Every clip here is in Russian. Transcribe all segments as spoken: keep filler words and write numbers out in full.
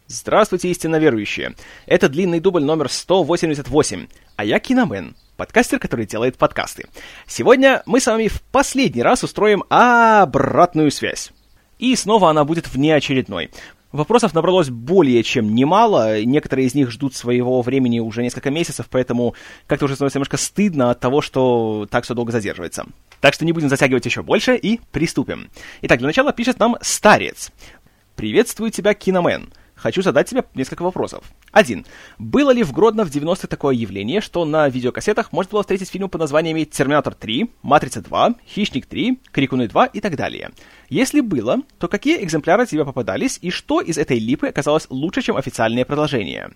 Здравствуйте, истинно верующие! Это длинный дубль номер сто восемьдесят восемь, а я Киномен, подкастер, который делает подкасты. Сегодня мы с вами в последний раз устроим обратную связь. И снова она будет внеочередной. Вопросов набралось более чем немало, некоторые из них ждут своего времени уже несколько месяцев, поэтому как-то уже становится немножко стыдно от того, что так все долго задерживается. Так что не будем затягивать еще больше и приступим. Итак, для начала пишет нам Старец. «Приветствую тебя, Киномен. Хочу задать тебе несколько вопросов. Один. Было ли в Гродно в девяностые такое явление, что на видеокассетах можно было встретить фильмы под названиями «Терминатор три», «Матрица два», «Хищник три», «Крикуны два» и так далее? Если было, то какие экземпляры тебе попадались и что из этой липы оказалось лучше, чем официальное продолжение?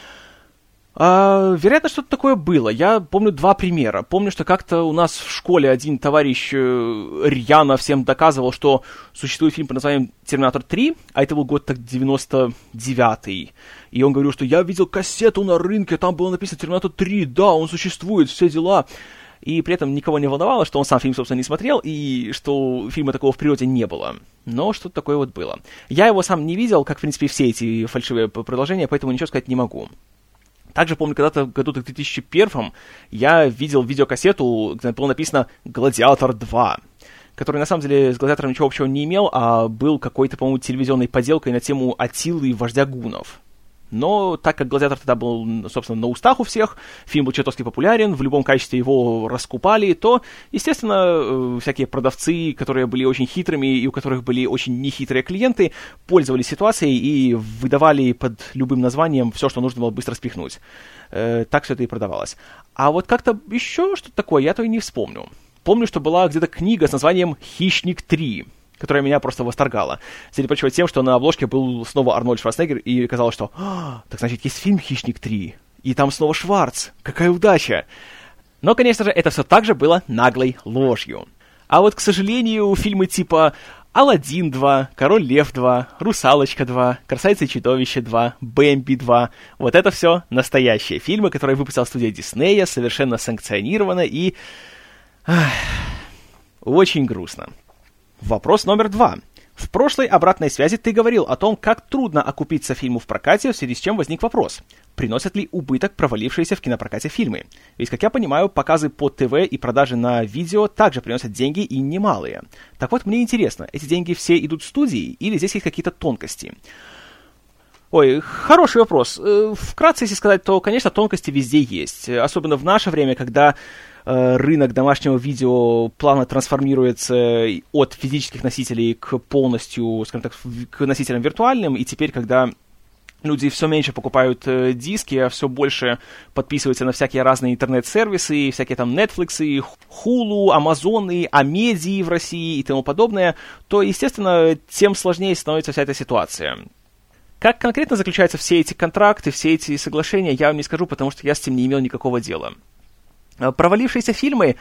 А, вероятно, что-то такое было. Я помню два примера. Помню, что как-то у нас в школе один товарищ э, рьяно всем доказывал, что существует фильм под названием «Терминатор три», а это был год так девяносто девятый. И он говорил, что я видел кассету на рынке, там было написано «Терминатор три», да, он существует, все дела. И при этом никого не волновало, что он сам фильм, собственно, не смотрел, и что фильма такого в природе не было. Но что-то такое вот было. Я его сам не видел, как, в принципе, все эти фальшивые продолжения, поэтому ничего сказать не могу. Также помню, когда-то в году две тысячи первом я видел видеокассету, где было написано «Гладиатор два», который на самом деле с «Гладиатором» ничего общего не имел, а был какой-то, по-моему, телевизионной поделкой на тему Аттилы и вождя гуннов. Но так как «Гладиатор» тогда был, собственно, на устах у всех, фильм был чертовски популярен, в любом качестве его раскупали, то, естественно, всякие продавцы, которые были очень хитрыми и у которых были очень нехитрые клиенты, пользовались ситуацией и выдавали под любым названием все, что нужно было быстро спихнуть. Э, так все это и продавалось. А вот как-то еще что-то такое я-то и не вспомню. Помню, что была где-то книга с названием «Хищник три», которая меня просто восторгала. Среди прочего тем, что на обложке был снова Арнольд Шварценеггер, и казалось, что «А, так значит, есть фильм «Хищник три», и там снова Шварц. Какая удача!» Но, конечно же, это все так же было наглой ложью. А вот, к сожалению, фильмы типа «Аладдин два», «Король Лев два», «Русалочка два», «Красавица и чудовище два», «Бэмби два» — вот это все настоящие фильмы, которые выпустила студия Диснея, совершенно санкционированно и... Ах, очень грустно. Вопрос номер два. В прошлой обратной связи ты говорил о том, как трудно окупиться фильму в прокате, в связи с чем возник вопрос. Приносят ли убыток провалившиеся в кинопрокате фильмы? Ведь, как я понимаю, показы по ТВ и продажи на видео также приносят деньги и немалые. Так вот, мне интересно, эти деньги все идут в студии или здесь есть какие-то тонкости? Ой, хороший вопрос. Вкратце, если сказать, то, конечно, тонкости везде есть. Особенно в наше время, когда рынок домашнего видео плавно трансформируется от физических носителей к полностью, скажем так, к носителям виртуальным, и теперь, когда люди все меньше покупают э, диски, а все больше подписываются на всякие разные интернет-сервисы, всякие там Netflix, Hulu, Amazon, Амедии в России и тому подобное, то, естественно, тем сложнее становится вся эта ситуация. Как конкретно заключаются все эти контракты, все эти соглашения, я вам не скажу, потому что я с этим не имел никакого дела. Провалившиеся фильмы,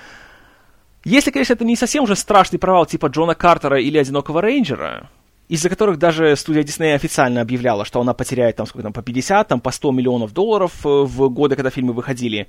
если, конечно, это не совсем уже страшный провал типа Джона Картера или Одинокого рейнджера, из-за которых даже студия Диснея официально объявляла, что она потеряет там, сколько там, по пятьдесят, там, по сто миллионов долларов в годы, когда фильмы выходили,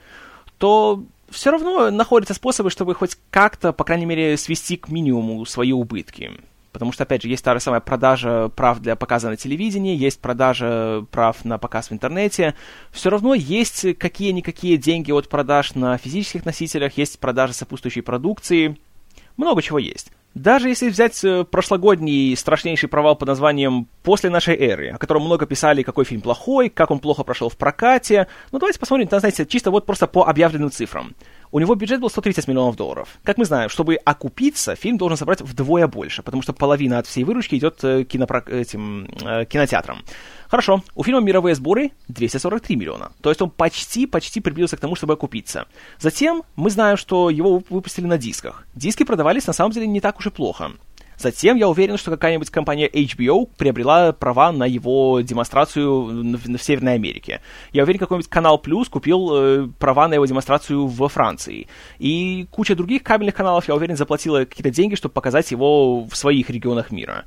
то все равно находятся способы, чтобы хоть как-то, по крайней мере, свести к минимуму свои убытки. Потому что, опять же, есть та же самая продажа прав для показа на телевидении, есть продажа прав на показ в интернете. Все равно есть какие-никакие деньги от продаж на физических носителях, есть продажа сопутствующей продукции. Много чего есть. Даже если взять прошлогодний страшнейший провал под названием «После нашей эры», о котором много писали, какой фильм плохой, как он плохо прошел в прокате, ну давайте посмотрим, знаете, чисто вот просто по объявленным цифрам. У него бюджет был сто тридцать миллионов долларов. Как мы знаем, чтобы окупиться, фильм должен собрать вдвое больше, потому что половина от всей выручки идет кинопро... этим, кинотеатрам. Хорошо, у фильма мировые сборы двести сорок три миллиона. То есть он почти-почти приблизился к тому, чтобы окупиться. Затем мы знаем, что его выпустили на дисках. Диски продавались на самом деле не так уж и плохо. Затем я уверен, что какая-нибудь компания эйч би о приобрела права на его демонстрацию в, в Северной Америке. Я уверен, какой-нибудь Канал Плюс купил э, права на его демонстрацию во Франции. И куча других кабельных каналов, я уверен, заплатила какие-то деньги, чтобы показать его в своих регионах мира.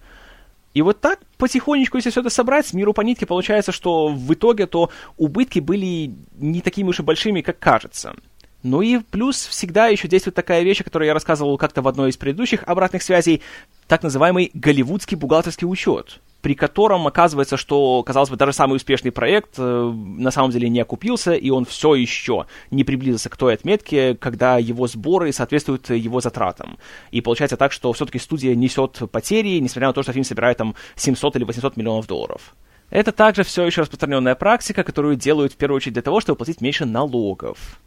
И вот так, потихонечку, если все это собрать, миру по нитке, получается, что в итоге то убытки были не такими уж и большими, как кажется. Ну и плюс всегда еще действует такая вещь, о которой я рассказывал как-то в одной из предыдущих обратных связей, так называемый голливудский бухгалтерский учет, при котором оказывается, что, казалось бы, даже самый успешный проект э, на самом деле не окупился, и он все еще не приблизился к той отметке, когда его сборы соответствуют его затратам. И получается так, что все-таки студия несет потери, несмотря на то, что фильм собирает там семьсот или восемьсот миллионов долларов. Это также все еще распространенная практика, которую делают в первую очередь для того, чтобы платить меньше налогов.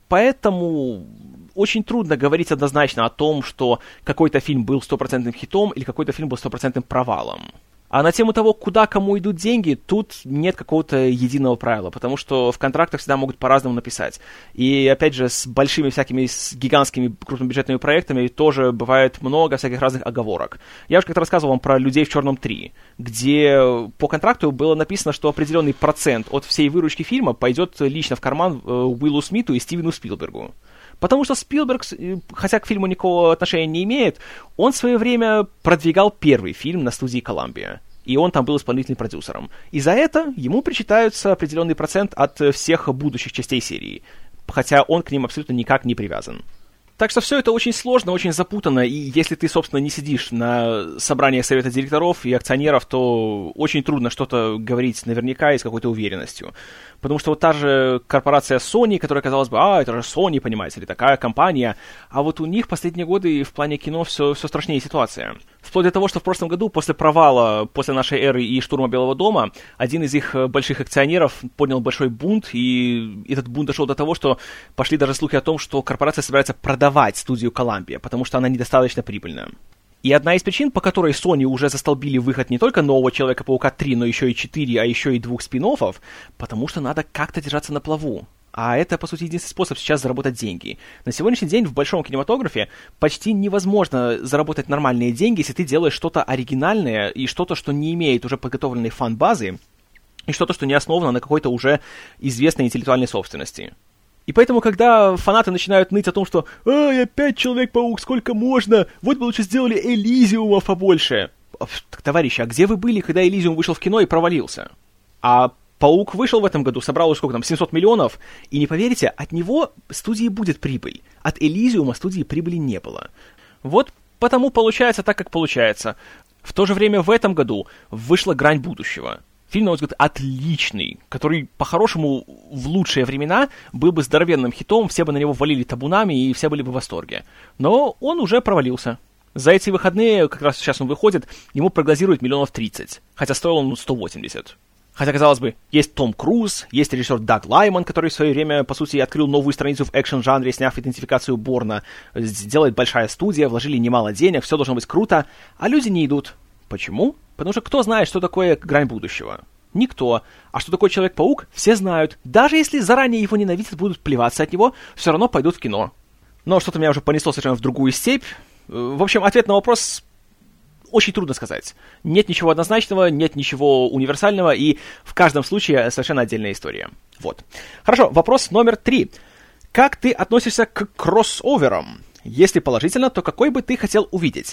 Поэтому очень трудно говорить однозначно о том, что какой-то фильм был стопроцентным хитом или какой-то фильм был стопроцентным провалом. А на тему того, куда кому идут деньги, тут нет какого-то единого правила, потому что в контрактах всегда могут по-разному написать. И, опять же, с большими всякими, с гигантскими крупнобюджетными проектами тоже бывает много всяких разных оговорок. Я уже как-то рассказывал вам про «Людей в черном три», где по контракту было написано, что определенный процент от всей выручки фильма пойдет лично в карман Уиллу Смиту и Стивену Спилбергу. Потому что Спилберг, хотя к фильму никакого отношения не имеет, он в свое время продвигал первый фильм на студии Columbia, и он там был исполнительным продюсером. И за это ему причитается определенный процент от всех будущих частей серии, хотя он к ним абсолютно никак не привязан. Так что все это очень сложно, очень запутанно, и если ты, собственно, не сидишь на собраниях совета директоров и акционеров, то очень трудно что-то говорить наверняка и с какой-то уверенностью. Потому что вот та же корпорация Sony, которая, казалось бы, а, это же Sony, понимаете ли, такая компания, а вот у них последние годы в плане кино все, все страшнее ситуация. Вплоть до того, что в прошлом году, после провала, после нашей эры и штурма Белого дома, один из их больших акционеров поднял большой бунт, и этот бунт дошел до того, что пошли даже слухи о том, что корпорация собирается продавать студию Columbia, потому что она недостаточно прибыльная. И одна из причин, по которой Sony уже застолбили выход не только нового Человека-паука три, но еще и четыре, а еще и двух спин-оффов, потому что надо как-то держаться на плаву. А это, по сути, единственный способ сейчас заработать деньги. На сегодняшний день в большом кинематографе почти невозможно заработать нормальные деньги, если ты делаешь что-то оригинальное и что-то, что не имеет уже подготовленной фан-базы, и что-то, что не основано на какой-то уже известной интеллектуальной собственности. И поэтому, когда фанаты начинают ныть о том, что «Ай, опять Человек-паук, сколько можно? Вот бы лучше сделали Элизиума побольше». Товарищи, а где вы были, когда Элизиум вышел в кино и провалился? А Паук вышел в этом году, собрал уже сколько там, семьсот миллионов, и не поверите, от него студии будет прибыль. От Элизиума студии прибыли не было. Вот потому получается так, как получается. В то же время в этом году вышла «Грань будущего». Фильм, на мой взгляд, отличный, который, по-хорошему, в лучшие времена был бы здоровенным хитом, все бы на него валили табунами, и все были бы в восторге. Но он уже провалился. За эти выходные, как раз сейчас он выходит, ему прогнозируют миллионов тридцать, хотя стоил он сто восемьдесят. Хотя, казалось бы, есть Том Круз, есть режиссер Даг Лайман, который в свое время, по сути, открыл новую страницу в экшн-жанре, сняв идентификацию Борна. Делает большая студия, вложили немало денег, все должно быть круто, а люди не идут. Почему? Потому что кто знает, что такое «Грань будущего»? Никто. А что такое Человек-паук? Все знают. Даже если заранее его ненавидят, будут плеваться от него, все равно пойдут в кино. Но что-то меня уже понесло совершенно в другую степь. В общем, ответ на вопрос очень трудно сказать. Нет ничего однозначного, нет ничего универсального, и в каждом случае совершенно отдельная история. Вот. Хорошо, вопрос номер три. Как ты относишься к кроссоверам? Если положительно, то какой бы ты хотел увидеть?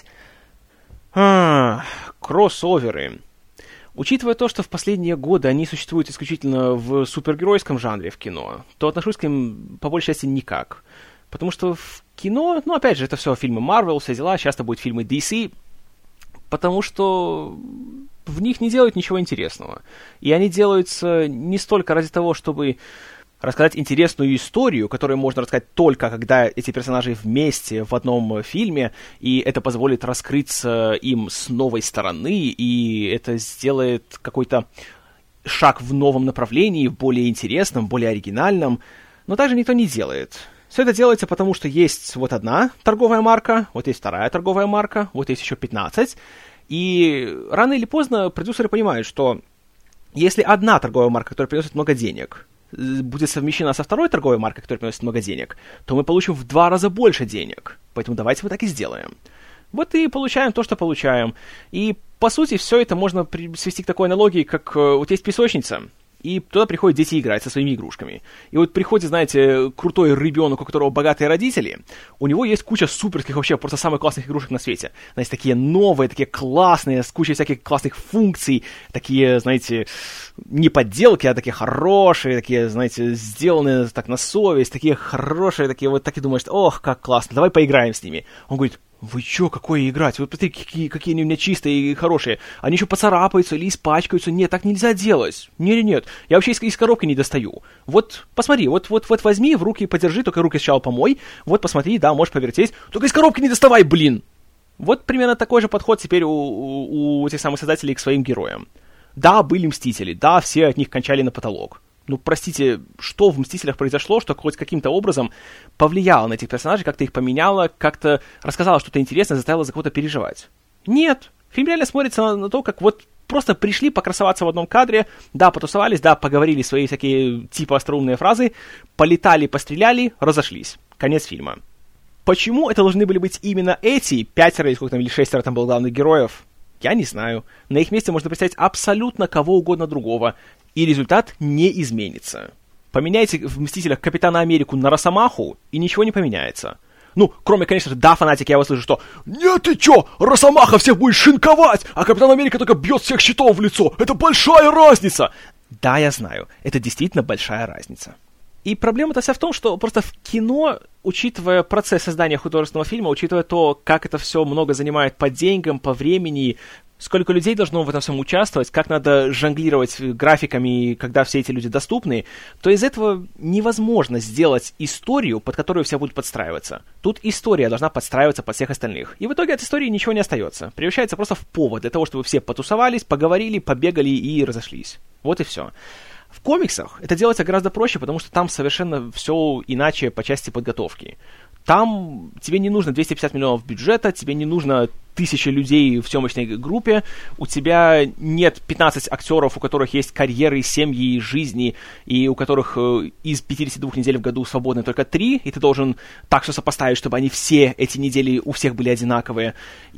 А, кроссоверы. Учитывая то, что в последние годы они существуют исключительно в супергеройском жанре в кино, то отношусь к ним по большей части никак. Потому что в кино, ну опять же, это все фильмы Marvel, все дела, часто будут фильмы ди си, потому что в них не делают ничего интересного. И они делаются не столько ради того, чтобы рассказать интересную историю, которую можно рассказать только когда эти персонажи вместе в одном фильме, и это позволит раскрыться им с новой стороны, и это сделает какой-то шаг в новом направлении, более интересном, более оригинальном, но также никто не делает. Все это делается потому, что есть вот одна торговая марка, вот есть вторая торговая марка, вот есть еще пятнадцать, и рано или поздно продюсеры понимают, что если одна торговая марка, которая приносит много денег, будет совмещена со второй торговой маркой, которая приносит много денег, то мы получим в два раза больше денег. Поэтому давайте мы так и сделаем. Вот и получаем то, что получаем. И, по сути, все это можно свести к такой аналогии, как вот есть песочница, и туда приходят дети играть со своими игрушками. И вот приходит, знаете, крутой ребенок, у которого богатые родители, у него есть куча суперских, вообще просто самых классных игрушек на свете. Знаете, такие новые, такие классные, с кучей всяких классных функций, такие, знаете, не подделки, а такие хорошие, такие, знаете, сделанные так на совесть, такие хорошие, такие вот, так и думаешь, ох, как классно, давай поиграем с ними. Он говорит: вы чё, какое играть? Вот посмотри, какие, какие они у меня чистые и хорошие. Они еще поцарапаются или испачкаются. Нет, так нельзя делать. Нет-нет-нет, я вообще из, из коробки не достаю. Вот, посмотри, вот, вот, вот возьми в руки, подержи, только руки сначала помой. Вот, посмотри, да, можешь повертеть. Только из коробки не доставай, блин! Вот примерно такой же подход теперь у, у, у этих самых создателей к своим героям. Да, были Мстители, да, все от них кончали на потолок. Ну, простите, что в «Мстителях» произошло, что хоть каким-то образом повлияло на этих персонажей, как-то их поменяло, как-то рассказало что-то интересное, заставило за кого-то переживать? Нет. Фильм реально смотрится на, на то, как вот просто пришли покрасоваться в одном кадре, да, потусовались, да, поговорили свои всякие типа остроумные фразы, полетали, постреляли, разошлись. Конец фильма. Почему это должны были быть именно эти пятеро, или сколько там, или шестеро там было главных героев? Я не знаю. На их месте можно представить абсолютно кого угодно другого, и результат не изменится. Поменяйте в «Мстителях» Капитана Америку на Росомаху, и ничего не поменяется. Ну, кроме, конечно же, да, фанатики, я вас слышу, что «Нет, ты чё, Росомаха всех будет шинковать, а Капитан Америка только бьет всех щитов в лицо! Это большая разница!» Да, я знаю, это действительно большая разница. И проблема-то вся в том, что просто в кино, учитывая процесс создания художественного фильма, учитывая то, как это все много занимает по деньгам, по времени, сколько людей должно в этом всем участвовать, как надо жонглировать графиками, когда все эти люди доступны, то из этого невозможно сделать историю, под которую все будут подстраиваться. Тут история должна подстраиваться под всех остальных. И в итоге от истории ничего не остается. Превращается просто в повод для того, чтобы все потусовались, поговорили, побегали и разошлись. Вот и все. В комиксах это делается гораздо проще, потому что там совершенно все иначе по части подготовки. Там тебе не нужно двести пятьдесят миллионов бюджета, тебе не нужно тысячи людей в съемочной группе, у тебя нет пятнадцати актеров, у которых есть карьеры, семьи, жизни, и у которых э, из пятидесяти двух недель в году свободны только три, и ты должен так все сопоставить, чтобы они все эти недели у всех были одинаковые.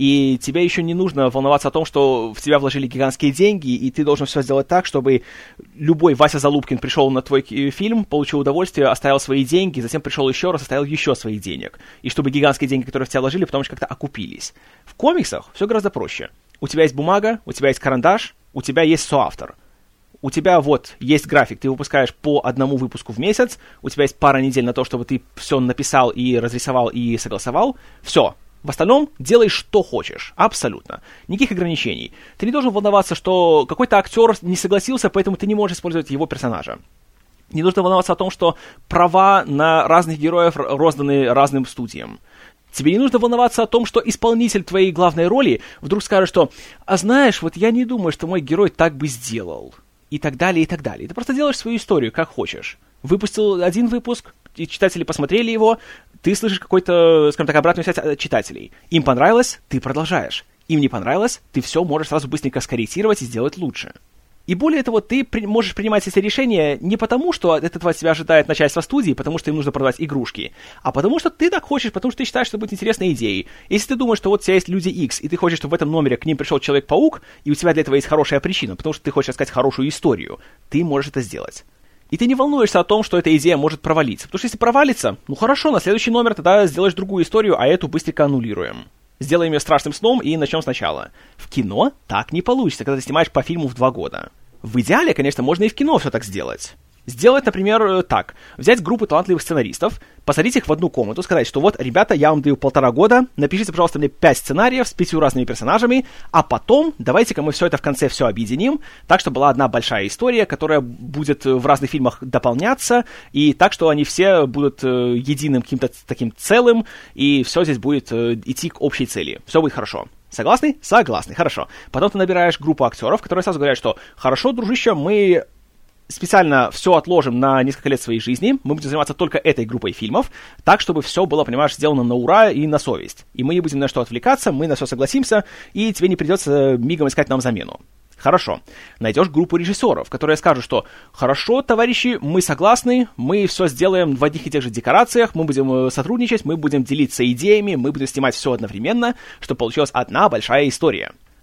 И тебе еще не нужно волноваться о том, что в тебя вложили гигантские деньги, и ты должен все сделать так, чтобы любой Вася Залупкин пришел на твой фильм, получил удовольствие, оставил свои деньги, затем пришел еще раз, оставил еще свои денег. И чтобы гигантские деньги, которые в тебя вложили, потом еще как-то окупились. В комиксах все гораздо проще. У тебя есть бумага, у тебя есть карандаш, у тебя есть соавтор. У тебя вот есть график, ты выпускаешь по одному выпуску в месяц, у тебя есть пара недель на то, чтобы ты все написал и разрисовал и согласовал. Все. В остальном делай, что хочешь. Абсолютно. Никаких ограничений. Ты не должен волноваться, что какой-то актер не согласился, поэтому ты не можешь использовать его персонажа. Не нужно волноваться о том, что права на разных героев розданы разным студиям. Тебе не нужно волноваться о том, что исполнитель твоей главной роли вдруг скажет, что «А знаешь, вот я не думаю, что мой герой так бы сделал». И так далее, и так далее. Ты просто делаешь свою историю, как хочешь. Выпустил один выпуск, и читатели посмотрели его, ты слышишь какой-то, скажем так, обратную связь от читателей. Им понравилось, ты продолжаешь. Им не понравилось, ты все можешь сразу быстренько скорректировать и сделать лучше. И более того, ты при- можешь принимать эти решения не потому, что от этого тебя ожидает начальство студии, потому что им нужно продавать игрушки, а потому что ты так хочешь, потому что ты считаешь, что это будет интересной идеей. Если ты думаешь, что вот у тебя есть Люди Икс, и ты хочешь, чтобы в этом номере к ним пришел Человек-паук, и у тебя для этого есть хорошая причина, потому что ты хочешь рассказать хорошую историю, ты можешь это сделать. И ты не волнуешься о том, что эта идея может провалиться. Потому что если провалится, ну хорошо, на следующий номер тогда сделаешь другую историю, а эту быстренько аннулируем. Сделаем ее страшным сном и начнем сначала. В кино так не получится, когда ты снимаешь по фильму в два года. В идеале, конечно, можно и в кино все так сделать. Сделать, например, так. Взять группу талантливых сценаристов, посадить их в одну комнату, сказать, что вот, ребята, я вам даю полтора года, напишите, пожалуйста, мне пять сценариев с пятью разными персонажами, а потом давайте-ка мы все это в конце все объединим, так, чтобы была одна большая история, которая будет в разных фильмах дополняться, и так, что они все будут э, единым каким-то таким целым, и все здесь будет э, идти к общей цели. Все будет хорошо. Согласны? Согласны, хорошо. Потом ты набираешь группу актеров, которые сразу говорят, что «Хорошо, дружище, мы специально все отложим на несколько лет своей жизни, мы будем заниматься только этой группой фильмов, так, чтобы все было, понимаешь, сделано на ура и на совесть. И мы не будем на что отвлекаться, мы на все согласимся, и тебе не придется мигом искать нам замену». Хорошо. Найдешь группу режиссеров, которые скажут, что «Хорошо, товарищи, мы согласны, мы все сделаем в одних и тех же декорациях, мы будем сотрудничать, мы будем делиться идеями, мы будем снимать все одновременно, чтобы получилась одна большая история».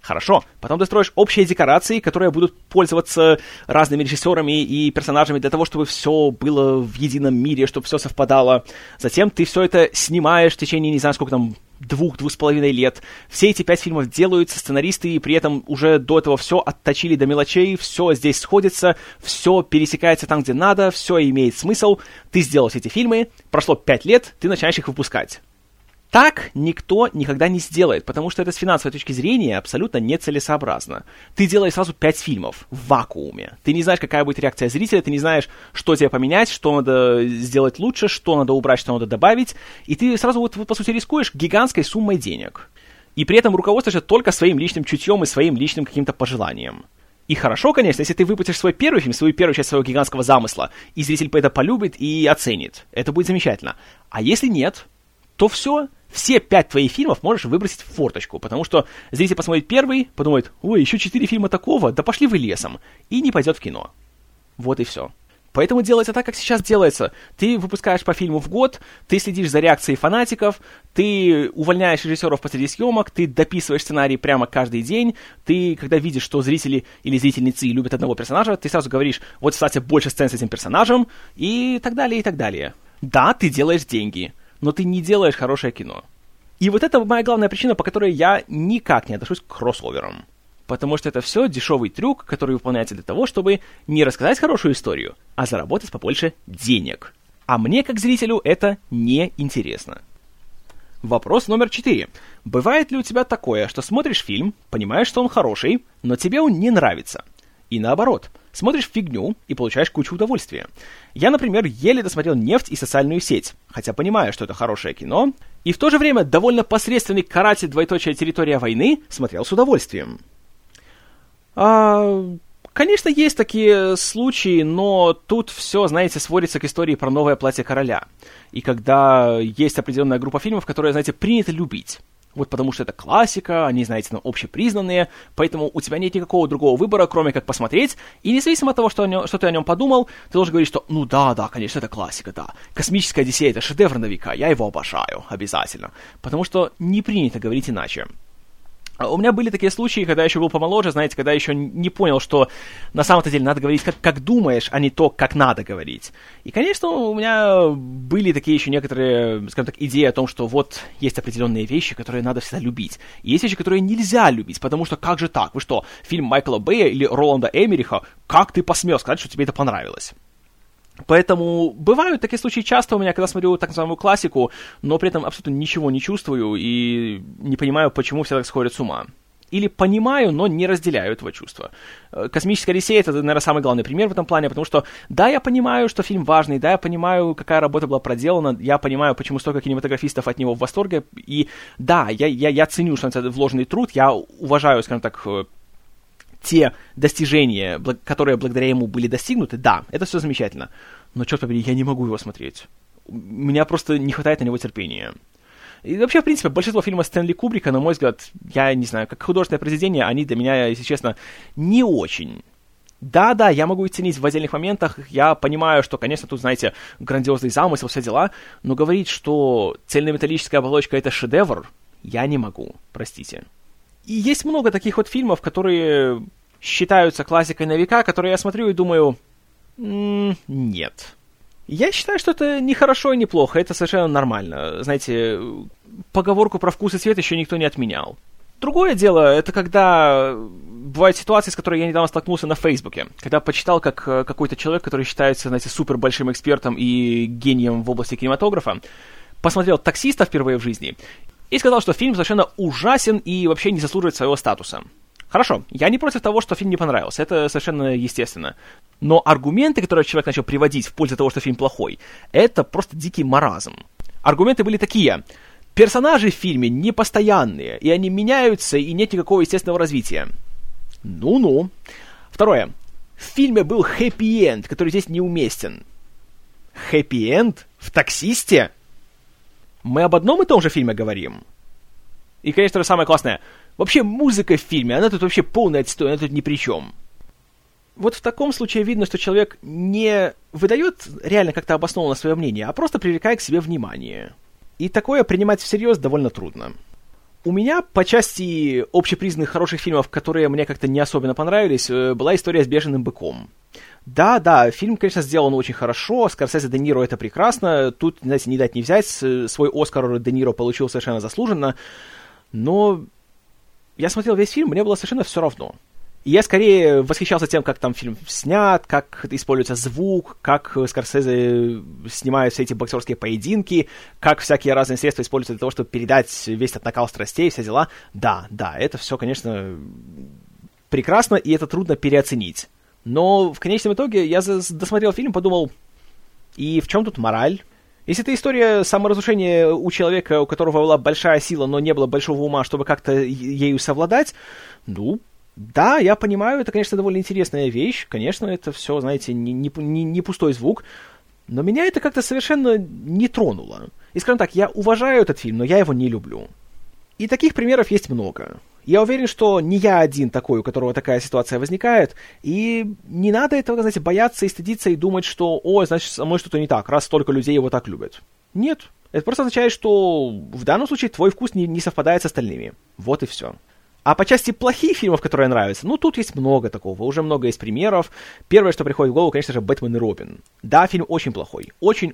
Хорошо. Потом ты строишь общие декорации, которые будут пользоваться разными режиссерами и персонажами для того, чтобы все было в едином мире, чтобы все совпадало. Затем ты все это снимаешь в течение, не знаю, сколько там, двух, двух с половиной лет. Все эти пять фильмов делаются, сценаристы, и при этом уже до этого все отточили до мелочей, все здесь сходится, все пересекается там, где надо, все имеет смысл. Ты сделал эти фильмы, прошло пять лет, ты начинаешь их выпускать. Так никто никогда не сделает, потому что это с финансовой точки зрения абсолютно нецелесообразно. Ты делаешь сразу пять фильмов в вакууме. Ты не знаешь, какая будет реакция зрителя, ты не знаешь, что тебе поменять, что надо сделать лучше, что надо убрать, что надо добавить. И ты сразу, вот, по сути, рискуешь гигантской суммой денег. И при этом руководствуешься только своим личным чутьем и своим личным каким-то пожеланием. И хорошо, конечно, если ты выпустишь свой первый фильм, свою первую часть своего гигантского замысла, и зритель это полюбит и оценит. Это будет замечательно. А если нет, то все... Все пять твоих фильмов можешь выбросить в форточку, потому что зритель посмотрит первый, подумает, ой, еще четыре фильма такого, да пошли вы лесом, и не пойдет в кино. Вот и все. Поэтому делается так, как сейчас делается. Ты выпускаешь по фильму в год, ты следишь за реакцией фанатиков, ты увольняешь режиссеров посреди съемок, ты дописываешь сценарий прямо каждый день, ты, когда видишь, что зрители или зрительницы любят одного персонажа, ты сразу говоришь, вот, кстати, больше сцен с этим персонажем, и так далее, и так далее. Да, ты делаешь деньги, но ты не делаешь хорошее кино. И вот это моя главная причина, по которой я никак не отношусь к кроссоверам. Потому что это все дешевый трюк, который выполняется для того, чтобы не рассказать хорошую историю, а заработать побольше денег. А мне, как зрителю, это не интересно. Вопрос номер четыре. Бывает ли у тебя такое, что смотришь фильм, понимаешь, что он хороший, но тебе он не нравится? И наоборот, смотришь фигню и получаешь кучу удовольствия. Я, например, еле досмотрел «Нефть» и «Социальную сеть», хотя понимаю, что это хорошее кино, и в то же время довольно посредственный «Каратель. Двоеточие. Территория войны» смотрел с удовольствием. А, конечно, есть такие случаи, но тут все, знаете, сводится к истории про «Новое платье короля». И когда есть определенная группа фильмов, которые, знаете, принято любить. Вот потому что это классика, они, знаете, ну, общепризнанные, поэтому у тебя нет никакого другого выбора, кроме как посмотреть, и независимо от того, что, о нем, что ты о нем подумал, ты должен говорить, что ну да, да, конечно, это классика, да. «Космическая Одиссея» — это шедевр на века, я его обожаю, обязательно. Потому что не принято говорить иначе. У меня были такие случаи, когда я еще был помоложе, знаете, когда я еще не понял, что на самом-то деле надо говорить, как, как думаешь, а не то, как надо говорить. И, конечно, у меня были такие еще некоторые, скажем так, идеи о том, что вот есть определенные вещи, которые надо всегда любить. И есть вещи, которые нельзя любить, потому что как же так? Вы что, фильм Майкла Бэя или Роланда Эммериха, как ты посмел сказать, что тебе это понравилось? Поэтому бывают такие случаи часто у меня, когда смотрю так называемую классику, но при этом абсолютно ничего не чувствую и не понимаю, почему все так сходят с ума. Или понимаю, но не разделяю этого чувства. «Космическая Одиссея» — это, наверное, самый главный пример в этом плане, потому что, да, я понимаю, что фильм важный, да, я понимаю, какая работа была проделана, я понимаю, почему столько кинематографистов от него в восторге, и да, я, я, я ценю, что это вложенный труд, я уважаю, скажем так, те достижения, которые благодаря ему были достигнуты, да, это все замечательно. Но, черт побери, я не могу его смотреть. У меня просто не хватает на него терпения. И вообще, в принципе, большинство фильмов Стэнли Кубрика, на мой взгляд, я не знаю, как художественное произведение, они для меня, если честно, не очень. Да-да, я могу их ценить в отдельных моментах, я понимаю, что, конечно, тут, знаете, грандиозный замысел, все дела, но говорить, что цельнометаллическая оболочка — это шедевр, я не могу, простите. И есть много таких вот фильмов, которые считаются классикой на века, которые я смотрю и думаю, м-м, нет. Я считаю, что это не хорошо и не плохо, это совершенно нормально. Знаете, поговорку про вкус и цвет еще никто не отменял. Другое дело, это когда бывают ситуации, с которой я недавно столкнулся на Фейсбуке, когда почитал, как какой-то человек, который считается, знаете, супер большим экспертом и гением в области кинематографа, посмотрел «Таксиста» впервые в жизни и сказал, что фильм совершенно ужасен и вообще не заслуживает своего статуса. Хорошо, я не против того, что фильм не понравился, это совершенно естественно. Но аргументы, которые человек начал приводить в пользу того, что фильм плохой, это просто дикий маразм. Аргументы были такие: персонажи в фильме непостоянные, и они меняются, и нет никакого естественного развития. Ну-ну. Второе. В фильме был хэппи-энд, который здесь неуместен. Хэппи-энд? В «Таксисте»? Мы об одном и том же фильме говорим. И, конечно же, самое классное. Вообще, музыка в фильме, она тут вообще полная отстой, она тут ни при чем. Вот в таком случае видно, что человек не выдает реально как-то обоснованно свое мнение, а просто привлекает к себе внимание. И такое принимать всерьез довольно трудно. У меня по части общепризнанных хороших фильмов, которые мне как-то не особенно понравились, была история с «Бешеным быком». Да, да, фильм, конечно, сделан очень хорошо, Скорсезе, Де Ниро — это прекрасно, тут, знаете, не дать не взять, свой Оскар Де Ниро получил совершенно заслуженно, но я смотрел весь фильм, мне было совершенно все равно. И я скорее восхищался тем, как там фильм снят, как используется звук, как Скорсезе снимает все эти боксерские поединки, как всякие разные средства используются для того, чтобы передать весь этот накал страстей, все дела. Да, да, это все, конечно, прекрасно, и это трудно переоценить. Но в конечном итоге я досмотрел фильм, подумал, и в чем тут мораль? Если это история саморазрушения у человека, у которого была большая сила, но не было большого ума, чтобы как-то ею совладать, ну... Да, я понимаю, это, конечно, довольно интересная вещь, конечно, это все, знаете, не, не, не пустой звук, но меня это как-то совершенно не тронуло. И, скажем так, я уважаю этот фильм, но я его не люблю. И таких примеров есть много. Я уверен, что не я один такой, у которого такая ситуация возникает, и не надо этого, знаете, бояться и стыдиться и думать, что, ой, значит, со мной что-то не так, раз столько людей его так любят. Нет, это просто означает, что в данном случае твой вкус не, не совпадает с остальными. Вот и все. А по части плохих фильмов, которые нравятся, ну, тут есть много такого, уже много есть примеров. Первое, что приходит в голову, конечно же, «Бэтмен и Робин». Да, фильм очень плохой.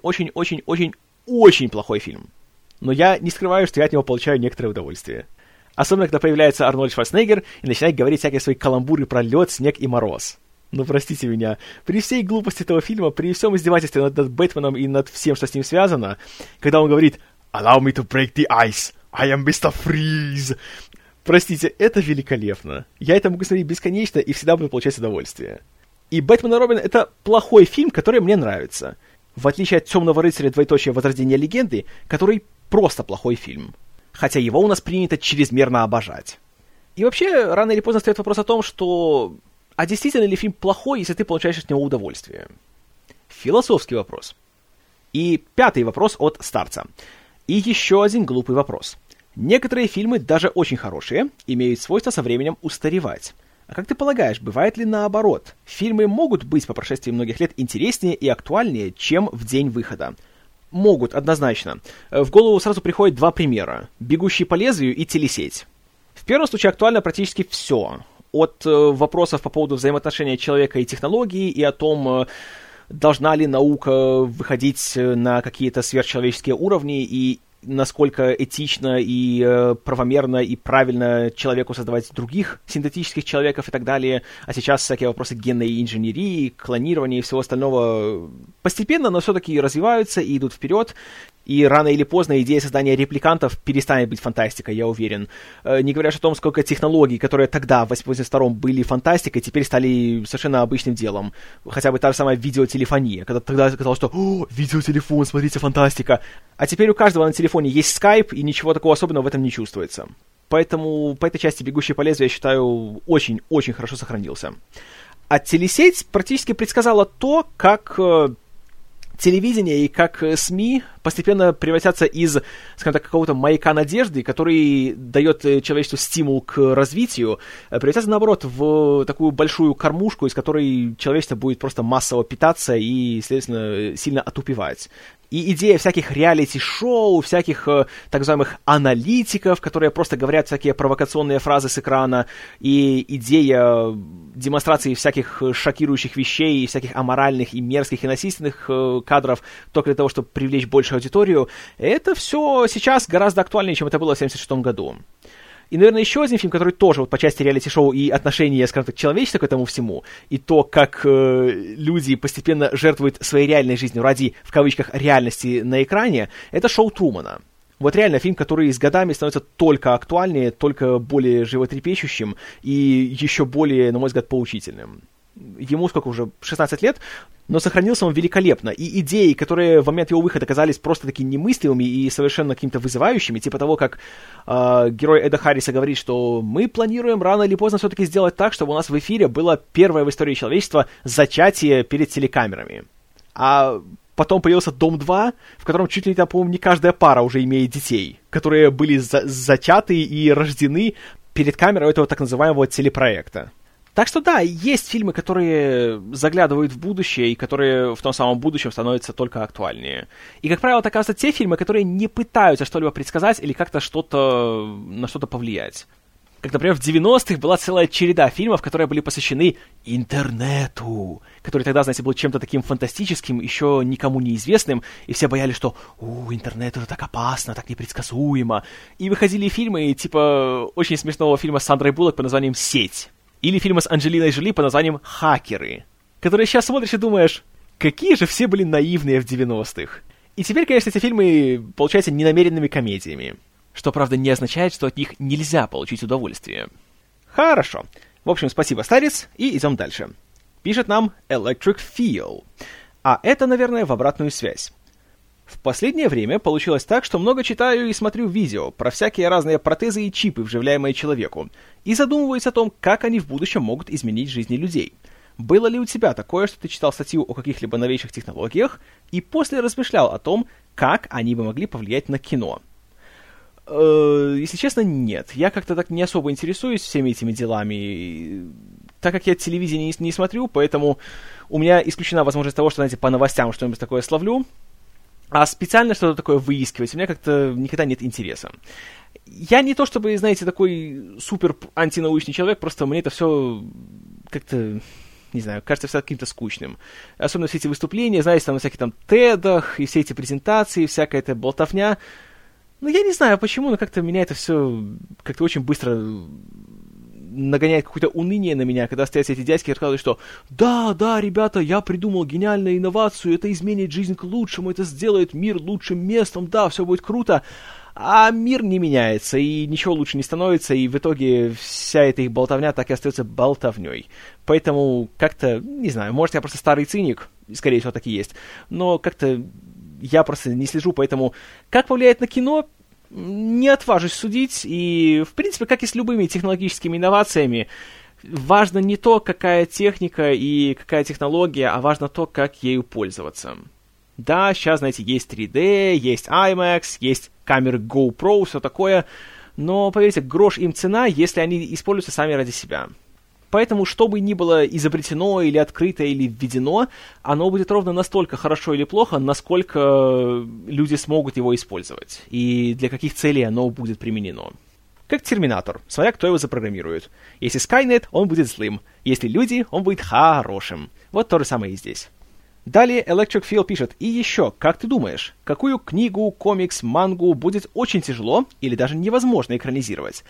Очень-очень-очень-очень-очень плохой фильм. Но я не скрываю, что я от него получаю некоторое удовольствие. Особенно, когда появляется Арнольд Шварценеггер и начинает говорить всякие свои каламбуры про лед, снег и мороз. Ну, простите меня, при всей глупости этого фильма, при всем издевательстве над, над Бэтменом и над всем, что с ним связано, когда он говорит «Allow me to break the ice, I am мистер Freeze». Простите, это великолепно. Я это могу смотреть бесконечно и всегда буду получать удовольствие. И «Бэтмен и Робин» — это плохой фильм, который мне нравится. В отличие от «Темного рыцаря. Двоеточие. Возрождение легенды», который просто плохой фильм. Хотя его у нас принято чрезмерно обожать. И вообще, рано или поздно стоит вопрос о том, что... А действительно ли фильм плохой, если ты получаешь от него удовольствие? Философский вопрос. И пятый вопрос от старца. И еще один глупый вопрос. Некоторые фильмы, даже очень хорошие, имеют свойство со временем устаревать. А как ты полагаешь, бывает ли наоборот? Фильмы могут быть по прошествии многих лет интереснее и актуальнее, чем в день выхода? Могут, однозначно. В голову сразу приходят два примера. «Бегущий по лезвию» и «Телесеть». В первом случае актуально практически все. От э, вопросов по поводу взаимоотношения человека и технологии, и о том, э, должна ли наука выходить на какие-то сверхчеловеческие уровни, и насколько этично и э, правомерно и правильно человеку создавать других синтетических человеков и так далее. А сейчас всякие вопросы генной инженерии, клонирования и всего остального постепенно, но все-таки развиваются и идут вперед. И рано или поздно идея создания репликантов перестанет быть фантастикой, я уверен. Э, не говоря о том, сколько технологий, которые тогда, в восемьдесят втором, были фантастикой, теперь стали совершенно обычным делом. Хотя бы та же самая видеотелефония, когда тогда казалось, что «О, видеотелефон, смотрите, фантастика!» А теперь у каждого на телефоне есть скайп, и ничего такого особенного в этом не чувствуется. Поэтому по этой части «Бегущий по лезвию», я считаю, очень-очень хорошо сохранился. А телесеть практически предсказала то, как... телевидение и как СМИ постепенно превратятся из, скажем так, какого-то маяка надежды, который дает человечеству стимул к развитию, превратятся, наоборот, в такую большую кормушку, из которой человечество будет просто массово питаться и, следовательно, сильно отупевать. И идея всяких реалити-шоу, всяких так называемых аналитиков, которые просто говорят всякие провокационные фразы с экрана, и идея демонстрации всяких шокирующих вещей, всяких аморальных и мерзких и насильственных кадров только для того, чтобы привлечь большую аудиторию, это все сейчас гораздо актуальнее, чем это было в семьдесят шестом году. И, наверное, еще один фильм, который тоже вот по части реалити-шоу и отношения, скажем так, человечества к этому всему, и то, как э, люди постепенно жертвуют своей реальной жизнью ради, в кавычках, реальности на экране, это «Шоу Трумана». Вот реально фильм, который с годами становится только актуальнее, только более животрепещущим и еще более, на мой взгляд, поучительным. Ему сколько уже, шестнадцать лет, но сохранился он великолепно. И идеи, которые в момент его выхода казались просто-таки немыслимыми и совершенно какими-то вызывающими, типа того, как э, герой Эда Харриса говорит, что мы планируем рано или поздно все-таки сделать так, чтобы у нас в эфире было первое в истории человечества зачатие перед телекамерами. А потом появился «Дом два», в котором чуть ли, там, по-моему, не каждая пара уже имеет детей, которые были за- зачаты и рождены перед камерой этого так называемого телепроекта. Так что да, есть фильмы, которые заглядывают в будущее, и которые в том самом будущем становятся только актуальнее. И, как правило, это, оказывается, те фильмы, которые не пытаются что-либо предсказать или как-то что-то на что-то повлиять. Как, например, в девяностых была целая череда фильмов, которые были посвящены интернету, который тогда, знаете, был чем-то таким фантастическим, еще никому неизвестным, и все боялись, что «У, интернет, это так опасно, так непредсказуемо». И выходили фильмы, типа очень смешного фильма с Сандрой Буллок под названием «Сеть». Или фильмы с Анджелиной Джоли под названием «Хакеры», которые сейчас смотришь и думаешь, какие же все были наивные в девяностых. И теперь, конечно, эти фильмы получаются ненамеренными комедиями. Что, правда, не означает, что от них нельзя получить удовольствие. Хорошо. В общем, спасибо, Старец, и идем дальше. Пишет нам Electric Feel. А это, наверное, в обратную связь. В последнее время получилось так, что много читаю и смотрю видео про всякие разные протезы и чипы, вживляемые человеку, и задумываюсь о том, как они в будущем могут изменить жизни людей. Было ли у тебя такое, что ты читал статью о каких-либо новейших технологиях, и после размышлял о том, как они бы могли повлиять на кино? Э, если честно, нет. Я как-то так не особо интересуюсь всеми этими делами, так как я телевидение не, не смотрю, поэтому у меня исключена возможность того, что, знаете, по новостям что-нибудь такое словлю. А специально что-то такое выискивать у меня как-то никогда нет интереса. Я не то чтобы, знаете, такой супер антинаучный человек, просто мне это все как-то, не знаю, кажется все каким-то скучным. Особенно все эти выступления, знаете, там на всяких там тедах, и все эти презентации, всякая эта болтовня. Ну, я не знаю почему, но как-то меня это все как-то очень быстро нагоняет какое-то уныние на меня, когда стоят эти дядьки и рассказывают, что «Да, да, ребята, я придумал гениальную инновацию, это изменит жизнь к лучшему, это сделает мир лучшим местом, да, все будет круто». А мир не меняется, и ничего лучше не становится, и в итоге вся эта их болтовня так и остается болтовней. Поэтому как-то, не знаю, может, я просто старый циник, скорее всего, так и есть, но как-то я просто не слежу, поэтому как повлияет на кино, не отважусь судить, и, в принципе, как и с любыми технологическими инновациями, важно не то, какая техника и какая технология, а важно то, как ею пользоваться. Да, сейчас, знаете, есть три дэ, есть IMAX, есть камеры GoPro, все такое, но, поверьте, грош им цена, если они используются сами ради себя. Поэтому, что бы ни было изобретено, или открыто, или введено, оно будет ровно настолько хорошо или плохо, насколько люди смогут его использовать, и для каких целей оно будет применено. Как Терминатор, смотря кто его запрограммирует. Если Skynet, он будет злым, если люди, он будет хорошим. Вот то же самое и здесь. Далее Electric Feel пишет, и еще, как ты думаешь, какую книгу, комикс, мангу будет очень тяжело или даже невозможно экранизировать?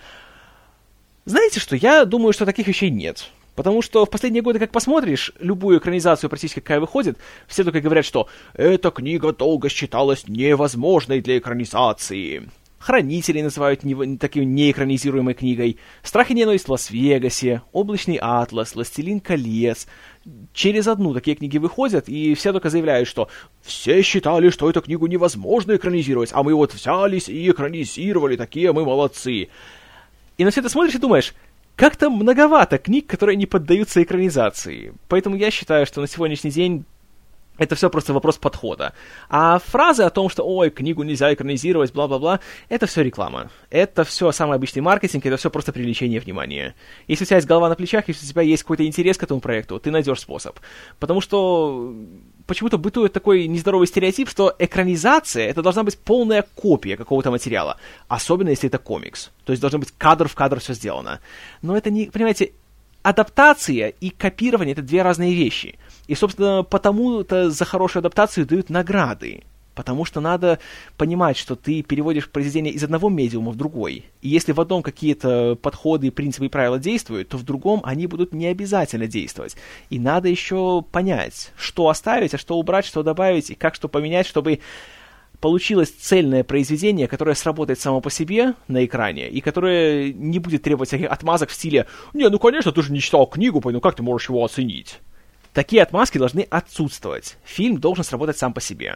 Знаете что, я думаю, что таких вещей нет. Потому что в последние годы, как посмотришь, любую экранизацию практически какая выходит, все только говорят, что «эта книга долго считалась невозможной для экранизации». Хранителей называют не, такой неэкранизируемой книгой. «Страх и ненависть в Лас-Вегасе», «Облачный атлас», «Властелин колец». Через одну такие книги выходят, и все только заявляют, что «все считали, что эту книгу невозможно экранизировать, а мы вот взялись и экранизировали, такие мы молодцы». И на все это смотришь и думаешь, как-то многовато книг, которые не поддаются экранизации. Поэтому я считаю, что на сегодняшний день это все просто вопрос подхода. А фразы о том, что «ой, книгу нельзя экранизировать, бла-бла-бла», это все реклама. Это все самый обычный маркетинг, это все просто привлечение внимания. Если у тебя есть голова на плечах, если у тебя есть какой-то интерес к этому проекту, ты найдешь способ. Потому что почему-то бытует такой нездоровый стереотип, что экранизация — это должна быть полная копия какого-то материала. Особенно, если это комикс. То есть должно быть кадр в кадр все сделано. Но это не, понимаете, адаптация и копирование — это две разные вещи. И, собственно, потому-то за хорошую адаптацию дают награды. Потому что надо понимать, что ты переводишь произведение из одного медиума в другой. И если в одном какие-то подходы, принципы и правила действуют, то в другом они будут не обязательно действовать. И надо еще понять, что оставить, а что убрать, что добавить, и как что поменять, чтобы получилось цельное произведение, которое сработает само по себе на экране, и которое не будет требовать всяких отмазок в стиле «Не, ну конечно, ты же не читал книгу, поэтому как ты можешь его оценить?» Такие отмазки должны отсутствовать. Фильм должен сработать сам по себе.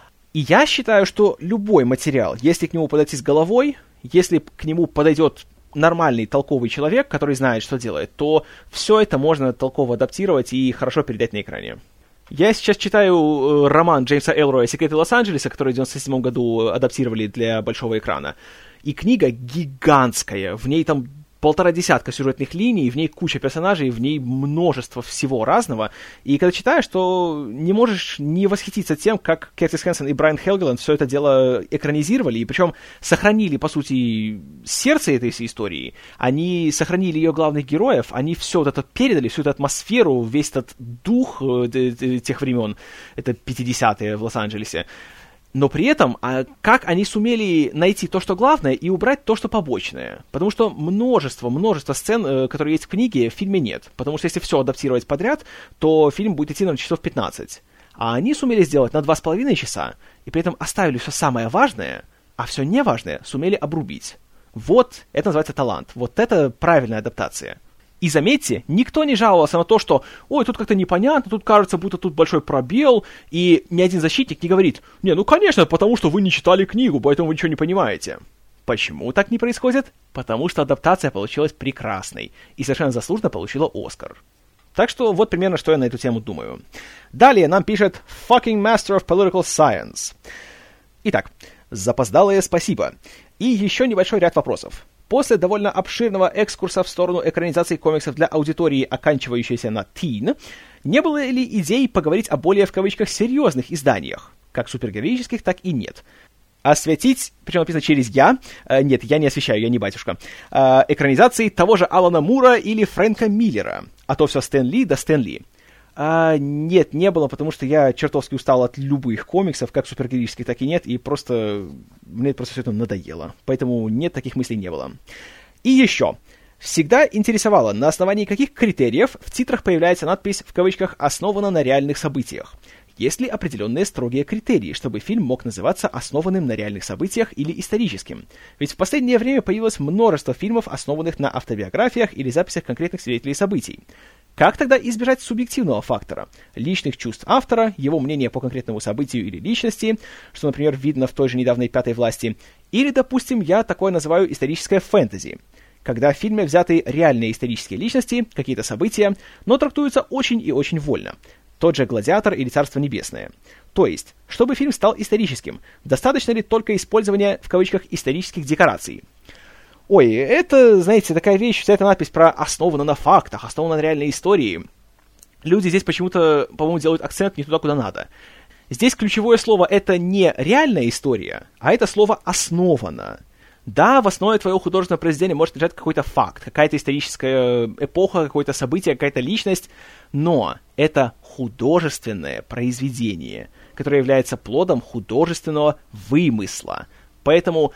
И я считаю, что любой материал, если к нему подойти с головой, если к нему подойдет нормальный, толковый человек, который знает, что делает, то все это можно толково адаптировать и хорошо передать на экране. Я сейчас читаю роман Джеймса Элроя «Секреты Лос-Анджелеса», который в девяносто седьмом году адаптировали для большого экрана. И книга гигантская, в ней там полтора десятка сюжетных линий, в ней куча персонажей, в ней множество всего разного. И когда читаешь, то не можешь не восхититься тем, как Кертис Хэнсон и Брайан Хелгеленд все это дело экранизировали, и причем сохранили, по сути, сердце этой всей истории. Они сохранили ее главных героев, они все вот это передали, всю эту атмосферу, весь этот дух тех времен, это пятидесятые в Лос-Анджелесе. Но при этом, а как они сумели найти то, что главное, и убрать то, что побочное? Потому что множество, множество сцен, которые есть в книге, в фильме нет. Потому что если все адаптировать подряд, то фильм будет идти на часов пятнадцать. А они сумели сделать на два с половиной часа, и при этом оставили все самое важное, а все неважное сумели обрубить. Вот это называется талант. Вот это правильная адаптация. И заметьте, никто не жаловался на то, что «Ой, тут как-то непонятно, тут кажется, будто тут большой пробел», и ни один защитник не говорит «Не, ну конечно, потому что вы не читали книгу, поэтому вы ничего не понимаете». Почему так не происходит? Потому что адаптация получилась прекрасной, и совершенно заслуженно получила Оскар. Так что вот примерно, что я на эту тему думаю. Далее нам пишет «Fucking Master of Political Science». Итак, запоздалое спасибо. И еще небольшой ряд вопросов. После довольно обширного экскурса в сторону экранизации комиксов для аудитории, оканчивающейся на teen, не было ли идей поговорить о более, в кавычках, серьезных изданиях, как супергероических, так и нет? Осветить, причем написано через «я», э, нет, я не освещаю, я не батюшка, э, экранизации того же Алана Мура или Фрэнка Миллера, а то все Стэн Ли да Стэн Ли. А, нет, не было, потому что я чертовски устал от любых комиксов, как супергероических, так и нет, и просто мне просто все это надоело. Поэтому нет, таких мыслей не было. И еще. Всегда интересовало, на основании каких критериев в титрах появляется надпись, в кавычках, «основана на реальных событиях». Есть ли определенные строгие критерии, чтобы фильм мог называться основанным на реальных событиях или историческим? Ведь в последнее время появилось множество фильмов, основанных на автобиографиях или записях конкретных свидетелей событий. Как тогда избежать субъективного фактора, личных чувств автора, его мнения по конкретному событию или личности, что, например, видно в той же недавней «Пятой власти», или, допустим, я такое называю историческое фэнтези, когда в фильме взяты реальные исторические личности, какие-то события, но трактуются очень и очень вольно. Тот же «Гладиатор» или «Царство небесное». То есть, чтобы фильм стал историческим, достаточно ли только использования, в кавычках, исторических декораций? Ой, это, знаете, такая вещь, вся эта надпись про «основано на фактах», «основано на реальной истории». Люди здесь почему-то, по-моему, делают акцент не туда, куда надо. Здесь ключевое слово — это не реальная история, а это слово «основано». Да, в основе твоего художественного произведения может лежать какой-то факт, какая-то историческая эпоха, какое-то событие, какая-то личность, но это художественное произведение, которое является плодом художественного вымысла. Поэтому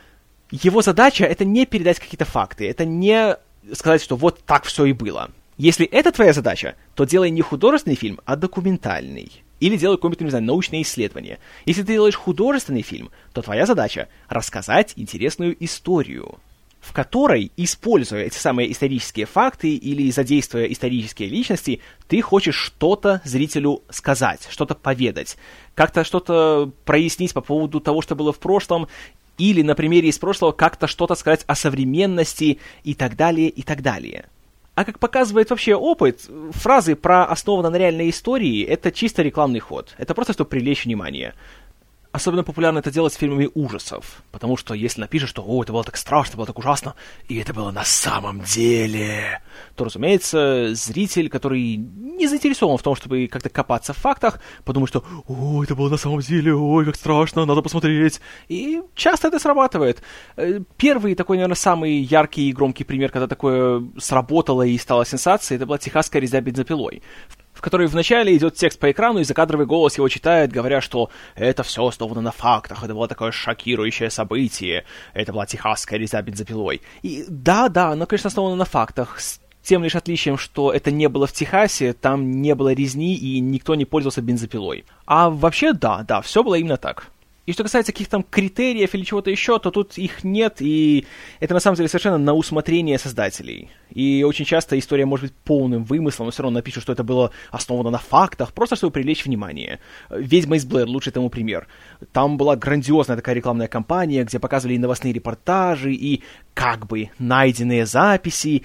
его задача — это не передать какие-то факты, это не сказать, что вот так все и было. Если это твоя задача, то делай не художественный фильм, а документальный. Или делай какое-нибудь, не знаю, научное исследование. Если ты делаешь художественный фильм, то твоя задача — рассказать интересную историю, в которой, используя эти самые исторические факты или задействуя исторические личности, ты хочешь что-то зрителю сказать, что-то поведать, как-то что-то прояснить по поводу того, что было в прошлом, или на примере из прошлого как-то что-то сказать о современности и так далее, и так далее. А как показывает вообще опыт, фразы про «основано на реальной истории» — это чисто рекламный ход. Это просто, чтобы привлечь внимание. Особенно популярно это делать с фильмами ужасов, потому что если напишешь, что «О, это было так страшно, было так ужасно», и это было на самом деле, то, разумеется, зритель, который не заинтересован в том, чтобы как-то копаться в фактах, подумает, что «О, это было на самом деле, ой, как страшно, надо посмотреть». И часто это срабатывает. Первый такой, наверное, самый яркий и громкий пример, когда такое сработало и стало сенсацией, это была «Техасская резня бензопилой», в которой вначале идет текст по экрану, и закадровый голос его читает, говоря, что это все основано на фактах, это было такое шокирующее событие, это была техасская резня бензопилой. И да-да, оно, конечно, основано на фактах, с тем лишь отличием, что это не было в Техасе, там не было резни, и никто не пользовался бензопилой. А вообще, да, да, все было именно так. И что касается каких-то там критериев или чего-то еще, то тут их нет, и это на самом деле совершенно на усмотрение создателей. И очень часто история может быть полным вымыслом, но все равно напишут, что это было основано на фактах, просто чтобы привлечь внимание. «Ведьма из Блэр» — лучший тому пример. Там была грандиозная такая рекламная кампания, где показывали и новостные репортажи, и как бы найденные записи,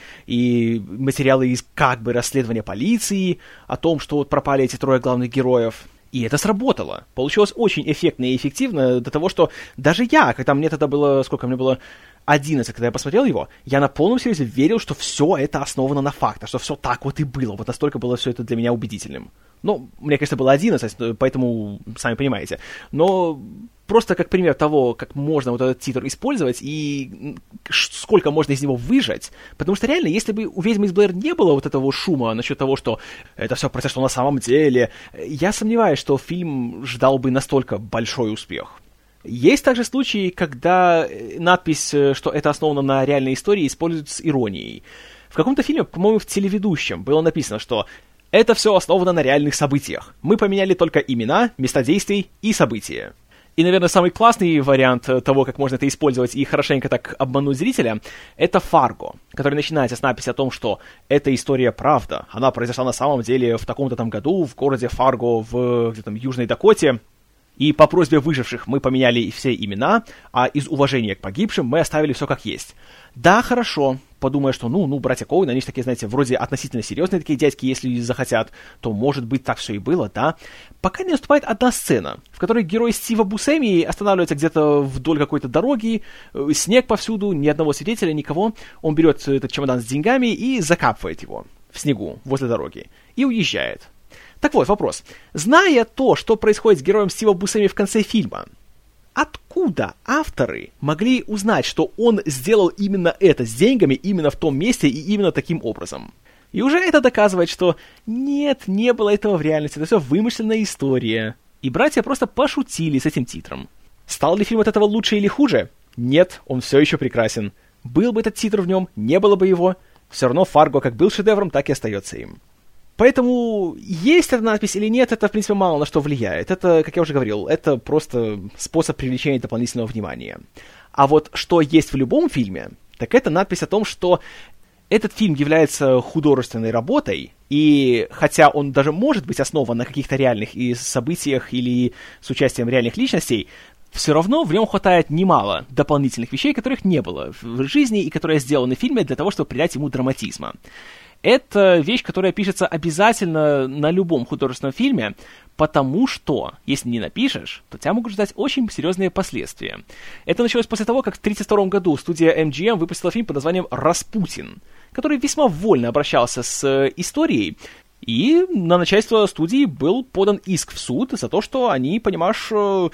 и материалы из как бы расследования полиции о том, что вот пропали эти трое главных героев. И это сработало. Получилось очень эффектно и эффективно до того, что даже я, когда мне тогда было, сколько мне было, одиннадцать, когда я посмотрел его, я на полном серьезе верил, что все это основано на фактах, что все так вот и было. Вот настолько было все это для меня убедительным. Ну, мне, конечно, было одиннадцать, поэтому, сами понимаете. Но просто как пример того, как можно вот этот титр использовать и сколько можно из него выжать. Потому что реально, если бы у «Ведьмы из Блэр» не было вот этого шума насчет того, что это все произошло на самом деле, я сомневаюсь, что фильм ждал бы настолько большой успех. Есть также случаи, когда надпись, что это основано на реальной истории, используют с иронией. В каком-то фильме, по-моему, в «Телеведущем» было написано, что это все основано на реальных событиях. Мы поменяли только имена, места действий и события. И, наверное, самый классный вариант того, как можно это использовать и хорошенько так обмануть зрителя, это «Фарго», который начинается с надписи о том, что эта история правда. Она произошла на самом деле в таком-то там году в городе Фарго в где-то, Южной Дакоте. И по просьбе выживших мы поменяли все имена, а из уважения к погибшим мы оставили все как есть. Да, хорошо, подумая, что, ну, ну, братья Коуэн, они же такие, знаете, вроде относительно серьезные такие дядьки, если захотят, то, может быть, так все и было, да. Пока не наступает одна сцена, в которой герой Стива Бусцеми останавливается где-то вдоль какой-то дороги, снег повсюду, ни одного свидетеля, никого. Он берет этот чемодан с деньгами и закапывает его в снегу возле дороги и уезжает. Так вот, вопрос. Зная то, что происходит с героем Стива Бусцеми в конце фильма, откуда авторы могли узнать, что он сделал именно это с деньгами, именно в том месте и именно таким образом? И уже это доказывает, что нет, не было этого в реальности, это все вымышленная история. И братья просто пошутили с этим титром. Стал ли фильм от этого лучше или хуже? Нет, он все еще прекрасен. Был бы этот титр в нем, не было бы его, все равно «Фарго» как был шедевром, так и остается им. Поэтому есть эта надпись или нет, это, в принципе, мало на что влияет. Это, как я уже говорил, это просто способ привлечения дополнительного внимания. А вот что есть в любом фильме, так это надпись о том, что этот фильм является художественной работой, и хотя он даже может быть основан на каких-то реальных и событиях или с участием реальных личностей, все равно в нем хватает немало дополнительных вещей, которых не было в жизни и которые сделаны в фильме для того, чтобы придать ему драматизма. Это вещь, которая пишется обязательно на любом художественном фильме, потому что, если не напишешь, то тебя могут ждать очень серьезные последствия. Это началось после того, как в тридцать втором году студия эм джи эм выпустила фильм под названием «Распутин», который весьма вольно обращался с историей, и на начальство студии был подан иск в суд за то, что они, понимаешь,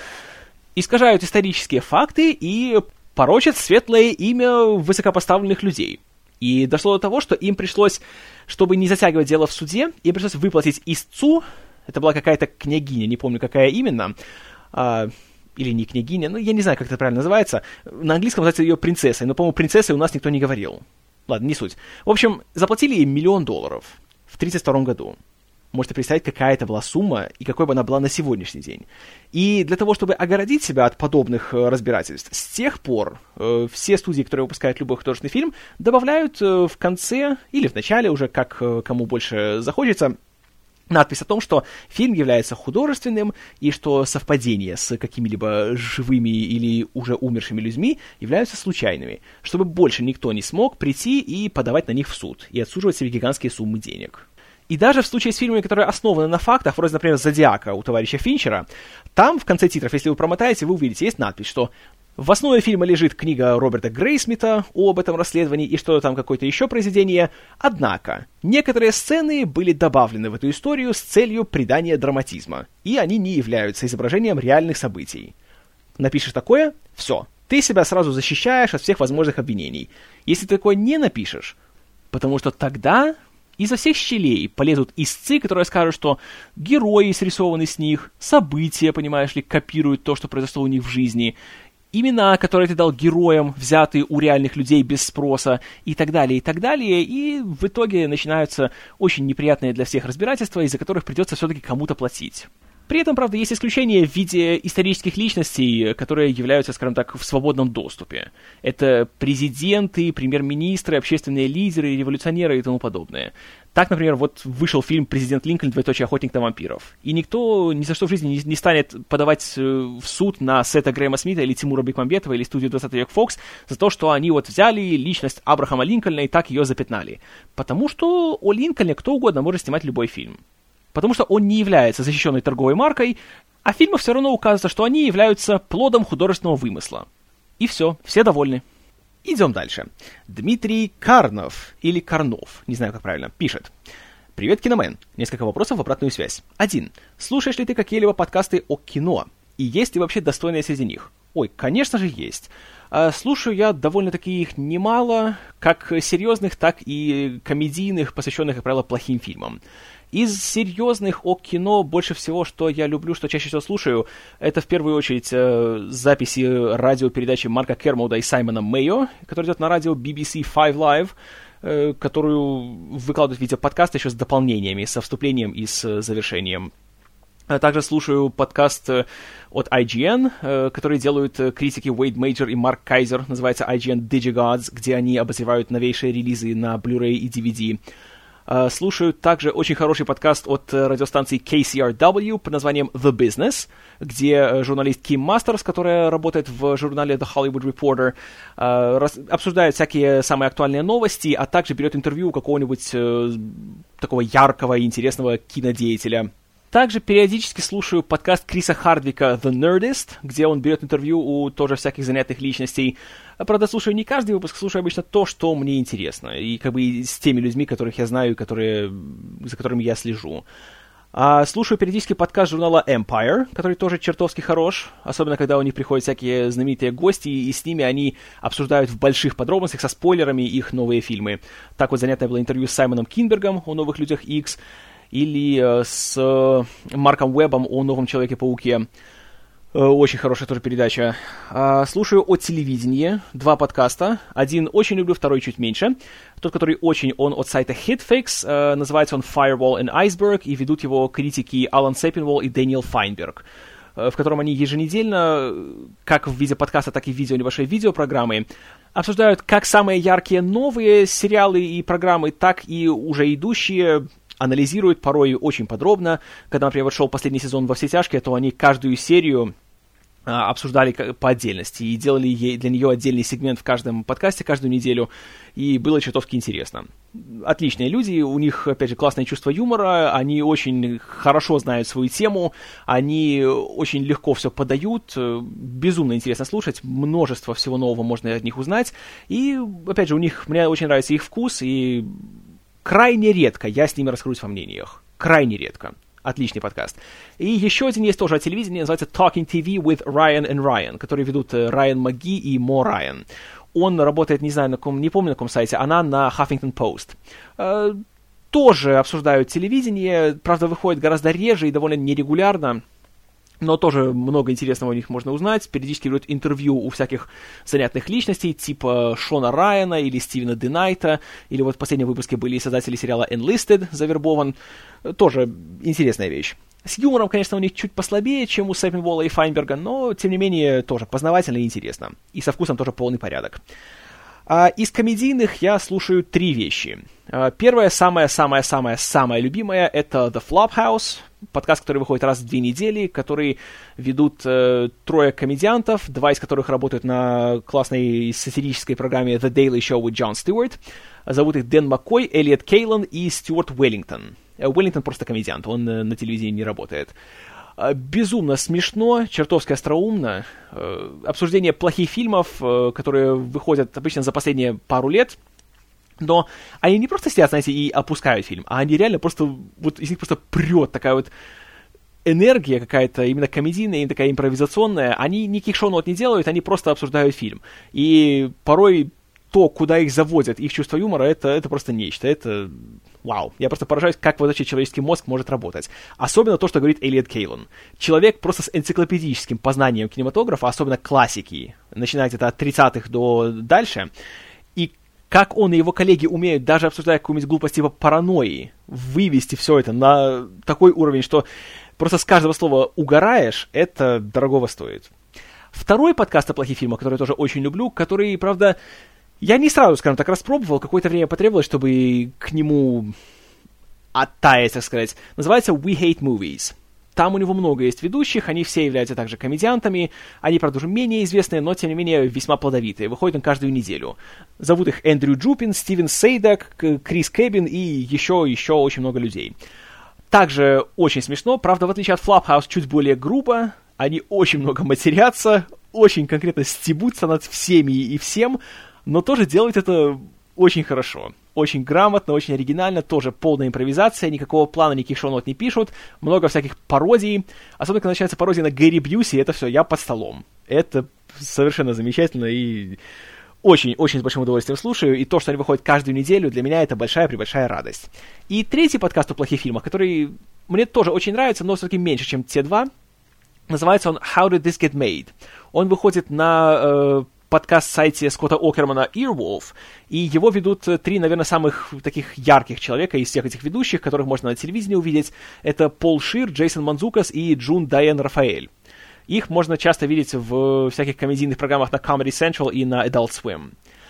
искажают исторические факты и порочат светлое имя высокопоставленных людей. И дошло до того, что им пришлось, чтобы не затягивать дело в суде, им пришлось выплатить истцу, это была какая-то княгиня, не помню, какая именно, а, или не княгиня, ну, я не знаю, как это правильно называется, на английском называется ее принцессой, но, по-моему, принцессой у нас никто не говорил. Ладно, не суть. В общем, заплатили ей миллион долларов в тридцать втором году. Можете представить, какая это была сумма и какой бы она была на сегодняшний день. И для того, чтобы огородить себя от подобных э, разбирательств, с тех пор э, все студии, которые выпускают любой художественный фильм, добавляют э, в конце или в начале, уже как э, кому больше захочется, надпись о том, что фильм является художественным и что совпадения с какими-либо живыми или уже умершими людьми являются случайными, чтобы больше никто не смог прийти и подавать на них в суд и отсуживать себе гигантские суммы денег. И даже в случае с фильмами, которые основаны на фактах, вроде, например, «Зодиака» у товарища Финчера, там в конце титров, если вы промотаете, вы увидите, есть надпись, что в основе фильма лежит книга Роберта Грейсмита об этом расследовании и что-то там, какое-то еще произведение, однако некоторые сцены были добавлены в эту историю с целью придания драматизма, и они не являются изображением реальных событий. Напишешь такое — все, ты себя сразу защищаешь от всех возможных обвинений. Если ты такое не напишешь, потому что тогда изо всех щелей полезут истцы, которые скажут, что герои срисованы с них, события, понимаешь ли, копируют то, что произошло у них в жизни, имена, которые ты дал героям, взятые у реальных людей без спроса, и так далее, и так далее, и в итоге начинаются очень неприятные для всех разбирательства, из-за которых придется все-таки кому-то платить. При этом, правда, есть исключения в виде исторических личностей, которые являются, скажем так, в свободном доступе. Это президенты, премьер-министры, общественные лидеры, революционеры и тому подобное. Так, например, вот вышел фильм «Президент Линкольн. Двоеточие. Охотник на вампиров». И никто ни за что в жизни не, не станет подавать в суд на Сета Грэма Смита или Тимура Бекмамбетова или студию двадцатый век Фокс за то, что они вот взяли личность Абрахама Линкольна и так ее запятнали. Потому что о Линкольне кто угодно может снимать любой фильм. Потому что он не является защищенной торговой маркой, а в фильмах все равно указывается, что они являются плодом художественного вымысла. И все, все довольны. Идем дальше. Дмитрий Карнов, или Карнов, не знаю, как правильно, пишет. Привет, Киномен. Несколько вопросов в обратную связь. Один. Слушаешь ли ты какие-либо подкасты о кино? И есть ли вообще достойные среди них? Ой, конечно же, есть. Слушаю я довольно-таки их немало, как серьезных, так и комедийных, посвященных, как правило, плохим фильмам. Из серьезных о кино больше всего, что я люблю, что чаще всего слушаю, это в первую очередь э, записи радиопередачи Марка Кермоуда и Саймона Мэйо, который идет на радио би би си Five Live, э, которую выкладывают видеоподкаст еще с дополнениями, со вступлением и с завершением. Также слушаю подкаст от ай джи эн, который делают критики Уэйд Мейджор и Марк Кайзер, называется ай джи эн Digigods, где они обозревают новейшие релизы на Blu-ray и ди ви ди. Слушаю также очень хороший подкаст от радиостанции кей си ар дабл ю под названием The Business, где журналист Ким Мастерс, которая работает в журнале The Hollywood Reporter, обсуждает всякие самые актуальные новости, а также берет интервью у какого-нибудь такого яркого и интересного кинодеятеля. Также периодически слушаю подкаст Криса Хардвика «The Nerdist», где он берет интервью у тоже всяких занятных личностей. Правда, слушаю не каждый выпуск, слушаю обычно то, что мне интересно, и как бы с теми людьми, которых я знаю, которые, за которыми я слежу. А слушаю периодически подкаст журнала Empire, который тоже чертовски хорош, особенно когда у них приходят всякие знаменитые гости, и с ними они обсуждают в больших подробностях, со спойлерами их новые фильмы. Так вот занятное было интервью с Саймоном Кинбергом о «Новых Людях Икс», или э, с э, Марком Уэббом о «Новом Человеке-пауке». Э, очень хорошая тоже передача. Э, слушаю о телевидении. Два подкаста. Один очень люблю, второй чуть меньше. Тот, который очень, он от сайта HitFix. Э, называется он Firewall and Iceberg, и ведут его критики Алан Сеппинволл и Дэниел Файнберг, э, в котором они еженедельно, как в виде подкаста, так и в видео небольшой видеопрограммы, обсуждают как самые яркие новые сериалы и программы, так и уже идущие, анализируют порой очень подробно. Когда, например, вот шел последний сезон «Во все тяжкие», то они каждую серию а, обсуждали по отдельности и делали ей, для нее отдельный сегмент в каждом подкасте каждую неделю, и было чертовски интересно. Отличные люди, у них, опять же, классное чувство юмора, они очень хорошо знают свою тему, они очень легко все подают, безумно интересно слушать, множество всего нового можно от них узнать, и, опять же, у них, мне очень нравится их вкус, и крайне редко я с ними раскроюсь во мнениях. Крайне редко. Отличный подкаст. И еще один есть тоже о телевидении, называется Talking ти ви with Ryan and Ryan, который ведут Райан Маги и Мо Райан. Он работает, не знаю, на каком, не помню на каком сайте, она на Huffington Post. Э, тоже обсуждают телевидение, правда, выходит гораздо реже и довольно нерегулярно. Но тоже много интересного у них можно узнать. Периодически берут интервью у всяких занятных личностей, типа Шона Райана или Стивена Денайта, или вот в последнем выпуске были создатели сериала Enlisted, завербован. Тоже интересная вещь. С юмором, конечно, у них чуть послабее, чем у Сеппинволла и Файнберга, но, тем не менее, тоже познавательно и интересно. И со вкусом тоже полный порядок. А из комедийных я слушаю три вещи. Первая, самая-самая-самая-самая любимая, это The Flophouse, подкаст, который выходит раз в две недели, который ведут э, трое комедиантов, два из которых работают на классной сатирической программе The Daily Show with Jon Stewart. Зовут их Дэн Маккой, Эллиот Кейлан и Стюарт Уэллингтон. Уэллингтон просто комедиант, он э, на телевидении не работает. Безумно смешно, чертовски остроумно. Обсуждение плохих фильмов, которые выходят обычно за последние пару лет. Но они не просто сидят, знаете, и опускают фильм, а они реально просто, вот из них просто прет такая вот энергия какая-то, именно комедийная, именно такая импровизационная. Они никаких шоу-нот не делают, они просто обсуждают фильм. И порой то, куда их заводят, их чувство юмора, это, это просто нечто. Это вау. Я просто поражаюсь, как вообще человеческий мозг может работать. Особенно то, что говорит Эллиот Кейлан. Человек просто с энциклопедическим познанием кинематографа, особенно классики, начиная где-то от тридцатых до дальше. И как он и его коллеги умеют, даже обсуждая какую-нибудь глупость типа паранойи, вывести все это на такой уровень, что просто с каждого слова угораешь, это дорогого стоит. Второй подкаст о плохих фильмах, который я тоже очень люблю, который, правда, я не сразу, скажем так, распробовал, какое-то время потребовалось, чтобы к нему оттаять, так сказать. Называется We Hate Movies. Там у него много есть ведущих, они все являются также комедиантами, они, правда, уже менее известные, но, тем не менее, весьма плодовитые. Выходит он каждую неделю. Зовут их Эндрю Джупин, Стивен Сейдак, Крис Кэббин и еще, еще очень много людей. Также очень смешно, правда, в отличие от Flophouse, чуть более грубо. Они очень много матерятся, очень конкретно стебутся над всеми и всем. но тоже делает это очень хорошо. Очень грамотно, очень оригинально, тоже полная импровизация, никакого плана, никаких шоу-нот не пишут, много всяких пародий, особенно когда начинается пародия на Гэри Бьюси, это все, я под столом. Это совершенно замечательно и очень-очень с большим удовольствием слушаю, и то, что они выходят каждую неделю, для меня это большая-пребольшая радость. И третий подкаст о плохих фильмах, который мне тоже очень нравится, но все-таки меньше, чем те два, называется он «How Did This Get Made?». Он выходит на э, подкаст-сайте Скотта Окермана Earwolf, и его ведут три, наверное, самых таких ярких человека из всех этих ведущих, которых можно на телевидении увидеть. Это Пол Шир, Джейсон Манцукас и Джун Дайан Рафаэль. Их можно часто видеть в всяких комедийных программах на Comedy Central и на Adult Swim.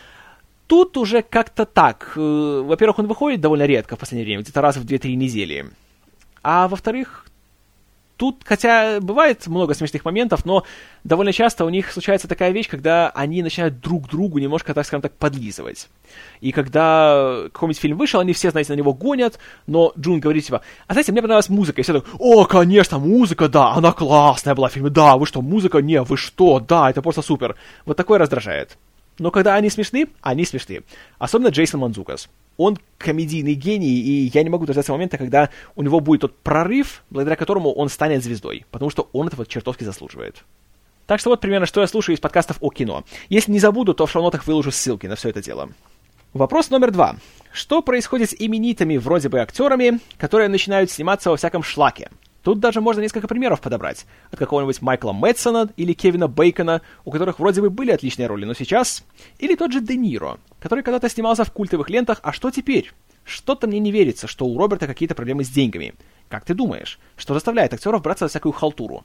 Тут уже как-то так. Во-первых, он выходит довольно редко в последнее время, где-то раз в две-три недели. А во-вторых, тут, хотя бывает много смешных моментов, но довольно часто у них случается такая вещь, когда они начинают друг другу немножко, так скажем так, подлизывать. И когда какой-нибудь фильм вышел, они все, знаете, на него гонят, но Джун говорит, типа, а знаете, мне понравилась музыка. И все так, о, конечно, музыка, да, она классная была в фильме, да, вы что, музыка, не, вы что, да, это просто супер. Вот такое раздражает. Но когда они смешны, они смешны. Особенно Джейсон Манцукас. Он комедийный гений, и я не могу дождаться момента, когда у него будет тот прорыв, благодаря которому он станет звездой, потому что он этого чертовски заслуживает. Так что вот примерно, что я слушаю из подкастов о кино. Если не забуду, то в шоу-нотах выложу ссылки на все это дело. Вопрос номер два. Что происходит с именитыми вроде бы актерами, которые начинают сниматься во всяком шлаке? Тут даже можно несколько примеров подобрать. От какого-нибудь Майкла Мэдсона или Кевина Бейкона, у которых вроде бы были отличные роли, но сейчас... Или тот же Де Ниро, который когда-то снимался в культовых лентах, а что теперь? Что-то мне не верится, что у Роберта какие-то проблемы с деньгами. Как ты думаешь, что заставляет актеров браться за всякую халтуру?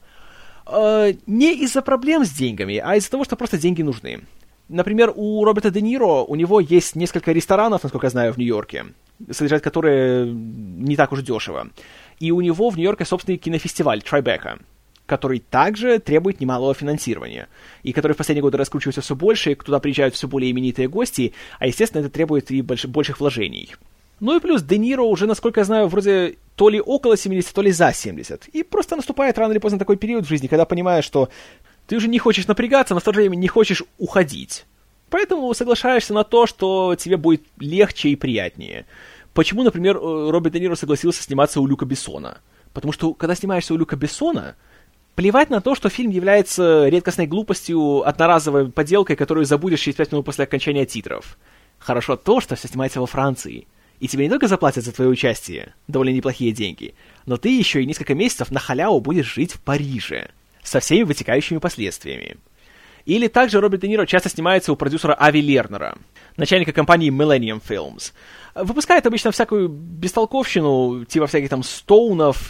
Э, не из-за проблем с деньгами, а из-за того, что просто деньги нужны. Например, у Роберта Де Ниро, у него есть несколько ресторанов, насколько я знаю, в Нью-Йорке, содержать которые не так уж дешево. И у него в Нью-Йорке собственный кинофестиваль Трайбека, который также требует немалого финансирования, и который в последние годы раскручивается все больше, и туда приезжают все более именитые гости, а, естественно, это требует и больш- больших вложений. Ну и плюс Де Ниро уже, насколько я знаю, вроде то ли около семидесяти, то ли за семьдесят. И просто наступает рано или поздно такой период в жизни, когда понимаешь, что ты уже не хочешь напрягаться, но в то же время не хочешь уходить. Поэтому соглашаешься на то, что тебе будет легче и приятнее. Почему, например, Роберт Де Ниро согласился сниматься у Люка Бессона? Потому что, когда снимаешься у Люка Бессона, плевать на то, что фильм является редкостной глупостью, одноразовой поделкой, которую забудешь через пять минут после окончания титров. Хорошо то, что все снимается во Франции. И тебе не только заплатят за твое участие, довольно неплохие деньги, но ты еще и несколько месяцев на халяву будешь жить в Париже, со всеми вытекающими последствиями. Или также Роберт Де Ниро часто снимается у продюсера Ави Лернера, начальника компании Millennium Films. Выпускает обычно всякую бестолковщину, типа всяких там Стоунов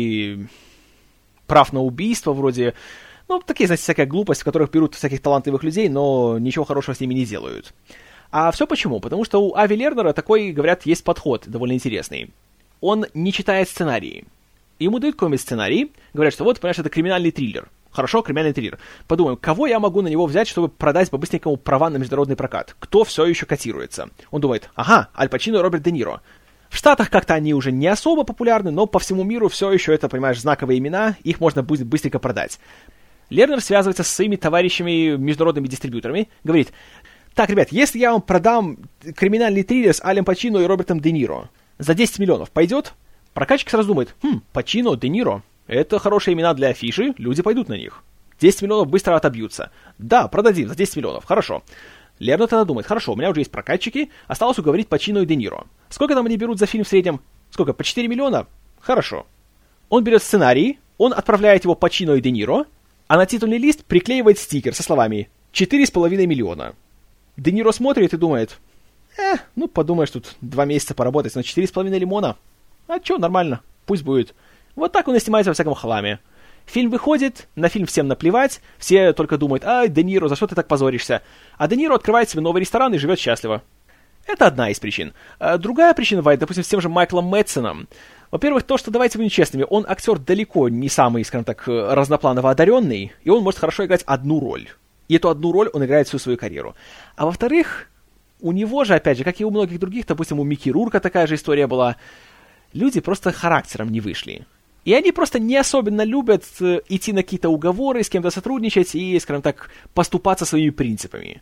и прав на убийство вроде. Ну, такие, знаете, всякая глупость, в которых берут всяких талантливых людей, но ничего хорошего с ними не делают. А все почему? Потому что у Ави Лернера такой, говорят, есть подход довольно интересный. Он не читает сценарии. Ему дают какой-нибудь сценарий, говорят, что вот, понимаешь, это криминальный триллер. Хорошо, криминальный триллер. Подумаем, кого я могу на него взять, чтобы продать по-быстренькому права на международный прокат? Кто все еще котируется? Он думает, ага, Аль Пачино и Роберт Де Ниро. В Штатах как-то они уже не особо популярны, но по всему миру все еще это, понимаешь, знаковые имена, их можно будет быстренько продать. Лернер связывается с своими товарищами, международными дистрибьюторами, говорит, так, ребят, если я вам продам криминальный триллер с Алем Пачино и Робертом Де Ниро за десять миллионов, пойдет? Прокатчик сразу думает, хм, Пачино, Де Ниро. Это хорошие имена для афиши, люди пойдут на них. десять миллионов быстро отобьются. Да, продадим за десять миллионов, хорошо. Лернер тогда думает, хорошо, у меня уже есть прокатчики, осталось уговорить Пачино и Де Ниро. Сколько там они берут за фильм в среднем? Сколько, по четыре миллиона? Хорошо. Он берет сценарий, он отправляет его Пачино и Де Ниро, а на титульный лист приклеивает стикер со словами «четыре с половиной миллиона». Де Ниро смотрит и думает, э, ну подумаешь, тут два месяца поработать, но четыре с половиной лимона. А чё, нормально, пусть будет. Вот так он и снимается во всяком хламе. Фильм выходит, на фильм всем наплевать, все только думают, ай, Де Ниро, за что ты так позоришься? А Де Ниро открывает себе новый ресторан и живет счастливо. Это одна из причин. А другая причина бывает, допустим, с тем же Майклом Мэдсоном. Во-первых, то, что, давайте будем честными, он актер далеко не самый, скажем так, разнопланово одаренный, и он может хорошо играть одну роль. И эту одну роль он играет всю свою карьеру. А во-вторых, у него же, опять же, как и у многих других, допустим, у Микки Рурка такая же история была, люди просто характером не вышли. И они просто не особенно любят идти на какие-то уговоры, с кем-то сотрудничать и, скажем так, поступаться своими принципами.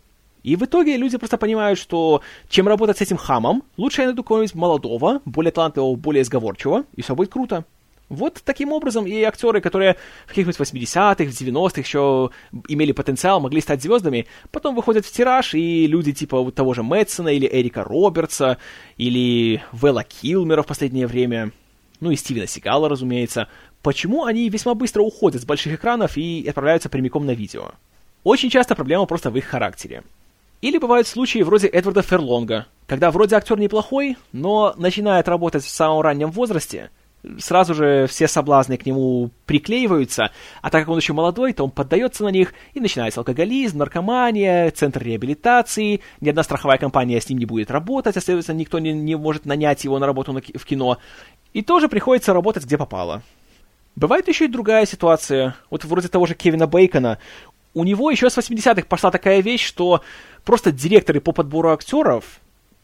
И в итоге люди просто понимают, что чем работать с этим хамом, лучше я найду кого-нибудь молодого, более талантливого, более сговорчивого, и все будет круто. Вот таким образом и актеры, которые в каких-нибудь восьмидесятых, в девяностых еще имели потенциал, могли стать звездами, потом выходят в тираж, и люди типа вот того же Мэтсона, или Эрика Робертса, или Вэлла Килмера в последнее время, ну и Стивена Сигала, разумеется, почему они весьма быстро уходят с больших экранов и отправляются прямиком на видео? Очень часто проблема просто в их характере. Или бывают случаи вроде Эдварда Ферлонга, когда вроде актер неплохой, но начинает работать в самом раннем возрасте, сразу же все соблазны к нему приклеиваются, а так как он еще молодой, то он поддается на них, и начинается алкоголизм, наркомания, центр реабилитации, ни одна страховая компания с ним не будет работать, а следовательно, никто не, не может нанять его на работу на, в кино, и тоже приходится работать где попало. Бывает еще и другая ситуация, вот вроде того же Кевина Бейкона. У него еще с восьмидесятых пошла такая вещь, что просто директоры по подбору актеров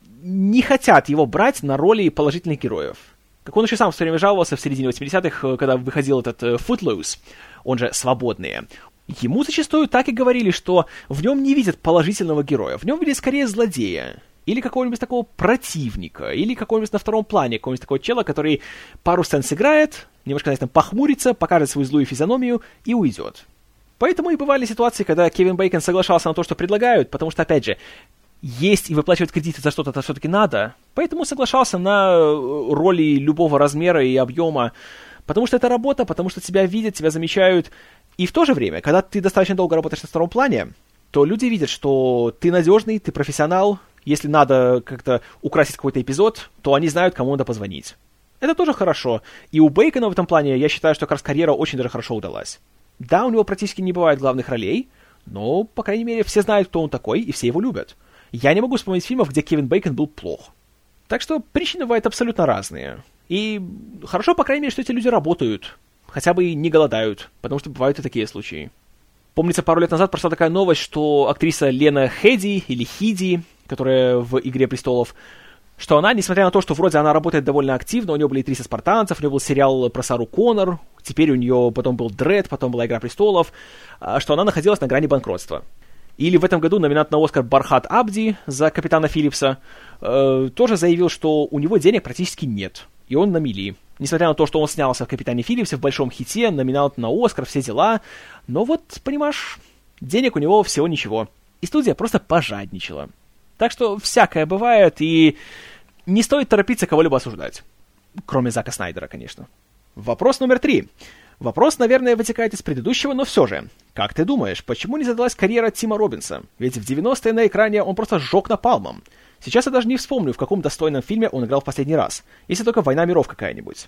не хотят его брать на роли положительных героев. Как он еще сам все время жаловался в середине восьмидесятых, когда выходил этот uh, Footloose, он же «Свободные». Ему зачастую так и говорили, что в нем не видят положительного героя, в нем видят скорее злодея. Или какого-нибудь такого противника, или какого-нибудь на втором плане, какого-нибудь такого чела, который пару сцен сыграет, немножко, знаете, там, похмурится, покажет свою злую физиономию и уйдет. Поэтому и бывали ситуации, когда Кевин Бейкон соглашался на то, что предлагают, потому что, опять же, есть и выплачивать кредиты за что-то это все-таки надо, поэтому соглашался на роли любого размера и объема, потому что это работа, потому что тебя видят, тебя замечают, и в то же время, когда ты достаточно долго работаешь на втором плане, то люди видят, что ты надежный, ты профессионал, если надо как-то украсить какой-то эпизод, то они знают, кому надо позвонить. Это тоже хорошо, и у Бейкона в этом плане, я считаю, что как раз карьера очень даже хорошо удалась. Да, у него практически не бывает главных ролей, но, по крайней мере, все знают, кто он такой, и все его любят. Я не могу вспомнить фильмов, где Кевин Бейкон был плох. Так что причины бывают абсолютно разные. И хорошо, по крайней мере, что эти люди работают, хотя бы и не голодают, потому что бывают и такие случаи. Помнится, пару лет назад прошла такая новость, что актриса Лена Хеди, или Хиди, которая в «Игре престолов», что она, несмотря на то, что вроде она работает довольно активно, у нее были триста спартанцев, у нее был сериал про Сару Коннор, теперь у нее потом был Дред, потом была «Игра престолов», что она находилась на грани банкротства. Или в этом году номинант на Оскар Бархат Абди за Капитана Филлипса э, тоже заявил, что у него денег практически нет, и он на мели. Несмотря на то, что он снялся в «Капитане Филлипсе», в большом хите, номинант на Оскар, все дела, но вот, понимаешь, денег у него всего ничего. И студия просто пожадничала. Так что всякое бывает, и не стоит торопиться кого-либо осуждать. Кроме Зака Снайдера, конечно. Вопрос номер три. Вопрос, наверное, вытекает из предыдущего, но все же. Как ты думаешь, почему не задалась карьера Тима Роббинса? Ведь в девяностые на экране он просто сжег напалмом. Сейчас я даже не вспомню, в каком достойном фильме он играл в последний раз. Если только «Война миров» какая-нибудь.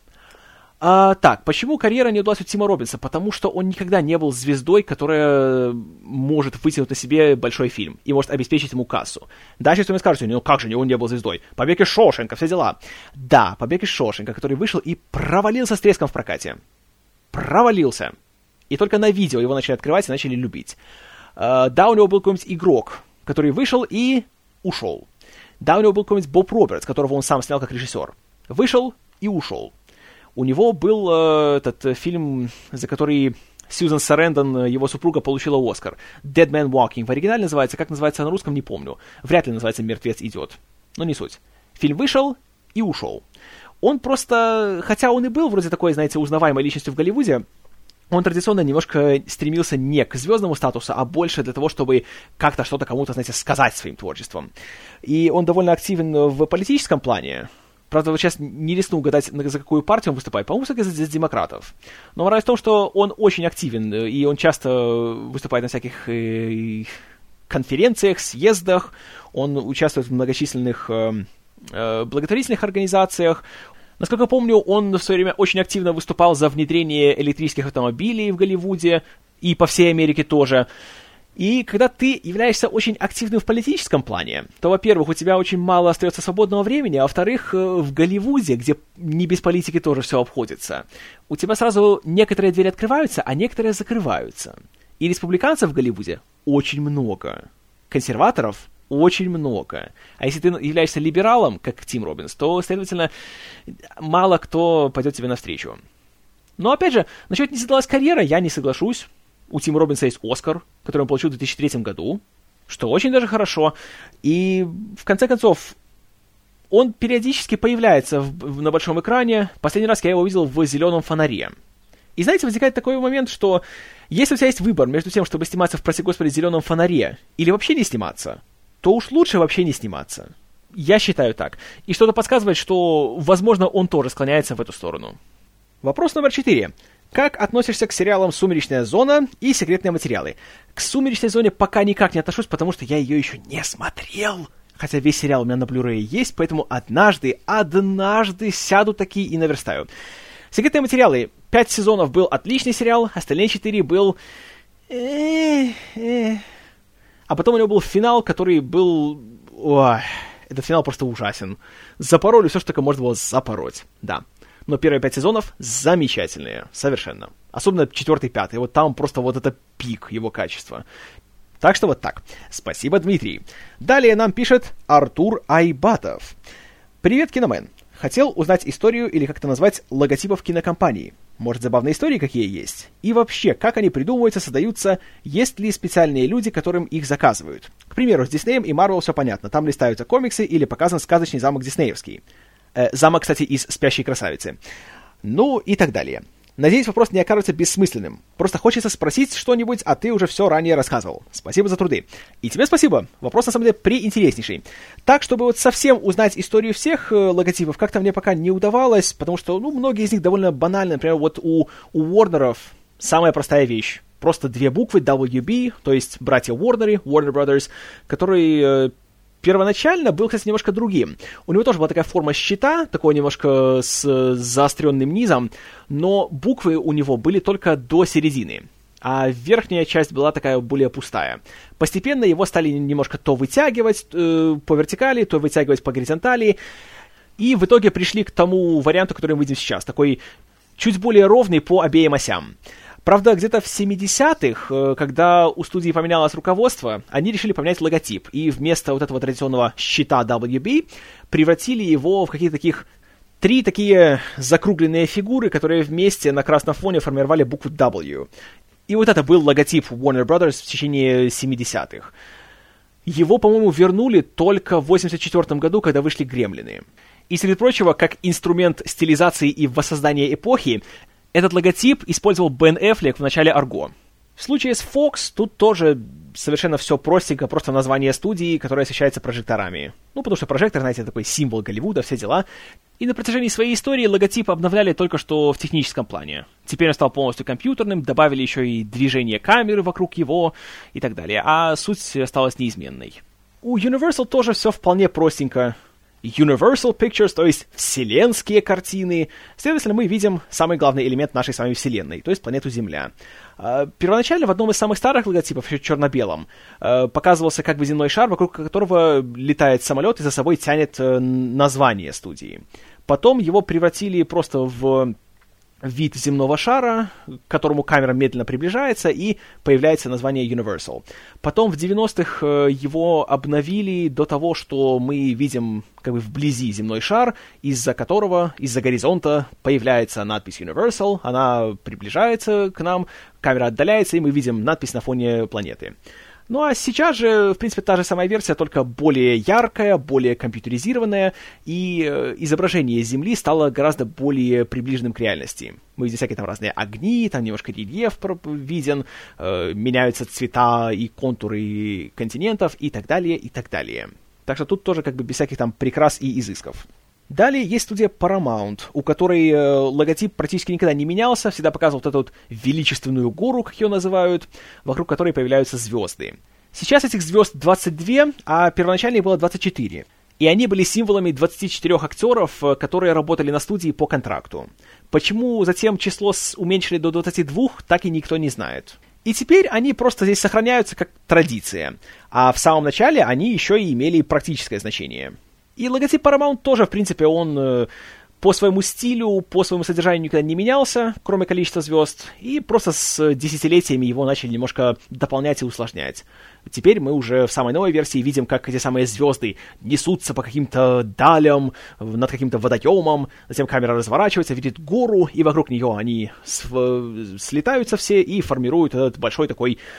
А, так, почему карьера не удалась у Тима Роббинса? Потому что он никогда не был звездой, которая может вытянуть на себе большой фильм и может обеспечить ему кассу. Даже если вы мне скажете, ну как же он не был звездой? «Побег из Шоушенка», все дела. Да, «Побег из Шоушенка», который вышел и провалился с треском в прокате. Провалился. И только на видео его начали открывать и начали любить. А, да, у него был какой-нибудь игрок, который вышел и ушел. Да, у него был какой-нибудь Боб Робертс, которого он сам снял как режиссер. Вышел и ушел. У него был э, этот э, фильм, за который Сьюзан Сарандон, его супруга, получила Оскар. «Dead Man Walking». В оригинале называется, как называется на русском, не помню. Вряд ли называется «Мертвец идет». Но не суть. Фильм вышел и ушел. Он просто, хотя он и был вроде такой, знаете, узнаваемой личностью в Голливуде, он традиционно немножко стремился не к звездному статусу, а больше для того, чтобы как-то что-то кому-то, знаете, сказать своим творчеством. И он довольно активен в политическом плане. Правда, вот сейчас не рискну угадать, за какую партию он выступает. По-моему, за, за демократов. Но разница в том, что он очень активен, и он часто выступает на всяких э, конференциях, съездах, он участвует в многочисленных э, э, благотворительных организациях. Насколько помню, он в свое время очень активно выступал за внедрение электрических автомобилей в Голливуде, и по всей Америке тоже. И когда ты являешься очень активным в политическом плане, то, во-первых, у тебя очень мало остается свободного времени, а во-вторых, в Голливуде, где не без политики тоже все обходится, у тебя сразу некоторые двери открываются, а некоторые закрываются. И республиканцев в Голливуде очень много. Консерваторов очень много. А если ты являешься либералом, как Тим Роббинс, то, следовательно, мало кто пойдет тебе навстречу. Но, опять же, насчет не задалась карьера, я не соглашусь. У Тима Роббинса есть Оскар, который он получил в две тысячи третьем году. что очень даже хорошо. И, в конце концов, он периодически появляется в, в, на большом экране. Последний раз я его видел в «Зеленом фонаре». И, знаете, возникает такой момент, что если у тебя есть выбор между тем, чтобы сниматься в, прости господи, «Зеленом фонаре» или вообще не сниматься, то уж лучше вообще не сниматься. Я считаю так. И что-то подсказывает, что, возможно, он тоже склоняется в эту сторону. Вопрос номер четыре. Как относишься к сериалам «Сумеречная зона» и «Секретные материалы»? К «Сумеречной зоне» пока никак не отношусь, потому что я ее еще не смотрел. Хотя весь сериал у меня на Blu-ray есть, поэтому однажды, однажды сяду таки и наверстаю. «Секретные материалы». Пять сезонов был отличный сериал, остальные четыре был... А потом у него был финал, который был... Ой, этот финал просто ужасен. Запороли все, что только можно было запороть. Да. Но первые пять сезонов замечательные. Совершенно. Особенно четвертый, пятый. Вот там просто вот это пик его качества. Так что вот так. Спасибо, Дмитрий. Далее нам пишет Артур Айбатов. Привет, Киномен. Хотел узнать историю, или как это назвать, логотипов кинокомпании. Может, забавные истории какие есть? И вообще, как они придумываются, создаются, есть ли специальные люди, которым их заказывают? К примеру, с Диснеем и Марвел все понятно. Там листаются комиксы или показан сказочный замок диснеевский. Э, замок, кстати, из «Спящей красавицы». Ну и так далее. Надеюсь, вопрос не окажется бессмысленным. Просто хочется спросить что-нибудь, а ты уже все ранее рассказывал. Спасибо за труды. И тебе спасибо. Вопрос, на самом деле, преинтереснейший. Так, чтобы вот совсем узнать историю всех э, логотипов, как-то мне пока не удавалось, потому что, ну, многие из них довольно банальны. Например, вот у, у Warner'ов самая простая вещь. Просто две буквы дабл ю би, то есть братья Warner, Warner Brothers, которые... Э, Первоначально был, кстати, немножко другим. У него тоже была такая форма щита, такой немножко с заостренным низом, но буквы у него были только до середины, а верхняя часть была такая более пустая. Постепенно его стали немножко то вытягивать э, по вертикали, то вытягивать по горизонтали, и в итоге пришли к тому варианту, который мы видим сейчас, такой чуть более ровный по обеим осям. Правда, где-то в семидесятых, когда у студии поменялось руководство, они решили поменять логотип, и вместо вот этого традиционного щита дабл ю би превратили его в какие-то таких три такие закругленные фигуры, которые вместе на красном фоне формировали букву W. И вот это был логотип Warner Brothers в течение семидесятых. Его, по-моему, вернули только в восемьдесят четвёртом году, когда вышли «Гремлины». И, среди прочего, как инструмент стилизации и воссоздания эпохи, этот логотип использовал Бен Эффлек в начале «Арго». В случае с Fox тут тоже совершенно все простенько, просто название студии, которое освещается прожекторами. Ну, потому что прожектор, знаете, такой символ Голливуда, все дела. И на протяжении своей истории логотип обновляли только что в техническом плане. Теперь он стал полностью компьютерным, добавили еще и движение камеры вокруг его и так далее. А суть осталась неизменной. У Universal тоже все вполне простенько. Universal Pictures, то есть вселенские картины. Следовательно, мы видим самый главный элемент нашей с вами вселенной, то есть планету Земля. Первоначально в одном из самых старых логотипов, еще черно-белом, показывался как бы земной шар, вокруг которого летает самолет и за собой тянет название студии. Потом его превратили просто в вид земного шара, к которому камера медленно приближается, и появляется название Universal. Потом в девяностых его обновили до того, что мы видим как бы вблизи земной шар, из-за которого, из-за горизонта появляется надпись Universal, она приближается к нам, камера отдаляется, и мы видим надпись на фоне планеты. Ну а сейчас же, в принципе, та же самая версия, только более яркая, более компьютеризированная, и э, изображение Земли стало гораздо более приближенным к реальности. Мы видим всякие там разные огни, там немножко рельеф виден, э, меняются цвета и контуры континентов и так далее, и так далее. Так что тут тоже как бы без всяких там прикрас и изысков. Далее есть студия Paramount, у которой э, логотип практически никогда не менялся, всегда показывал вот эту вот величественную гору, как ее называют, вокруг которой появляются звезды. Сейчас этих звезд двадцать два, а первоначально их было двадцать четыре. И они были символами двадцати четырёх актеров, которые работали на студии по контракту. Почему затем число уменьшили до двадцати двух, так и никто не знает. И теперь они просто здесь сохраняются как традиция, а в самом начале они еще и имели практическое значение. И логотип Paramount тоже, в принципе, он э, по своему стилю, по своему содержанию никогда не менялся, кроме количества звезд, и просто с десятилетиями его начали немножко дополнять и усложнять. Теперь мы уже в самой новой версии видим, как эти самые звезды несутся по каким-то далям, над каким-то водоемом, затем камера разворачивается, видит гору, и вокруг нее они св- слетаются все и формируют этот большой такой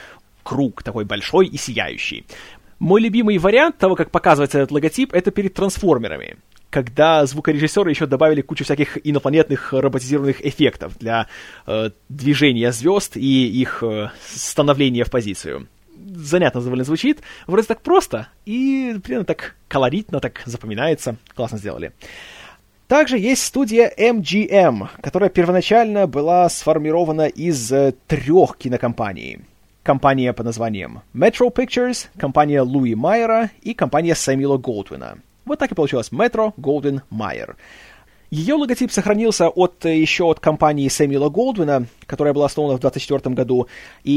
круг, такой большой и сияющий. Мой любимый вариант того, как показывается этот логотип, это перед трансформерами, когда звукорежиссеры еще добавили кучу всяких инопланетных роботизированных эффектов для э, движения звезд и их э, становления в позицию. Занятно довольно звучит, вроде так просто, и примерно так колоритно, так запоминается. Классно сделали. Также есть студия эм джи эм, которая первоначально была сформирована из э, трех кинокомпаний. Компания под названием Metro Pictures, компания Луи Майера и компания Сэмюэла Голдвина. Вот так и получилось Metro Goldwyn Mayer. Ее логотип сохранился от, еще от компании Сэмюэла Голдвина, которая была основана в двадцать четвёртом году.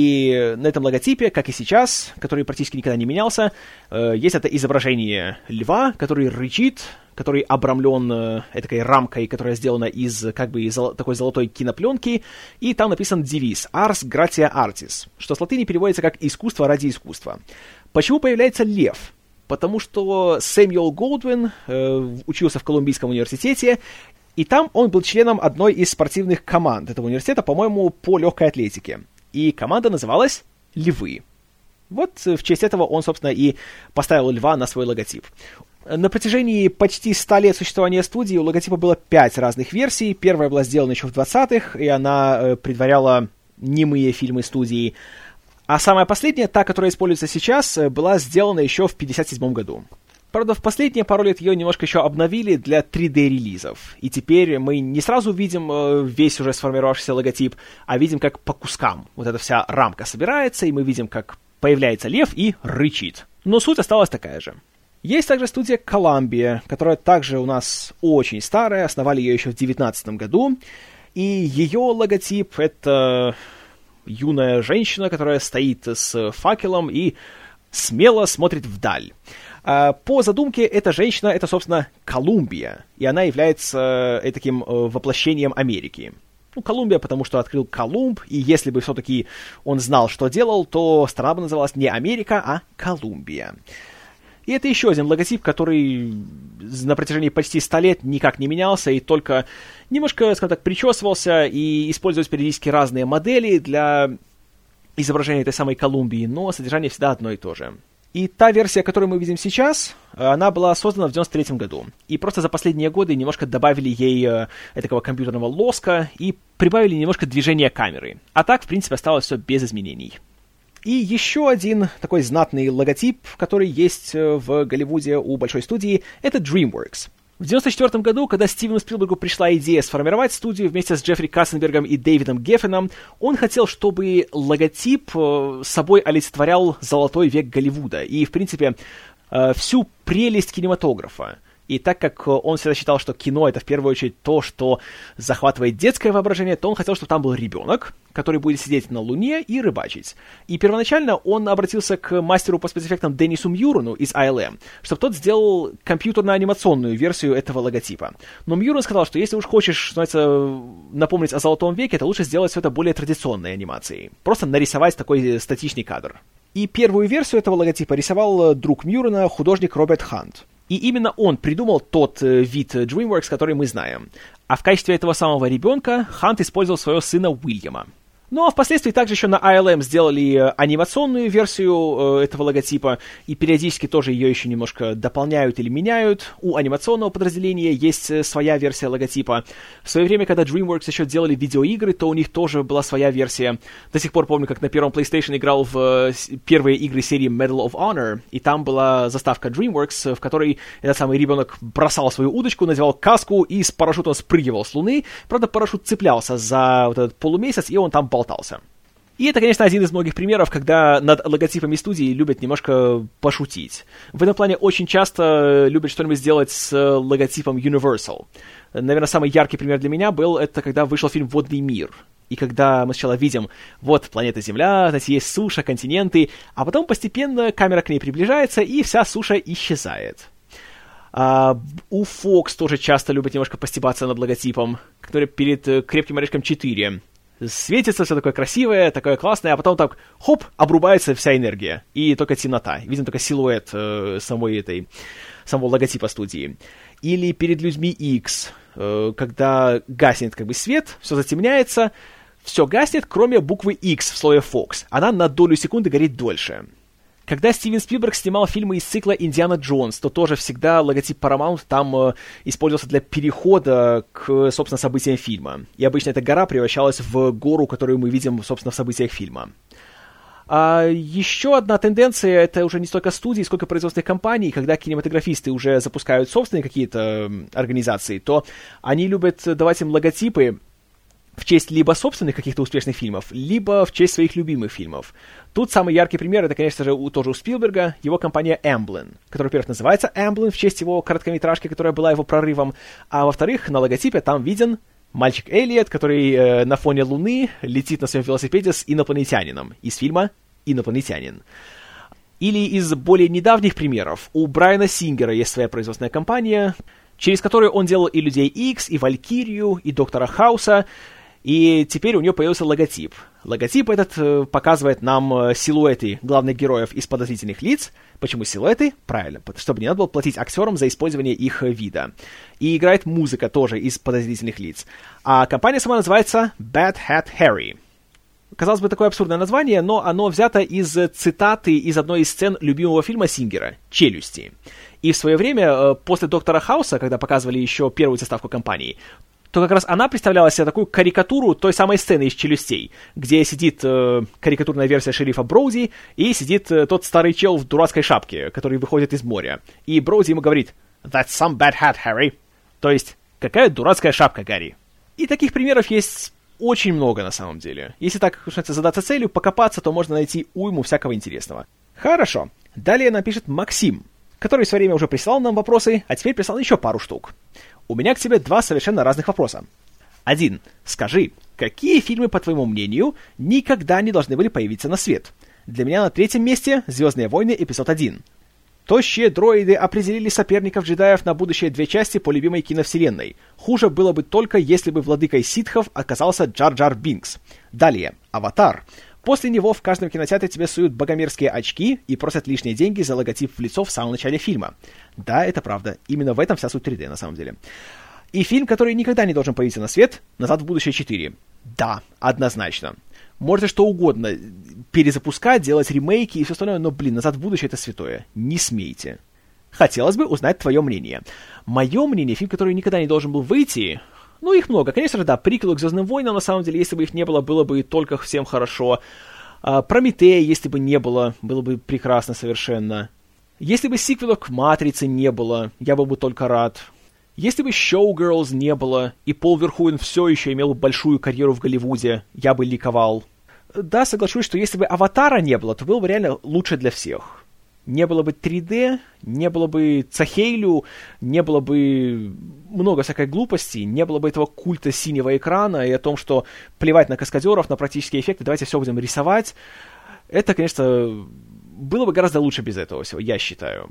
И на этом логотипе, как и сейчас, который практически никогда не менялся, есть это изображение льва, который рычит, который обрамлен э, такой рамкой, которая сделана из как бы зол- такой золотой кинопленки, и там написан девиз «Ars gratia artis», что с латыни переводится как «искусство ради искусства». Почему появляется лев? Потому что Сэмюэл Голдвин э, учился в Колумбийском университете, и там он был членом одной из спортивных команд этого университета, по-моему, по легкой атлетике. И команда называлась «Львы». Вот в честь этого он, собственно, и поставил льва на свой логотип. На протяжении почти ста лет существования студии у логотипа было пять разных версий. Первая была сделана еще в двадцатых, и она э, предваряла немые фильмы студии. А самая последняя, та, которая используется сейчас, была сделана еще в пятьдесят седьмом году. Правда, в последние пару лет ее немножко еще обновили для три дэ-релизов. И теперь мы не сразу видим э, весь уже сформировавшийся логотип, а видим, как по кускам вот эта вся рамка собирается, и мы видим, как появляется лев и рычит. Но суть осталась такая же. Есть также студия Columbia, которая также у нас очень старая, основали ее еще в девятнадцатом году, и ее логотип — это юная женщина, которая стоит с факелом и смело смотрит вдаль. По задумке, эта женщина — это, собственно, Колумбия, и она является таким воплощением Америки. Ну, Колумбия, потому что открыл Колумб, и если бы все-таки он знал, что делал, то страна бы называлась не Америка, а Колумбия. И это еще один логотип, который на протяжении почти ста лет никак не менялся, и только немножко, скажем так, причесывался, и использовались периодически разные модели для изображения этой самой Колумбии, но содержание всегда одно и то же. И та версия, которую мы видим сейчас, она была создана в девяносто третьем году. И просто за последние годы немножко добавили ей э, такого компьютерного лоска и прибавили немножко движения камеры. А так, в принципе, осталось все без изменений. И еще один такой знатный логотип, который есть в Голливуде у большой студии, это DreamWorks. В девяносто четвёртом году, когда Стивену Спилбергу пришла идея сформировать студию вместе с Джеффри Катценбергом и Дэвидом Геффеном, он хотел, чтобы логотип собой олицетворял золотой век Голливуда и, в принципе, всю прелесть кинематографа. И так как он всегда считал, что кино — это в первую очередь то, что захватывает детское воображение, то он хотел, чтобы там был ребенок, который будет сидеть на Луне и рыбачить. И первоначально он обратился к мастеру по спецэффектам Деннису Мьюрону из ай эл эм, чтобы тот сделал компьютерно-анимационную версию этого логотипа. Но Мьюрон сказал, что если уж хочешь, что называется, напомнить о Золотом веке, то лучше сделать все это более традиционной анимацией. Просто нарисовать такой статичный кадр. И первую версию этого логотипа рисовал друг Мьюрона, художник Роберт Хант. И именно он придумал тот э, вид DreamWorks, который мы знаем. А в качестве этого самого ребенка Хант использовал своего сына Уильяма. Ну а впоследствии также еще на ай эл эм сделали анимационную версию э, этого логотипа, и периодически тоже ее еще немножко дополняют или меняют. У анимационного подразделения есть своя версия логотипа. В свое время, когда DreamWorks еще делали видеоигры, то у них тоже была своя версия. До сих пор помню, как на первом PlayStation играл в э, первые игры серии Medal of Honor, и там была заставка DreamWorks, в которой этот самый ребенок бросал свою удочку, надевал каску и с парашютом спрыгивал с Луны. Правда, парашют цеплялся за вот этот полумесяц, и он там болтался. И это, конечно, один из многих примеров, когда над логотипами студии любят немножко пошутить. В этом плане очень часто любят что-нибудь сделать с логотипом Universal. Наверное, самый яркий пример для меня был, это когда вышел фильм «Водный мир». И когда мы сначала видим, вот планета Земля, знаете, есть суша, континенты, а потом постепенно камера к ней приближается, и вся суша исчезает. Uh, у Fox тоже часто любят немножко постебаться над логотипом, который перед «Крепким орешком четыре». Светится все такое красивое, такое классное, а потом так, хоп, обрубается вся энергия, и только темнота. Видим только силуэт э, самой этой, самого логотипа студии. Или перед «Людьми Икс», э, когда гаснет как бы свет, все затемняется, все гаснет, кроме буквы X в слове Fox. Она на долю секунды горит дольше. Когда Стивен Спилберг снимал фильмы из цикла «Индиана Джонс», то тоже всегда логотип Paramount там э, использовался для перехода к, собственно, событиям фильма. И обычно эта гора превращалась в гору, которую мы видим, собственно, в событиях фильма. А еще одна тенденция — это уже не столько студии, сколько производственных компаний. Когда кинематографисты уже запускают собственные какие-то организации, то они любят давать им логотипы в честь либо собственных каких-то успешных фильмов, либо в честь своих любимых фильмов. Тут самый яркий пример — это, конечно же, у, тоже у Спилберга, его компания Amblin, которая, во-первых, называется Amblin в честь его короткометражки, которая была его прорывом, а во-вторых, на логотипе там виден мальчик Эллиот, который э, на фоне Луны летит на своем велосипеде с инопланетянином из фильма «Инопланетянин». Или из более недавних примеров, у Брайана Сингера есть своя производственная компания, через которую он делал и Людей Икс, и Валькирию, и Доктора Хауса, и теперь у него появился логотип. Логотип этот э, показывает нам э, силуэты главных героев из подозрительных лиц. Почему силуэты? Правильно, чтобы не надо было платить актерам за использование их э, вида. И играет музыка тоже из подозрительных лиц. А компания сама называется Bad Hat Harry. Казалось бы, такое абсурдное название, но оно взято из цитаты из одной из сцен любимого фильма Сингера «Челюсти». И в свое время, э, после Доктора Хауса, когда показывали еще первую заставку компании, то как раз она представляла себе такую карикатуру той самой сцены из «Челюстей», где сидит э, карикатурная версия шерифа Броуди и сидит э, тот старый чел в дурацкой шапке, который выходит из моря. И Броуди ему говорит «That's some bad hat, Harry». То есть «Какая дурацкая шапка, Гарри». И таких примеров есть очень много на самом деле. Если так задаться целью, покопаться, то можно найти уйму всякого интересного. Хорошо. Далее нам пишет Максим, который в свое время уже присылал нам вопросы, а теперь прислал еще пару штук. У меня к тебе два совершенно разных вопроса. Один. Скажи, какие фильмы, по твоему мнению, никогда не должны были появиться на свет? Для меня на третьем месте «Звездные войны. Эпизод один». Тощие дроиды определили соперников джедаев на будущее две части по любимой киновселенной. Хуже было бы только, если бы владыкой ситхов оказался Джар Джар Бинкс. Далее. «Аватар». После него в каждом кинотеатре тебе суют богомерзкие очки и просят лишние деньги за логотип в лицо в самом начале фильма. Да, это правда. Именно в этом вся суть три дэ, на самом деле. И фильм, который никогда не должен появиться на свет, «Назад в будущее четыре». Да, однозначно. Можете что угодно перезапускать, делать ремейки и все остальное, но, блин, «Назад в будущее» — это святое. Не смейте. Хотелось бы узнать твое мнение. Мое мнение, фильм, который никогда не должен был выйти... Ну, их много. Конечно же, да, приквелы к «Звездным войнам», на самом деле, если бы их не было, было бы только всем хорошо. А, «Прометея», если бы не было, было бы прекрасно совершенно. Если бы сиквелов к «Матрице» не было, я был бы только рад. Если бы «Showgirls» не было, и Пол Верховен все еще имел большую карьеру в Голливуде, я бы ликовал. Да, соглашусь, что если бы «Аватара» не было, то было бы реально лучше для всех. Не было бы три дэ, не было бы Цахейлю, не было бы много всякой глупости, не было бы этого культа синего экрана и о том, что плевать на каскадеров, на практические эффекты, давайте все будем рисовать. Это, конечно, было бы гораздо лучше без этого всего, я считаю.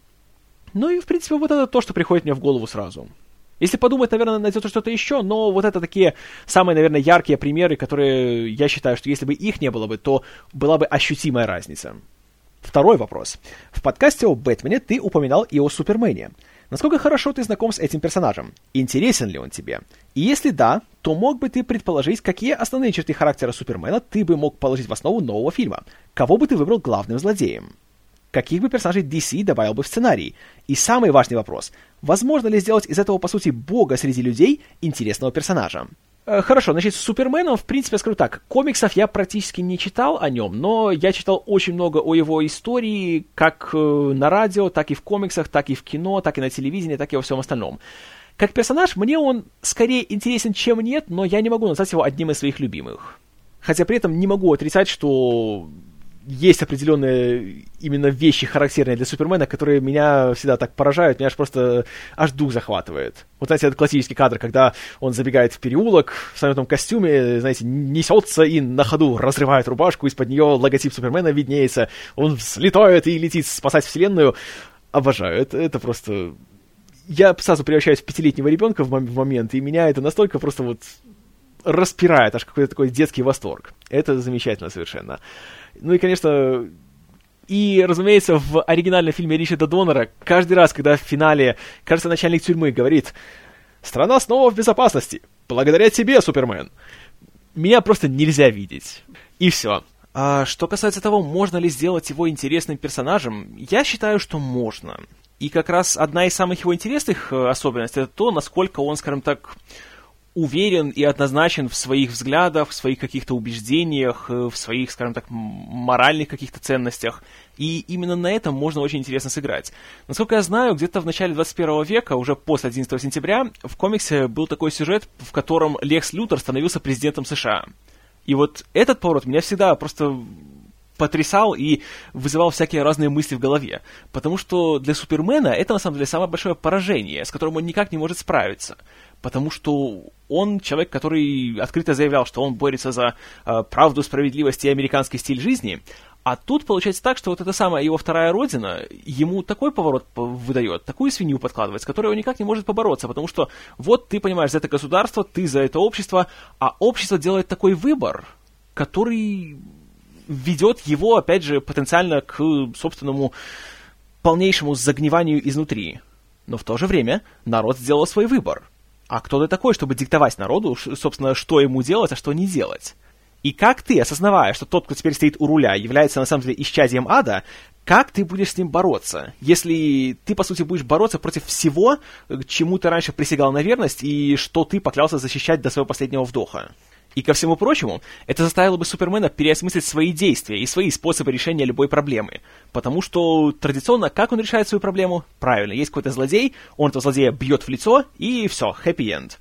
Ну и, в принципе, вот это то, что приходит мне в голову сразу. Если подумать, наверное, найдется что-то еще, но вот это такие самые, наверное, яркие примеры, которые я считаю, что если бы их не было бы, то была бы ощутимая разница. Второй вопрос. В подкасте о Бэтмене ты упоминал и о Супермене. Насколько хорошо ты знаком с этим персонажем? Интересен ли он тебе? И если да, то мог бы ты предположить, какие основные черты характера Супермена ты бы мог положить в основу нового фильма? Кого бы ты выбрал главным злодеем? Каких бы персонажей ди си добавил бы в сценарий? И самый важный вопрос. Возможно ли сделать из этого, по сути, бога среди людей интересного персонажа? Хорошо, значит, с Суперменом, в принципе, я скажу так, комиксов я практически не читал о нем, но я читал очень много о его истории, как на радио, так и в комиксах, так и в кино, так и на телевидении, так и во всем остальном. Как персонаж, мне он скорее интересен, чем нет, но я не могу назвать его одним из своих любимых. Хотя при этом не могу отрицать, что есть определенные именно вещи, характерные для Супермена, которые меня всегда так поражают, меня аж просто аж дух захватывает. Вот, знаете, этот классический кадр, когда он забегает в переулок в своем этом костюме, знаете, несется и на ходу разрывает рубашку, из-под нее логотип Супермена виднеется, он взлетает и летит спасать вселенную. Обожаю, это, это просто... Я сразу превращаюсь в пятилетнего ребенка в момент, и меня это настолько просто вот распирает, аж какой-то такой детский восторг. Это замечательно совершенно. Ну и, конечно, и, разумеется, в оригинальном фильме Ричарда Доннера каждый раз, когда в финале, кажется, начальник тюрьмы говорит «Страна снова в безопасности! Благодаря тебе, Супермен!» меня просто нельзя видеть. И все. А что касается того, можно ли сделать его интересным персонажем, я считаю, что можно. И как раз одна из самых его интересных особенностей — это то, насколько он, скажем так, уверен и однозначен в своих взглядах, в своих каких-то убеждениях, в своих, скажем так, моральных каких-то ценностях. И именно на этом можно очень интересно сыграть. Насколько я знаю, где-то в начале двадцать первого века, уже после одиннадцатого сентября, в комиксе был такой сюжет, в котором Лекс Лютер становился президентом США. И вот этот поворот меня всегда просто потрясал и вызывал всякие разные мысли в голове. Потому что для Супермена это, на самом деле, самое большое поражение, с которым он никак не может справиться. Потому что он человек, который открыто заявлял, что он борется за э, правду, справедливость и американский стиль жизни. А тут получается так, что вот эта самая его вторая родина ему такой поворот выдает, такую свинью подкладывает, с которой он никак не может побороться, потому что вот ты понимаешь, за это государство, ты за это общество, а общество делает такой выбор, который ведет его, опять же, потенциально к собственному полнейшему загниванию изнутри. Но в то же время народ сделал свой выбор. А кто ты такой, чтобы диктовать народу, собственно, что ему делать, а что не делать? И как ты, осознавая, что тот, кто теперь стоит у руля, является на самом деле исчадием ада, как ты будешь с ним бороться? Если ты, по сути, будешь бороться против всего, чему ты раньше присягал на верность, и что ты поклялся защищать до своего последнего вдоха. И ко всему прочему, это заставило бы Супермена переосмыслить свои действия и свои способы решения любой проблемы. Потому что традиционно, как он решает свою проблему? Правильно, есть какой-то злодей, он этого злодея бьет в лицо, и все, happy end.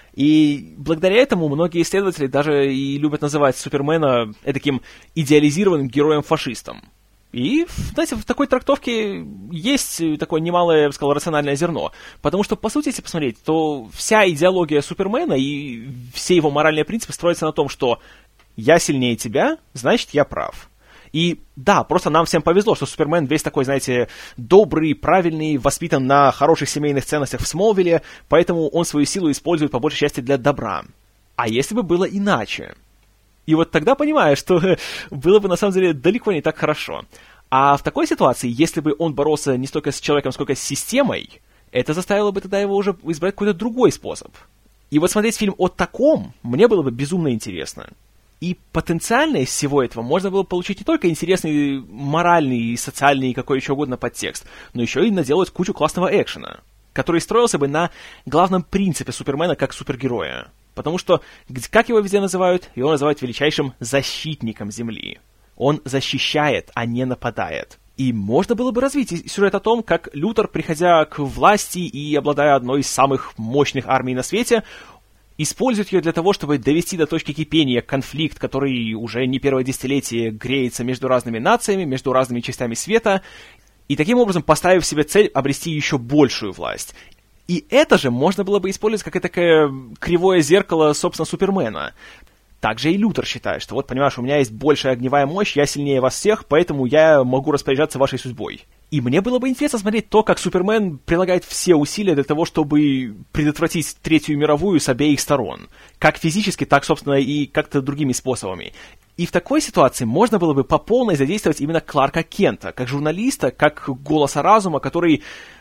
И благодаря этому многие исследователи даже и любят называть Супермена таким идеализированным героем-фашистом. И, знаете, в такой трактовке есть такое немалое, я бы сказал, рациональное зерно. Потому что, по сути, если посмотреть, то вся идеология Супермена и все его моральные принципы строятся на том, что я сильнее тебя, значит, я прав. И да, просто нам всем повезло, что Супермен весь такой, знаете, добрый, правильный, воспитан на хороших семейных ценностях в Смолвилле, поэтому он свою силу использует по большей части для добра. А если бы было иначе? И вот тогда понимаешь, что было бы на самом деле далеко не так хорошо. А в такой ситуации, если бы он боролся не столько с человеком, сколько с системой, это заставило бы тогда его уже избрать какой-то другой способ. И вот смотреть фильм о таком мне было бы безумно интересно. И потенциально из всего этого можно было получить не только интересный моральный, социальный и какой еще угодно подтекст, но еще и наделать кучу классного экшена, который строился бы на главном принципе Супермена как супергероя. Потому что, как его везде называют, его называют величайшим защитником Земли. Он защищает, а не нападает. И можно было бы развить сюжет о том, как Лютер, приходя к власти и обладая одной из самых мощных армий на свете, использует ее для того, чтобы довести до точки кипения конфликт, который уже не первое десятилетие греется между разными нациями, между разными частями света, и таким образом поставив себе цель обрести еще большую власть. И это же можно было бы использовать как такое кривое зеркало, собственно, Супермена. Также и Лютер считает, что вот, понимаешь, у меня есть большая огневая мощь, я сильнее вас всех, поэтому я могу распоряжаться вашей судьбой. И мне было бы интересно смотреть то, как Супермен прилагает все усилия для того, чтобы предотвратить Третью мировую с обеих сторон. Как физически, так, собственно, и как-то другими способами. И в такой ситуации можно было бы по полной задействовать именно Кларка Кента, как журналиста, как голоса разума, который,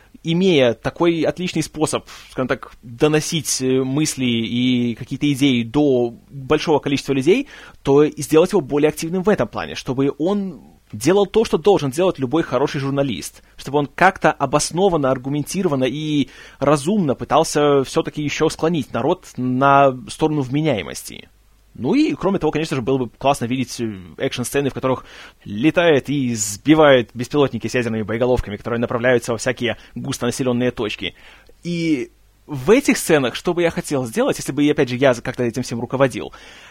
имея такой отличный способ, скажем так, доносить мысли и какие-то идеи до большого количества людей, то сделать его более активным в этом плане, чтобы он делал то, что должен делать любой хороший журналист, чтобы он как-то обоснованно, аргументированно и разумно пытался все-таки еще склонить народ на сторону вменяемости. Ну и, кроме того, конечно же, было бы классно видеть экшн-сцены, в которых летает и сбивает беспилотники с ядерными боеголовками, которые направляются во всякие густонаселенные точки. И в этих сценах, что бы я хотел сделать, если бы, опять же, я как-то этим всем руководил,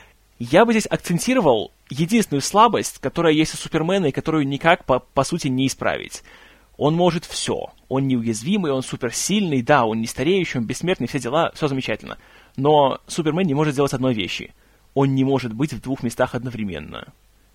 я бы здесь акцентировал единственную слабость, которая есть у Супермена и которую никак, по, по сути, не исправить. Он может все. Он неуязвимый, он суперсильный, да, он не стареющий, он бессмертный, все дела, все замечательно. Но Супермен не может делать одной вещи. Он не может быть в двух местах одновременно.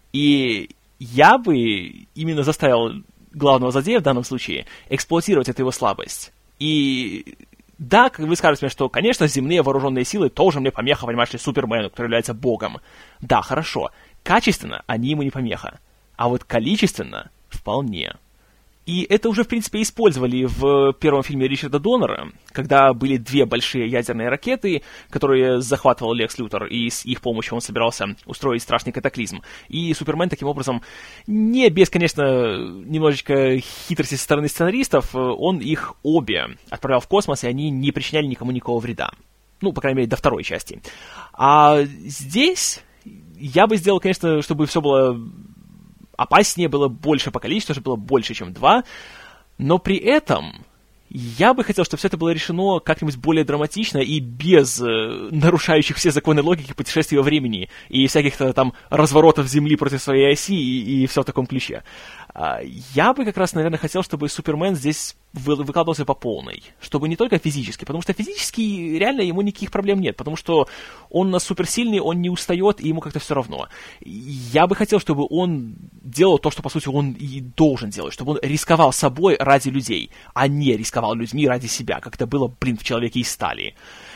И я бы именно заставил главного злодея в данном случае эксплуатировать эту его слабость. И да, как вы скажете мне, что, конечно, земные вооруженные силы тоже мне помеха, понимаешь ли, Супермену, который является богом. Да, хорошо. Качественно они ему не помеха. А вот количественно вполне. И это уже, в принципе, использовали в первом фильме Ричарда Доннера, когда были две большие ядерные ракеты, которые захватывал Лекс Лютер, и с их помощью он собирался устроить страшный катаклизм. И Супермен таким образом, не без, конечно, немножечко хитрости со стороны сценаристов, он их обе отправлял в космос, и они не причиняли никому никакого вреда. Ну, по крайней мере, до второй части. А здесь я бы сделал, конечно, чтобы все было опаснее, было больше по количеству, чтобы было больше, чем два, но при этом я бы хотел, чтобы все это было решено как-нибудь более драматично и без э, нарушающих все законы логики путешествия во времени и всяких-то там разворотов Земли против своей оси и, и все в таком ключе. А, я бы как раз, наверное, хотел, чтобы Супермен здесь вы, выкладывался по полной. Чтобы не только физически, потому что физически реально ему никаких проблем нет, потому что он у нас суперсильный, он не устает, и ему как-то все равно. Я бы хотел, чтобы он делал то, что, по сути, он и должен делать, чтобы он рисковал собой ради людей, а не рисковал людьми ради себя, как это было, блин, в «Человеке из стали».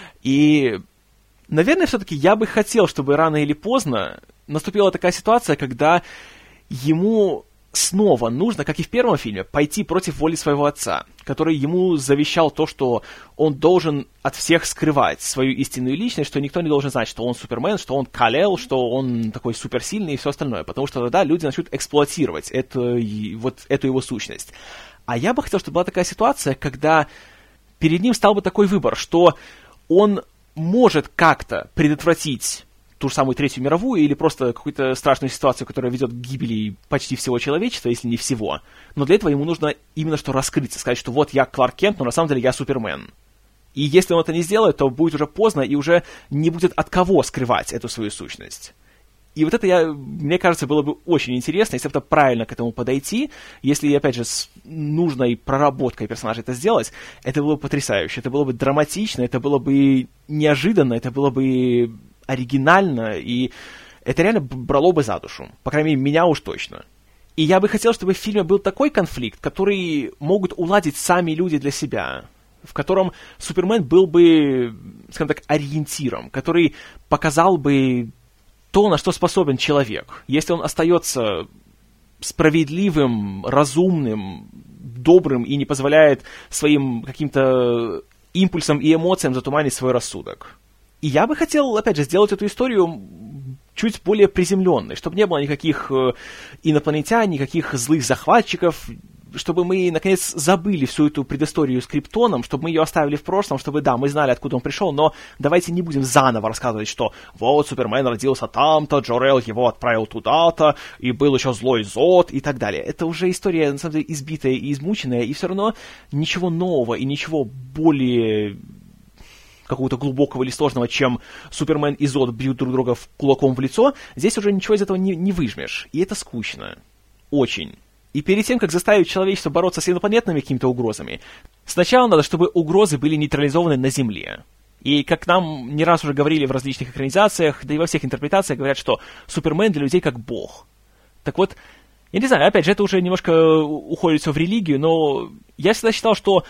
И, наверное, все-таки я бы хотел, чтобы рано или поздно наступила такая ситуация, когда ему снова нужно, как и в первом фильме, пойти против воли своего отца, который ему завещал то, что он должен от всех скрывать свою истинную личность, что никто не должен знать, что он Супермен, что он Кал-El, что он такой суперсильный и все остальное, потому что тогда люди начнут эксплуатировать это, вот эту его сущность. А я бы хотел, чтобы была такая ситуация, когда перед ним стал бы такой выбор, что он может как-то предотвратить ту же самую Третью мировую или просто какую-то страшную ситуацию, которая ведет к гибели почти всего человечества, если не всего. Но для этого ему нужно именно что раскрыться, сказать, что вот я Кларк Кент, но на самом деле я Супермен. И если он это не сделает, то будет уже поздно и уже не будет от кого скрывать эту свою сущность. И вот это, я, мне кажется, было бы очень интересно, если бы правильно к этому подойти, если, опять же, с нужной проработкой персонажа это сделать, это было бы потрясающе, это было бы драматично, это было бы неожиданно, это было бы оригинально, и это реально брало бы за душу. По крайней мере, меня уж точно. И я бы хотел, чтобы в фильме был такой конфликт, который могут уладить сами люди для себя, в котором Супермен был бы, скажем так, ориентиром, который показал бы то, на что способен человек. Если он остается справедливым, разумным, добрым и не позволяет своим каким-то импульсам и эмоциям затуманить свой рассудок. И я бы хотел, опять же, сделать эту историю чуть более приземленной, чтобы не было никаких инопланетян, никаких злых захватчиков, чтобы мы, наконец, забыли всю эту предысторию с Криптоном, чтобы мы ее оставили в прошлом, чтобы, да, мы знали, откуда он пришел, но давайте не будем заново рассказывать, что вот Супермен родился там-то, Джор-Эл его отправил туда-то, и был еще злой Зод, и так далее. Это уже история, на самом деле, избитая и измученная, и все равно ничего нового и ничего более какого-то глубокого или сложного, чем Супермен и Зод бьют друг друга кулаком в лицо, здесь уже ничего из этого не, не выжмешь. И это скучно. Очень. И перед тем, как заставить человечество бороться с инопланетными какими-то угрозами, сначала надо, чтобы угрозы были нейтрализованы на Земле. И как нам не раз уже говорили в различных экранизациях, да и во всех интерпретациях говорят, что Супермен для людей как бог. Так вот, я не знаю, опять же, это уже немножко уходит все в религию, но я всегда считал, что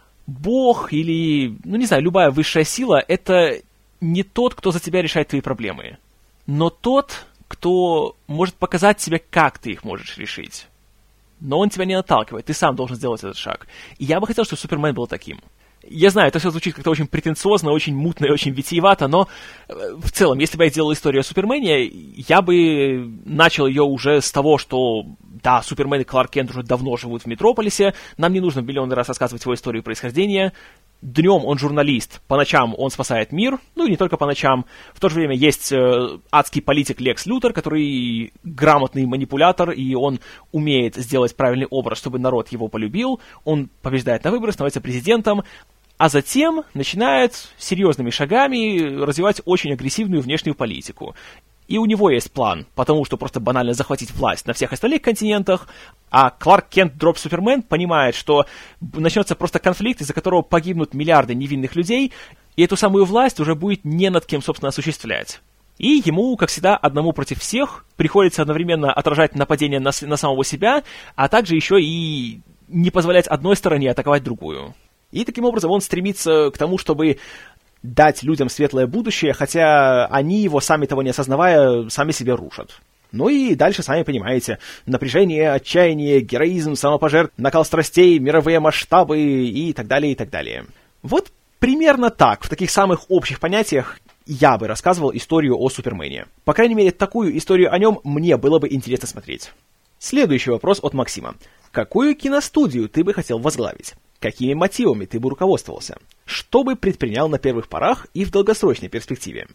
бог или, ну не знаю, любая высшая сила — это не тот, кто за тебя решает твои проблемы, но тот, кто может показать тебе, как ты их можешь решить. Но он тебя не наталкивает, ты сам должен сделать этот шаг. И я бы хотел, чтобы Супермен был таким. Я знаю, это все звучит как-то очень претенциозно, очень мутно и очень витиевато, но в целом, если бы я делал историю о Супермене, я бы начал ее уже с того, что да, Супермен и Кларк Кент уже давно живут в Метрополисе, нам не нужно миллион раз рассказывать его историю происхождения. Днем он журналист, по ночам он спасает мир, ну и не только по ночам. В то же время есть э, адский политик Лекс Лютер, который грамотный манипулятор, и он умеет сделать правильный образ, чтобы народ его полюбил. Он побеждает на выборах, становится президентом, а затем начинает серьезными шагами развивать очень агрессивную внешнюю политику. И у него есть план, потому что просто банально захватить власть на всех остальных континентах, а Кларк Кент дроп Супермен понимает, что начнется просто конфликт, из-за которого погибнут миллиарды невинных людей, и эту самую власть уже будет не над кем, собственно, осуществлять. И ему, как всегда, одному против всех приходится одновременно отражать нападение на, на самого себя, а также еще и не позволять одной стороне атаковать другую. И таким образом он стремится к тому, чтобы дать людям светлое будущее, хотя они его, сами того не осознавая, сами себе рушат. Ну и дальше, сами понимаете, напряжение, отчаяние, героизм, самопожертв, накал страстей, мировые масштабы и так далее, и так далее. Вот примерно так, в таких самых общих понятиях, я бы рассказывал историю о Супермене. По крайней мере, такую историю о нем мне было бы интересно смотреть. Следующий вопрос от Максима. Какую киностудию ты бы хотел возглавить? Какими мотивами ты бы руководствовался? Что бы предпринял на первых порах и в долгосрочной перспективе?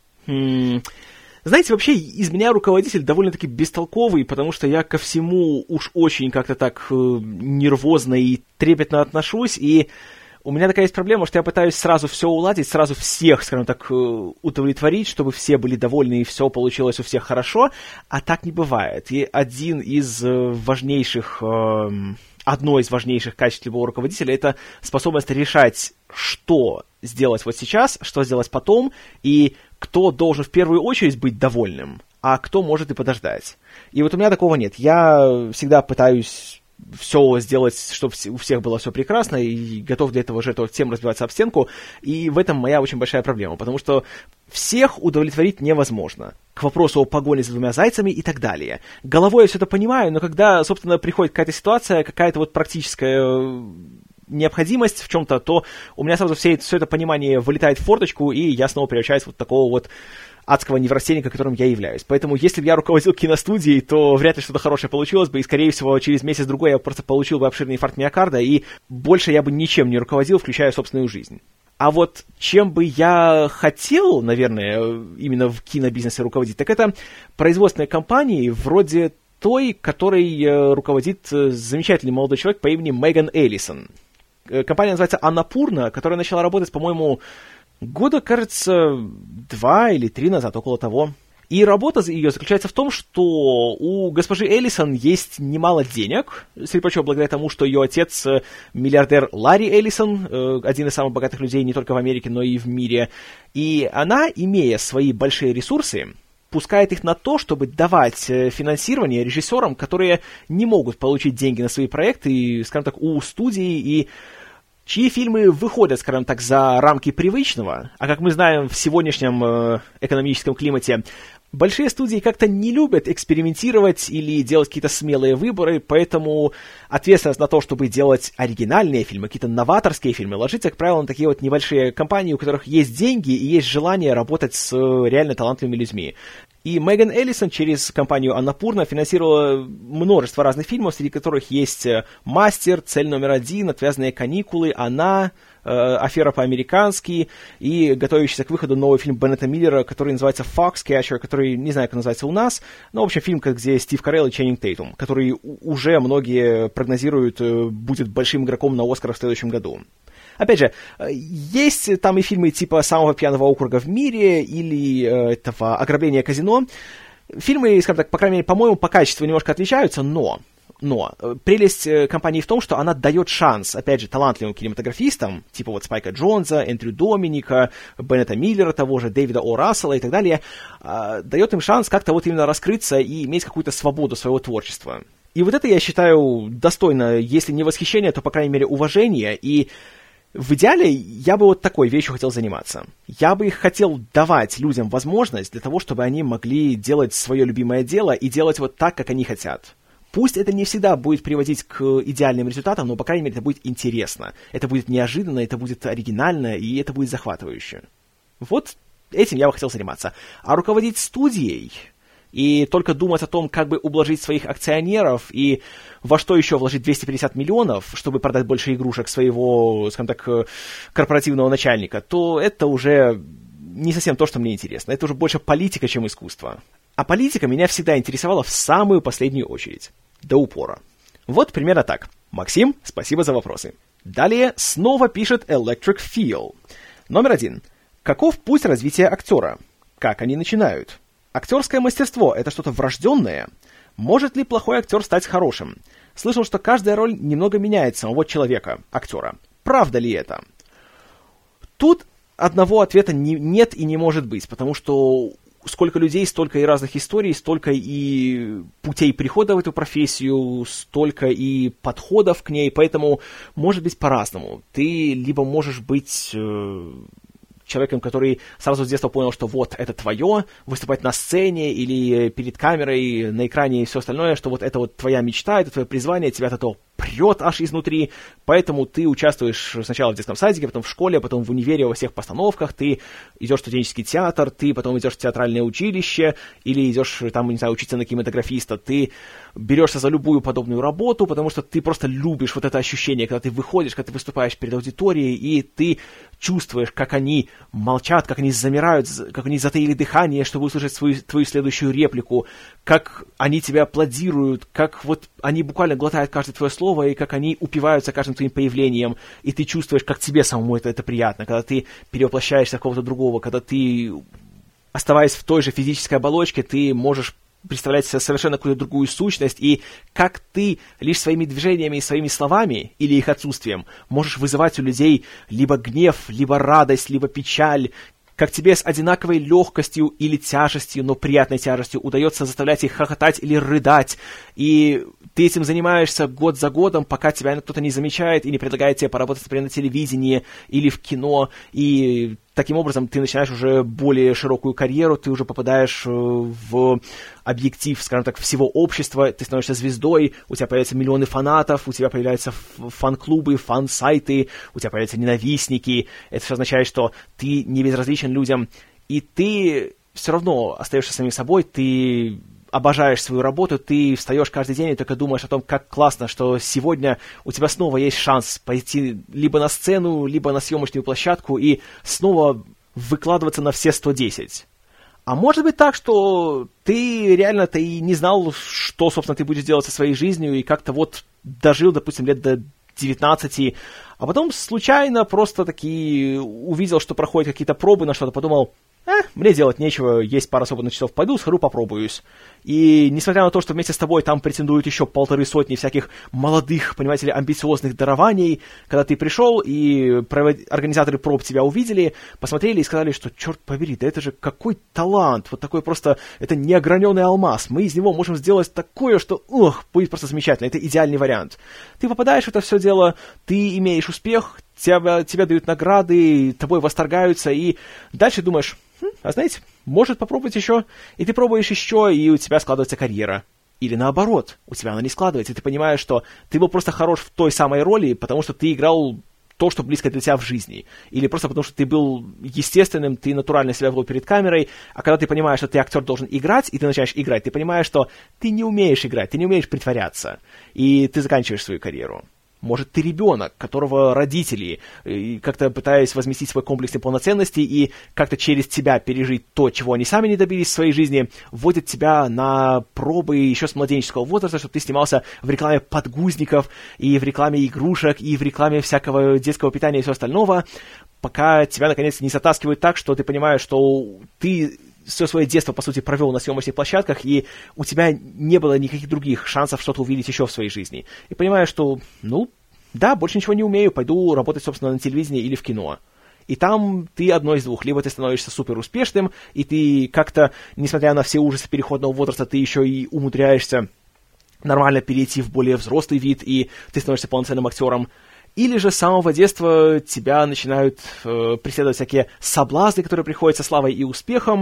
Хм... Знаете, вообще из меня руководитель довольно-таки бестолковый, потому что я ко всему уж очень как-то так э, нервозно и трепетно отношусь, и у меня такая есть проблема, что я пытаюсь сразу все уладить, сразу всех, скажем так, э, удовлетворить, чтобы все были довольны и все получилось у всех хорошо, а так не бывает. И один из э, важнейших... Э, Одно из важнейших качеств любого руководителя — это способность решать, что сделать вот сейчас, что сделать потом, и кто должен в первую очередь быть довольным, а кто может и подождать. И вот у меня такого нет. Я всегда пытаюсь все сделать, чтобы у всех было все прекрасно, и готов для этого жертвовать всем, разбиваться об стенку, и в этом моя очень большая проблема, потому что всех удовлетворить невозможно. К вопросу о погоне за двумя зайцами и так далее. Головой я все это понимаю, но когда, собственно, приходит какая-то ситуация, какая-то вот практическая необходимость в чем-то, то у меня сразу все, все это понимание вылетает в форточку, и я снова превращаюсь в вот такого вот адского неврастенника, которым я являюсь. Поэтому, если бы я руководил киностудией, то вряд ли что-то хорошее получилось бы, и, скорее всего, через месяц-другой я просто получил бы обширный инфаркт миокарда, и больше я бы ничем не руководил, включая собственную жизнь. А вот чем бы я хотел, наверное, именно в кинобизнесе руководить, так это производственной компании вроде той, которой руководит замечательный молодой человек по имени Меган Эллисон. Компания называется Annapurna, которая начала работать, по-моему, года, кажется, два или три назад, около того. И работа ее заключается в том, что у госпожи Эллисон есть немало денег, среди прочего, благодаря тому, что ее отец миллиардер Ларри Эллисон, один из самых богатых людей не только в Америке, но и в мире. И она, имея свои большие ресурсы, пускает их на то, чтобы давать финансирование режиссерам, которые не могут получить деньги на свои проекты, скажем так, у студии, и чьи фильмы выходят, скажем так, за рамки привычного, а как мы знаем в сегодняшнем э, экономическом климате, большие студии как-то не любят экспериментировать или делать какие-то смелые выборы, поэтому ответственность на то, чтобы делать оригинальные фильмы, какие-то новаторские фильмы, ложится, как правило, на такие вот небольшие компании, у которых есть деньги и есть желание работать с реально талантливыми людьми. И Меган Эллисон через компанию Annapurna финансировала множество разных фильмов, среди которых есть «Мастер», «Цель номер один», «Отвязные каникулы», «Она», э, «Афера по-американски» и готовящийся к выходу новый фильм Беннета Миллера, который называется «Foxcatcher», который, не знаю, как называется у нас, но, в общем, фильм, где Стив Карелл и Ченнинг Тейтум, который уже многие прогнозируют будет большим игроком на «Оскар» в следующем году. Опять же, есть там и фильмы типа «Самого пьяного округа в мире» или э, этого «Ограбление казино». Фильмы, скажем так, по крайней мере, по-моему, по качеству немножко отличаются, но, но прелесть компании в том, что она дает шанс, опять же, талантливым кинематографистам, типа вот Спайка Джонса, Эндрю Доминика, Беннета Миллера, того же Дэвида О. Рассела и так далее, э, дает им шанс как-то вот именно раскрыться и иметь какую-то свободу своего творчества. И вот это, я считаю, достойно, если не восхищения, то, по крайней мере, уважения, и в идеале я бы вот такой вещью хотел заниматься. Я бы хотел давать людям возможность для того, чтобы они могли делать свое любимое дело и делать вот так, как они хотят. Пусть это не всегда будет приводить к идеальным результатам, но, по крайней мере, это будет интересно. Это будет неожиданно, это будет оригинально, и это будет захватывающе. Вот этим я бы хотел заниматься. А руководить студией и только думать о том, как бы ублажить своих акционеров и во что еще вложить двести пятьдесят миллионов, чтобы продать больше игрушек своего, скажем так, корпоративного начальника, то это уже не совсем то, что мне интересно. Это уже больше политика, чем искусство. А политика меня всегда интересовала в самую последнюю очередь. До упора. Вот примерно так. Максим, спасибо за вопросы. Далее снова пишет Electric Feel. Номер один. Каков путь развития актера? Как они начинают? Актерское мастерство — это что-то врожденное? Может ли плохой актер стать хорошим? Слышал, что каждая роль немного меняет самого человека, актера. Правда ли это? Тут одного ответа не, нет и не может быть, потому что сколько людей, столько и разных историй, столько и путей прихода в эту профессию, столько и подходов к ней, поэтому может быть по-разному. Ты либо можешь быть... Э, человеком, который сразу с детства понял, что вот, это твое, выступать на сцене или перед камерой, на экране и все остальное, что вот это вот твоя мечта, это твое призвание, тебя от этого прет аж изнутри, поэтому ты участвуешь сначала в детском садике, потом в школе, потом в универе во всех постановках, ты идешь в студенческий театр, ты потом идешь в театральное училище, или идешь там, не знаю, учиться на кинематографиста, ты берешься за любую подобную работу, потому что ты просто любишь вот это ощущение, когда ты выходишь, когда ты выступаешь перед аудиторией, и ты чувствуешь, как они молчат, как они замирают, как они затаили дыхание, чтобы услышать свою, твою следующую реплику, как они тебя аплодируют, как вот они буквально глотают каждое твое слово, и как они упиваются каждым твоим появлением, и ты чувствуешь, как тебе самому это, это приятно, когда ты перевоплощаешься в кого-то другого, когда ты, оставаясь в той же физической оболочке, ты можешь представлять себе совершенно какую-то другую сущность, и как ты лишь своими движениями и своими словами, или их отсутствием, можешь вызывать у людей либо гнев, либо радость, либо печаль, как тебе с одинаковой легкостью или тяжестью, но приятной тяжестью удается заставлять их хохотать или рыдать, и ты этим занимаешься год за годом, пока тебя кто-то не замечает и не предлагает тебе поработать, например, на телевидении или в кино, и таким образом ты начинаешь уже более широкую карьеру, ты уже попадаешь в объектив, скажем так, всего общества, ты становишься звездой, у тебя появляются миллионы фанатов, у тебя появляются фан-клубы, фан-сайты, у тебя появляются ненавистники. Это все означает, что ты не безразличен людям, и ты все равно остаешься самим собой, ты обожаешь свою работу, ты встаешь каждый день и только думаешь о том, как классно, что сегодня у тебя снова есть шанс пойти либо на сцену, либо на съемочную площадку и снова выкладываться на все сто десять. А может быть так, что ты реально-то и не знал, что, собственно, ты будешь делать со своей жизнью, и как-то вот дожил, допустим, лет до девятнадцати, а потом случайно просто таки увидел, что проходят какие-то пробы на что-то, подумал, э, мне делать нечего, есть пара свободных часов, пойду, схожу, попробуюсь. И несмотря на то, что вместе с тобой там претендуют еще полторы сотни всяких молодых, понимаете ли, амбициозных дарований, когда ты пришел, и провод... организаторы проб тебя увидели, посмотрели и сказали, что, черт побери, да это же какой талант, вот такой просто, это неограненный алмаз, мы из него можем сделать такое, что, ух, будет просто замечательно, это идеальный вариант. Ты попадаешь в это все дело, ты имеешь успех, тебя, тебя дают награды, тобой восторгаются, и дальше думаешь, хм, а знаете, может попробовать еще, и ты пробуешь еще, и у тебя складывается карьера. Или наоборот, у тебя она не складывается, и ты понимаешь, что ты был просто хорош в той самой роли, потому что ты играл то, что близко для тебя в жизни. Или просто потому, что ты был естественным, ты натурально себя вел перед камерой, а когда ты понимаешь, что ты актер должен играть, и ты начинаешь играть, ты понимаешь, что ты не умеешь играть, ты не умеешь притворяться, и ты заканчиваешь свою карьеру. Может, ты ребенок, которого родители, как-то пытаясь возместить свой комплекс неполноценности и как-то через тебя пережить то, чего они сами не добились в своей жизни, вводят тебя на пробы еще с младенческого возраста, чтобы ты снимался в рекламе подгузников, и в рекламе игрушек, и в рекламе всякого детского питания и всего остального, пока тебя, наконец, не затаскивают так, что ты понимаешь, что ты все свое детство, по сути, провел на съемочных площадках, и у тебя не было никаких других шансов что-то увидеть еще в своей жизни. И понимаешь, что, ну, да, больше ничего не умею, пойду работать, собственно, на телевидении или в кино. И там ты одно из двух. Либо ты становишься супер успешным, и ты как-то, несмотря на все ужасы переходного возраста, ты еще и умудряешься нормально перейти в более взрослый вид, и ты становишься полноценным актером. Или же с самого детства тебя начинают э, преследовать всякие соблазны, которые приходят со славой и успехом,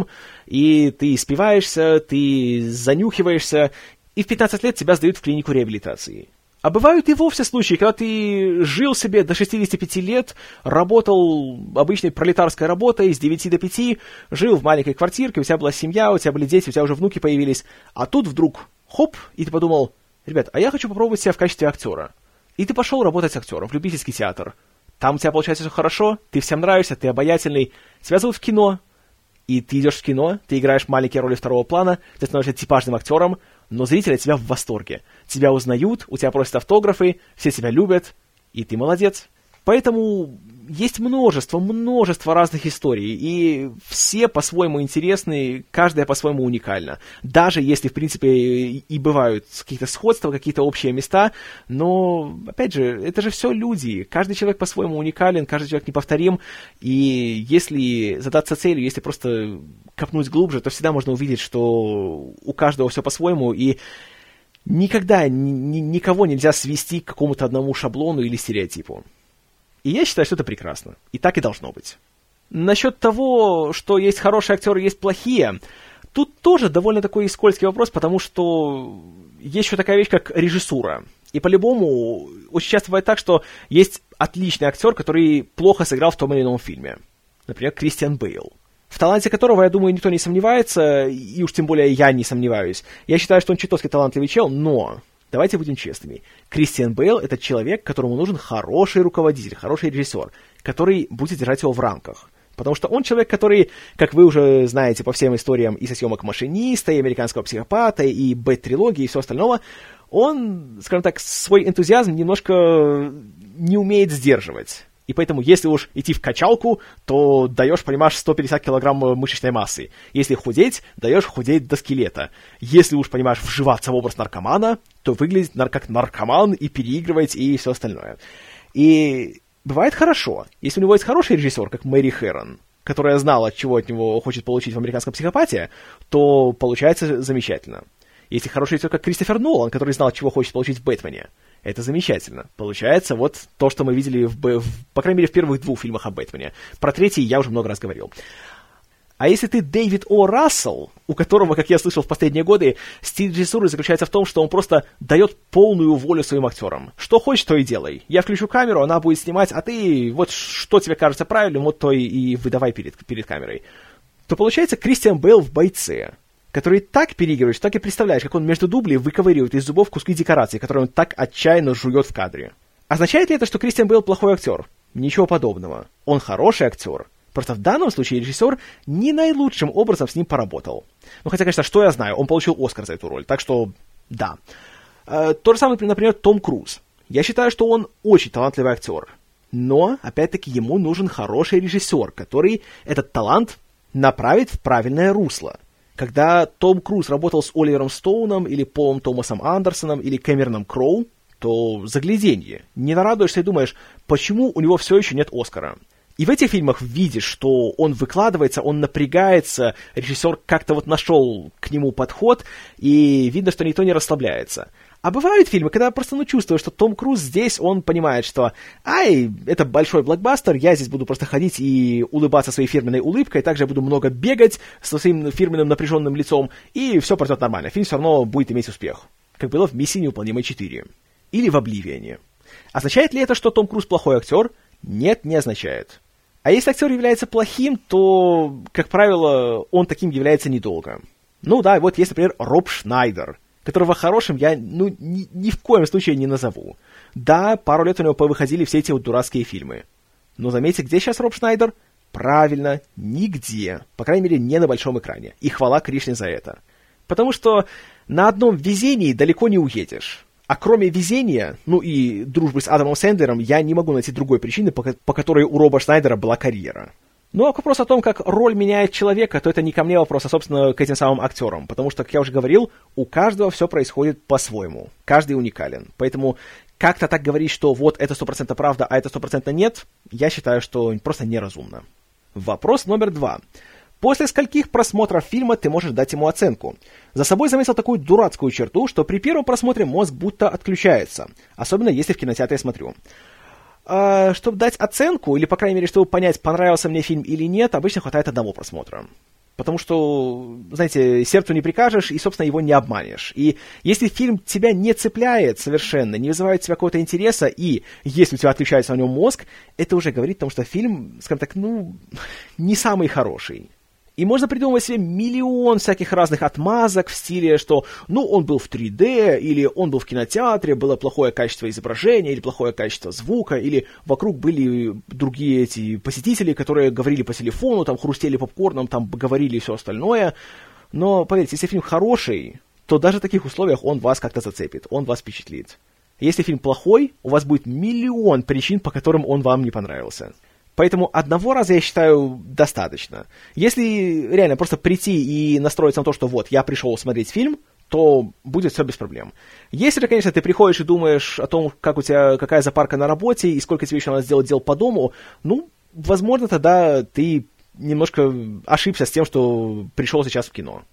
и ты спиваешься, ты занюхиваешься, и в пятнадцать лет тебя сдают в клинику реабилитации. А бывают и вовсе случаи, когда ты жил себе до шестидесяти пяти лет, работал обычной пролетарской работой с девяти до пяти, жил в маленькой квартирке, у тебя была семья, у тебя были дети, у тебя уже внуки появились, а тут вдруг хоп, и ты подумал, ребят, а я хочу попробовать себя в качестве актера. И ты пошел работать актером в любительский театр. Там у тебя получается все хорошо, ты всем нравишься, ты обаятельный, тебя зовут в кино. И ты идешь в кино, ты играешь маленькие роли второго плана, ты становишься типажным актером, но зрители от тебя в восторге. Тебя узнают, у тебя просят автографы, все тебя любят, и ты молодец. Поэтому есть множество, множество разных историй, и все по-своему интересны, каждая по-своему уникальна. Даже если, в принципе, и бывают какие-то сходства, какие-то общие места, но, опять же, это же все люди. Каждый человек по-своему уникален, каждый человек неповторим, и если задаться целью, если просто копнуть глубже, то всегда можно увидеть, что у каждого все по-своему, и никогда ни- никого нельзя свести к какому-то одному шаблону или стереотипу. И я считаю, что это прекрасно. И так и должно быть. Насчет того, что есть хорошие актеры, есть плохие, тут тоже довольно такой скользкий вопрос, потому что есть еще такая вещь, как режиссура. И по-любому очень часто бывает так, что есть отличный актер, который плохо сыграл в том или ином фильме. Например, Кристиан Бейл. В таланте которого, я думаю, никто не сомневается, и уж тем более я не сомневаюсь. Я считаю, что он чертовски талантливый чел, но давайте будем честными. Кристиан Бейл — это человек, которому нужен хороший руководитель, хороший режиссер, который будет держать его в рамках. Потому что он человек, который, как вы уже знаете по всем историям и со съемок «Машиниста», и «Американского психопата», и «Бэт-трилогии», и всего остального, он, скажем так, свой энтузиазм немножко не умеет сдерживать. И поэтому, если уж идти в качалку, то даешь, понимаешь, сто пятьдесят килограмм мышечной массы. Если худеть, даешь худеть до скелета. Если уж, понимаешь, вживаться в образ наркомана, то выглядеть нар- как наркоман и переигрывать, и все остальное. И бывает хорошо. Если у него есть хороший режиссер, как Мэри Хэрон, которая знала, чего от него хочет получить в «Американском психопате», то получается замечательно. Если хороший режиссер, как Кристофер Нолан, который знал, чего хочет получить в «Бэтмене», это замечательно. Получается вот то, что мы видели, в, в, по крайней мере, в первых двух фильмах о Бэтмене. Про третий я уже много раз говорил. А если ты Дэвид О. Рассел, у которого, как я слышал в последние годы, стиль режиссуры заключается в том, что он просто дает полную волю своим актерам. Что хочешь, то и делай. Я включу камеру, она будет снимать, а ты вот что тебе кажется правильным, вот то и, и выдавай перед, перед камерой. То получается Кристиан Бейл в «Бойце», который так переигрываешь, так и представляешь, как он между дублей выковыривает из зубов куски декораций, которые он так отчаянно жует в кадре. Означает ли это, что Кристиан Бейл плохой актер? Ничего подобного. Он хороший актер. Просто в данном случае режиссер не наилучшим образом с ним поработал. Ну, хотя, конечно, что я знаю, он получил Оскар за эту роль, так что да. Э, то же самое, например, Том Круз. Я считаю, что он очень талантливый актер. Но, опять-таки, ему нужен хороший режиссер, который этот талант направит в правильное русло. Когда Том Круз работал с Оливером Стоуном, или Полом Томасом Андерсоном, или Кэмероном Кроу, то загляденье. Не нарадуешься и думаешь, почему у него все еще нет Оскара. И в этих фильмах видишь, что он выкладывается, он напрягается, режиссер как-то вот нашел к нему подход, и видно, что никто не расслабляется. А бывают фильмы, когда просто ну, чувствуешь, что Том Круз здесь, он понимает, что ай, это большой блокбастер, я здесь буду просто ходить и улыбаться своей фирменной улыбкой, также я буду много бегать со своим фирменным напряженным лицом, и все пройдет нормально, фильм все равно будет иметь успех. Как было в «Миссии невыполнимой четыре». Или в «Обливионе». Означает ли это, что Том Круз плохой актер? Нет, не означает. А если актер является плохим, то, как правило, он таким является недолго. Ну да, вот есть, например, Роб Шнайдер, которого хорошим я ну, ни, ни в коем случае не назову. Да, пару лет у него повыходили все эти вот дурацкие фильмы. Но заметьте, где сейчас Роб Шнайдер? Правильно, нигде. По крайней мере, не на большом экране. И хвала Кришне за это. Потому что на одном везении далеко не уедешь. А кроме везения, ну и дружбы с Адамом Сэндлером, я не могу найти другой причины, по, по которой у Роба Шнайдера была карьера. Ну а к вопросу о том, как роль меняет человека, то это не ко мне вопрос, а, собственно, к этим самым актерам. Потому что, как я уже говорил, у каждого все происходит по-своему. Каждый уникален. Поэтому как-то так говорить, что вот это сто процентов правда, а это сто процентов нет, я считаю, что просто неразумно. Вопрос номер два. После скольких просмотров фильма ты можешь дать ему оценку? За собой заметил такую дурацкую черту, что при первом просмотре мозг будто отключается. Особенно если в кинотеатре смотрю. А, чтобы дать оценку, или, по крайней мере, чтобы понять, понравился мне фильм или нет, обычно хватает одного просмотра. Потому что, знаете, сердцу не прикажешь, и, собственно, его не обманешь. И если фильм тебя не цепляет совершенно, не вызывает у тебя какого-то интереса, и если у тебя отключается на нем мозг, это уже говорит о том, что фильм, скажем так, ну, не самый хороший. И можно придумывать себе миллион всяких разных отмазок в стиле, что, ну, он был в три дэ, или он был в кинотеатре, было плохое качество изображения, или плохое качество звука, или вокруг были другие эти посетители, которые говорили по телефону, там, хрустели попкорном, там, говорили и все остальное. Но, поверьте, если фильм хороший, то даже в таких условиях он вас как-то зацепит, он вас впечатлит. Если фильм плохой, у вас будет миллион причин, по которым он вам не понравился. Поэтому одного раза, я считаю, достаточно. Если реально просто прийти и настроиться на то, что вот, я пришел смотреть фильм, то будет все без проблем. Если же, конечно, ты приходишь и думаешь о том, как у тебя, какая запарка на работе и сколько тебе еще надо сделать дел по дому, ну, возможно, тогда ты немножко ошибся с тем, что пришел сейчас в кино.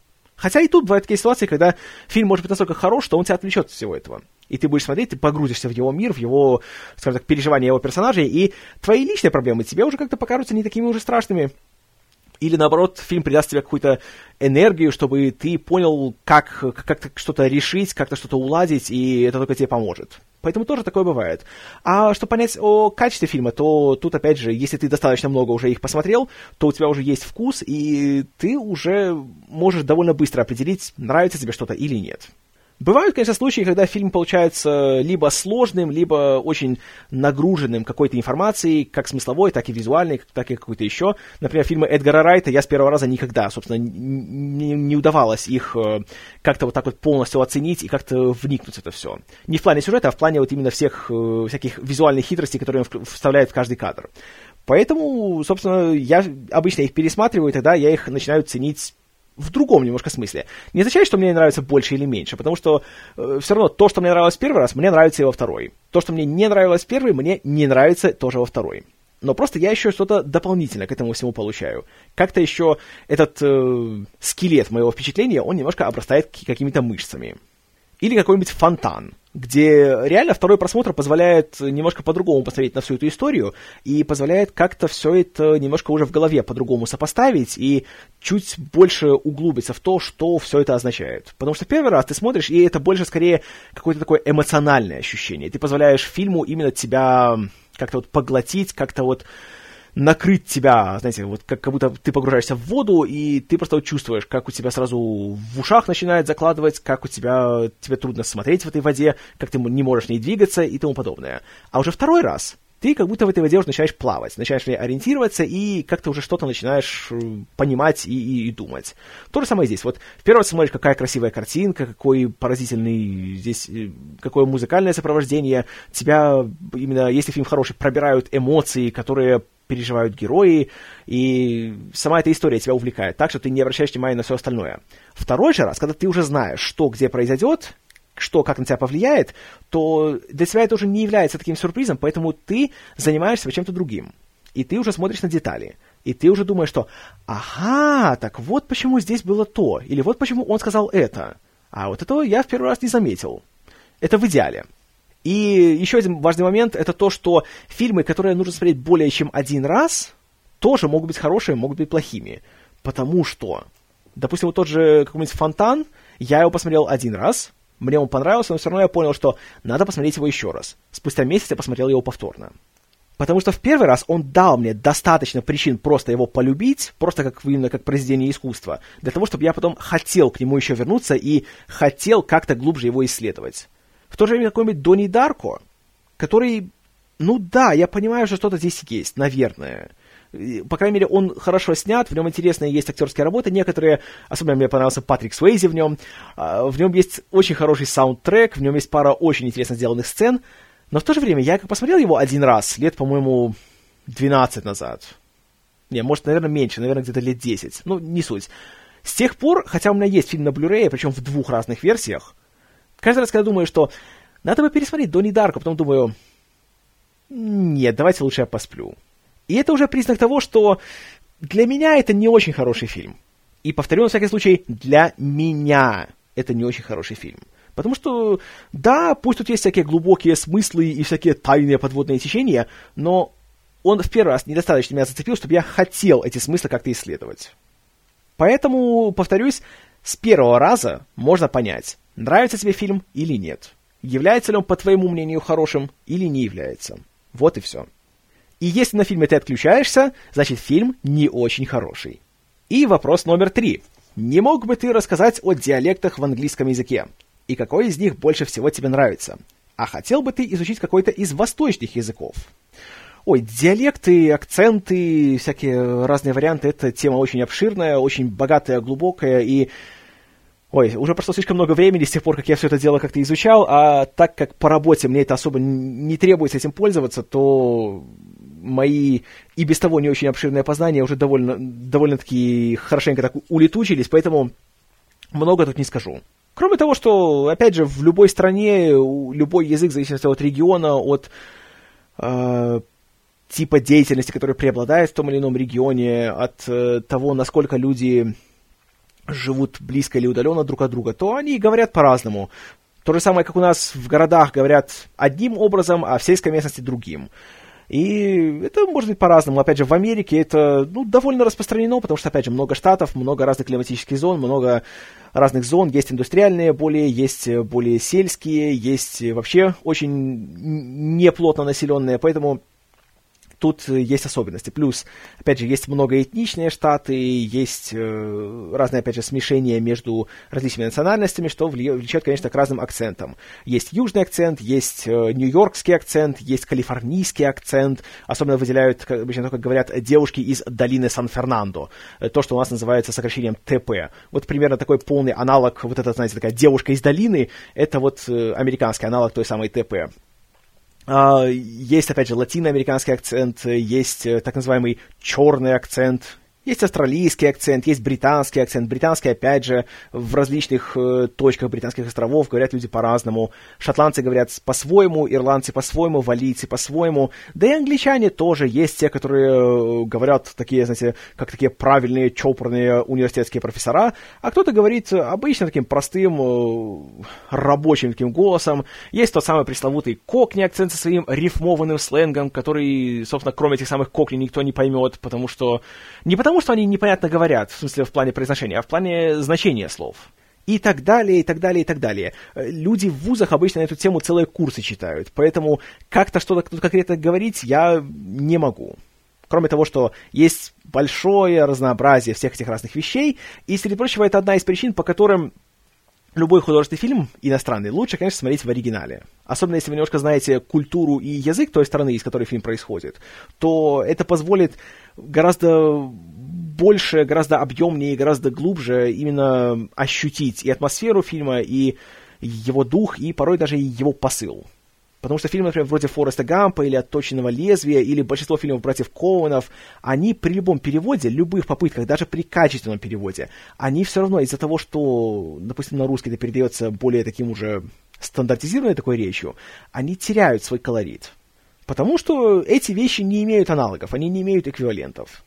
Хотя и тут бывают такие ситуации, когда фильм может быть настолько хорош, что он тебя отвлечет от всего этого. И ты будешь смотреть, ты погрузишься в его мир, в его, скажем так, переживания его персонажей, и твои личные проблемы тебе уже как-то покажутся не такими уже страшными. Или, наоборот, фильм придаст тебе какую-то энергию, чтобы ты понял, как, как что-то решить, как-то что-то уладить, и это только тебе поможет. Поэтому тоже такое бывает. А чтобы понять о качестве фильма, то тут, опять же, если ты достаточно много уже их посмотрел, то у тебя уже есть вкус, и ты уже можешь довольно быстро определить, нравится тебе что-то или нет. Бывают, конечно, случаи, когда фильм получается либо сложным, либо очень нагруженным какой-то информацией, как смысловой, так и визуальной, так и какой-то еще. Например, фильмы Эдгара Райта я с первого раза никогда, собственно, не, не удавалось их как-то вот так вот полностью оценить и как-то вникнуть в это все. Не в плане сюжета, а в плане вот именно всех всяких визуальных хитростей, которые он вставляет в каждый кадр. Поэтому, собственно, я обычно их пересматриваю, и тогда я их начинаю ценить в другом немножко смысле. Не означает, что мне нравится больше или меньше, потому что э, все равно то, что мне нравилось в первый раз, мне нравится и во второй. То, что мне не нравилось в первый, мне не нравится тоже во второй. Но просто я еще что-то дополнительно к этому всему получаю. Как-то еще этот э, скелет моего впечатления, он немножко обрастает какими-то мышцами. Или какой-нибудь фонтан, где реально второй просмотр позволяет немножко по-другому посмотреть на всю эту историю и позволяет как-то все это немножко уже в голове по-другому сопоставить и чуть больше углубиться в то, что все это означает. Потому что первый раз ты смотришь, и это больше скорее какое-то такое эмоциональное ощущение. Ты позволяешь фильму именно тебя как-то вот поглотить, как-то вот накрыть тебя, знаете, вот как, как будто ты погружаешься в воду, и ты просто вот чувствуешь, как у тебя сразу в ушах начинает закладывать, как у тебя, тебе трудно смотреть в этой воде, как ты не можешь в ней двигаться и тому подобное. А уже второй раз ты как будто в этой воде уже начинаешь плавать, начинаешь в ней ориентироваться, и как-то уже что-то начинаешь понимать и, и, и думать. То же самое здесь. Вот в первый раз смотришь, какая красивая картинка, какой поразительный здесь, какое музыкальное сопровождение. Тебя именно, если фильм хороший, пробирают эмоции, которые переживают герои, и сама эта история тебя увлекает так, что ты не обращаешь внимания на все остальное. Второй же раз, когда ты уже знаешь, что где произойдет, что как на тебя повлияет, то для тебя это уже не является таким сюрпризом, поэтому ты занимаешься чем-то другим. И ты уже смотришь на детали. И ты уже думаешь, что ага, так вот почему здесь было то, или вот почему он сказал это. А вот этого я в первый раз не заметил. Это в идеале. И еще один важный момент, это то, что фильмы, которые нужно смотреть более чем один раз, тоже могут быть хорошими, могут быть плохими. Потому что, допустим, вот тот же какой-нибудь «Фонтан», я его посмотрел один раз, мне он понравился, но все равно я понял, что надо посмотреть его еще раз. Спустя месяц я посмотрел его повторно. Потому что в первый раз он дал мне достаточно причин просто его полюбить, просто как именно как произведение искусства, для того, чтобы я потом хотел к нему еще вернуться и хотел как-то глубже его исследовать. В то же время какой-нибудь Донни Дарко, который, ну да, я понимаю, что что-то здесь есть, наверное. По крайней мере, он хорошо снят, в нем интересные есть актерские работы некоторые, особенно мне понравился Патрик Суэйзи в нем. В нем есть очень хороший саундтрек, в нем есть пара очень интересно сделанных сцен, но в то же время я как посмотрел его один раз, лет, по-моему, двенадцать назад. Не, может, наверное, меньше, наверное, где-то лет десять. Ну, не суть. С тех пор, хотя у меня есть фильм на Blu-ray, причем в двух разных версиях, каждый раз, когда думаю, что надо бы пересмотреть Донни Дарко, потом думаю, нет, давайте лучше я посплю. И это уже признак того, что для меня это не очень хороший фильм. И повторю на всякий случай, для меня это не очень хороший фильм. Потому что, да, пусть тут есть всякие глубокие смыслы и всякие тайные подводные течения, но он в первый раз недостаточно меня зацепил, чтобы я хотел эти смыслы как-то исследовать. Поэтому, повторюсь, с первого раза можно понять, нравится тебе фильм или нет. Является ли он, по твоему мнению, хорошим или не является. Вот и все. И если на фильме ты отключаешься, значит фильм не очень хороший. И вопрос номер три. Не мог бы ты рассказать о диалектах в английском языке? И какой из них больше всего тебе нравится? А хотел бы ты изучить какой-то из восточных языков? Ой, диалекты, акценты, всякие разные варианты, это тема очень обширная, очень богатая, глубокая, и... Ой, уже прошло слишком много времени с тех пор, как я все это дело как-то изучал, а так как по работе мне это особо не требуется этим пользоваться, то мои и без того не очень обширные познания уже довольно, довольно-таки хорошенько так улетучились, поэтому много тут не скажу. Кроме того, что, опять же, в любой стране любой язык, в зависимости от региона, от э, типа деятельности, который преобладает в том или ином регионе, от э, того, насколько люди живут близко или удаленно друг от друга, то они говорят по-разному. То же самое, как у нас в городах говорят одним образом, а в сельской местности другим. И это может быть по-разному. Опять же, в Америке это ну, довольно распространено, потому что, опять же, много штатов, много разных климатических зон, много разных зон. Есть индустриальные более, есть более сельские, есть вообще очень неплотно населенные, поэтому тут есть особенности. Плюс, опять же, есть многоэтничные штаты, есть э, разное, опять же, смешение между различными национальностями, что влечет, конечно, к разным акцентам. Есть южный акцент, есть э, нью-йоркский акцент, есть калифорнийский акцент. Особенно выделяют, как, обычно только говорят, девушки из долины Сан-Фернандо. То, что у нас называется сокращением тэ пэ. Вот примерно такой полный аналог, вот это, знаете, такая девушка из долины, это вот э, американский аналог той самой тэ пэ. Uh, есть, опять же, латиноамериканский акцент, есть так называемый черный акцент, есть австралийский акцент, есть британский акцент. Британский, опять же, в различных э, точках британских островов говорят люди по-разному. Шотландцы говорят по-своему, ирландцы по-своему, валлийцы по-своему. Да и англичане тоже есть те, которые э, говорят такие, знаете, как такие правильные, чопорные университетские профессора, а кто-то говорит обычно таким простым, э, рабочим таким голосом. Есть тот самый пресловутый кокни акцент со своим рифмованным сленгом, который, собственно, кроме этих самых кокни никто не поймет, потому что... Не потому Потому что они непонятно говорят, в смысле в плане произношения, а в плане значения слов. И так далее, и так далее, и так далее. Люди в вузах обычно на эту тему целые курсы читают, поэтому как-то что-то тут конкретно говорить я не могу. Кроме того, что есть большое разнообразие всех этих разных вещей, и, среди прочего, это одна из причин, по которым любой художественный фильм иностранный лучше, конечно, смотреть в оригинале. Особенно, если вы немножко знаете культуру и язык той страны, из которой фильм происходит, то это позволит гораздо больше, гораздо объемнее, гораздо глубже именно ощутить и атмосферу фильма, и его дух, и порой даже его посыл. Потому что фильмы, например, вроде «Фореста Гампа» или «Отточенного лезвия», или большинство фильмов «Братьев Коуэнов», они при любом переводе, любых попытках, даже при качественном переводе, они все равно из-за того, что, допустим, на русский это передается более таким уже стандартизированной такой речью, они теряют свой колорит. Потому что эти вещи не имеют аналогов, они не имеют эквивалентов.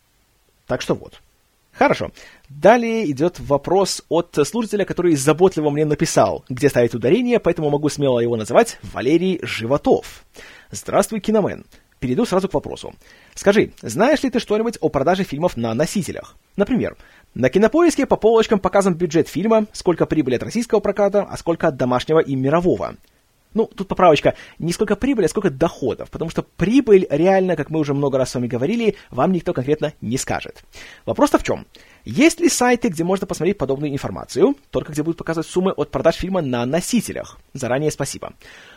Так что вот. Хорошо. Далее идет вопрос от слушателя, который заботливо мне написал, где ставить ударение, поэтому могу смело его называть Валерий Животов. Здравствуй, киномен. Перейду сразу к вопросу. Скажи, знаешь ли ты что-нибудь о продаже фильмов на носителях? Например, на Кинопоиске по полочкам показан бюджет фильма, сколько прибыли от российского проката, а сколько от домашнего и мирового. Ну, тут поправочка, не сколько прибыли, а сколько доходов, потому что прибыль реально, как мы уже много раз с вами говорили, вам никто конкретно не скажет. Вопрос-то в чем? Есть ли сайты, где можно посмотреть подобную информацию, только где будут показывать суммы от продаж фильма на носителях? Заранее спасибо.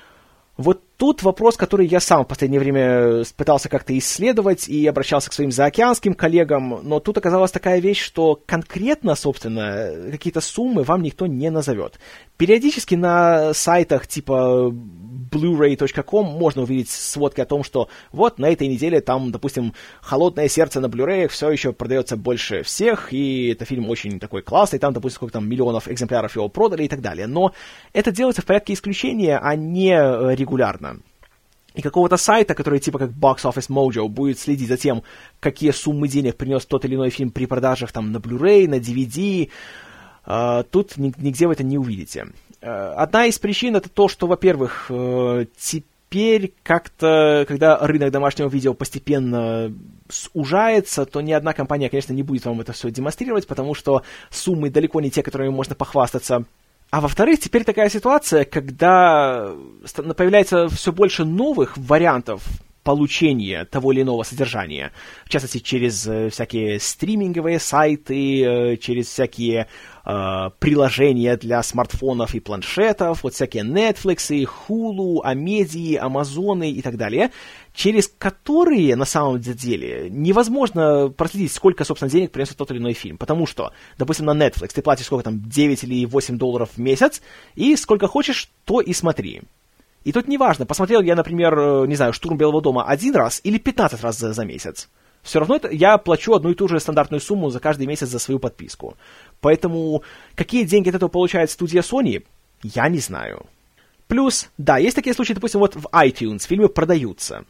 Вот тут вопрос, который я сам в последнее время пытался как-то исследовать и обращался к своим заокеанским коллегам, но тут оказалась такая вещь, что конкретно, собственно, какие-то суммы вам никто не назовет. Периодически на сайтах типа блю рей точка ком можно увидеть сводки о том, что вот на этой неделе там, допустим, «Холодное сердце» на Blu-ray все еще продается больше всех, и это фильм очень такой классный, там, допустим, сколько там миллионов экземпляров его продали и так далее. Но это делается в порядке исключения, а не регулярно. И какого-то сайта, который типа как Box Office Mojo будет следить за тем, какие суммы денег принес тот или иной фильм при продажах там на Blu-ray, на ди ви ди, Uh, тут нигде вы это не увидите. Uh, одна из причин это то, что, во-первых, uh, теперь как-то, когда рынок домашнего видео постепенно сужается, то ни одна компания, конечно, не будет вам это все демонстрировать, потому что суммы далеко не те, которыми можно похвастаться. А во-вторых, теперь такая ситуация, когда появляется все больше новых вариантов получения того или иного содержания, в частности, через э, всякие стриминговые сайты, э, через всякие э, приложения для смартфонов и планшетов, вот всякие Netflix, Hulu, Амедии, Амазоны и так далее, через которые, на самом деле, невозможно проследить, сколько, собственно, денег принесет тот или иной фильм, потому что, допустим, на Netflix ты платишь сколько там, девять или восемь долларов в месяц, и сколько хочешь, то и смотри. И тут неважно, посмотрел я, например, не знаю, «Штурм Белого дома» один раз или пятнадцать раз за, за месяц. Все равно это, я плачу одну и ту же стандартную сумму за каждый месяц за свою подписку. Поэтому какие деньги от этого получает студия Sony, я не знаю. Плюс, да, есть такие случаи, допустим, вот в iTunes фильмы продаются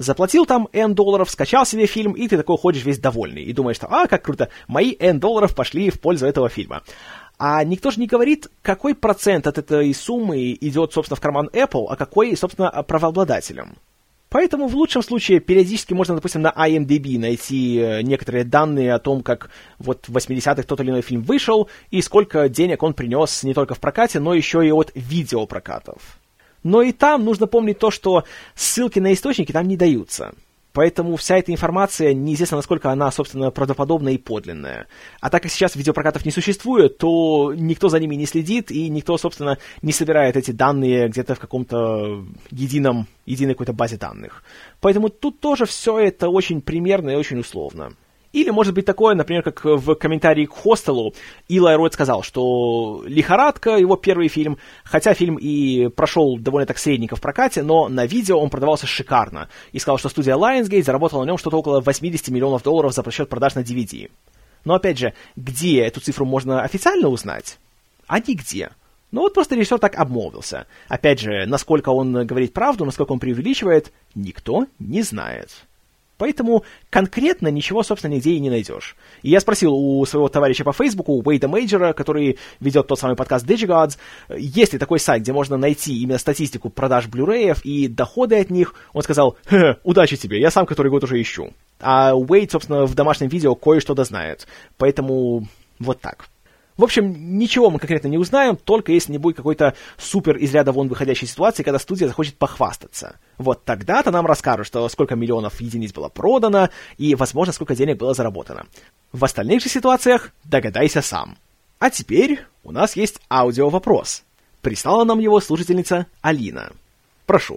Заплатил там N долларов, скачал себе фильм, и ты такой ходишь весь довольный. И думаешь, что, а, как круто, мои N долларов пошли в пользу этого фильма. А никто же не говорит, какой процент от этой суммы идет, собственно, в карман Apple, а какой, собственно, правообладателям. Поэтому в лучшем случае периодически можно, допустим, на ай эм ди би найти некоторые данные о том, как вот в восьмидесятых тот или иной фильм вышел, и сколько денег он принес не только в прокате, но еще и от видеопрокатов. Но и там нужно помнить то, что ссылки на источники там не даются. Поэтому вся эта информация, неизвестно, насколько она, собственно, правдоподобная и подлинная. А так как сейчас видеопрокатов не существует, то никто за ними не следит, и никто, собственно, не собирает эти данные где-то в каком-то едином, единой какой-то базе данных. Поэтому тут тоже все это очень примерно и очень условно. Или может быть такое, например, как в комментарии к «Хостелу» Илай Ройд сказал, что «Лихорадка», его первый фильм, хотя фильм и прошел довольно так средненько в прокате, но на видео он продавался шикарно. И сказал, что студия Lionsgate заработала на нем что-то около восемьдесят миллионов долларов за просчет продаж на ди ви ди. Но опять же, где эту цифру можно официально узнать? А нигде. Ну вот просто режиссер так обмолвился. Опять же, насколько он говорит правду, насколько он преувеличивает, никто не знает. Поэтому конкретно ничего, собственно, нигде и не найдешь. И я спросил у своего товарища по Фейсбуку, Уэйда Мейджора, который ведет тот самый подкаст DigiGods, есть ли такой сайт, где можно найти именно статистику продаж блюреев и доходы от них. Он сказал, хе-хе, удачи тебе, я сам который год уже ищу. А Уэйд, собственно, в домашнем видео кое-что дознает. Поэтому вот так. В общем, ничего мы конкретно не узнаем, только если не будет какой-то супер из ряда вон выходящей ситуации, когда студия захочет похвастаться. Вот тогда-то нам расскажут, что сколько миллионов единиц было продано и, возможно, сколько денег было заработано. В остальных же ситуациях догадайся сам. А теперь у нас есть аудиовопрос. Прислала нам его слушательница Алина. Прошу.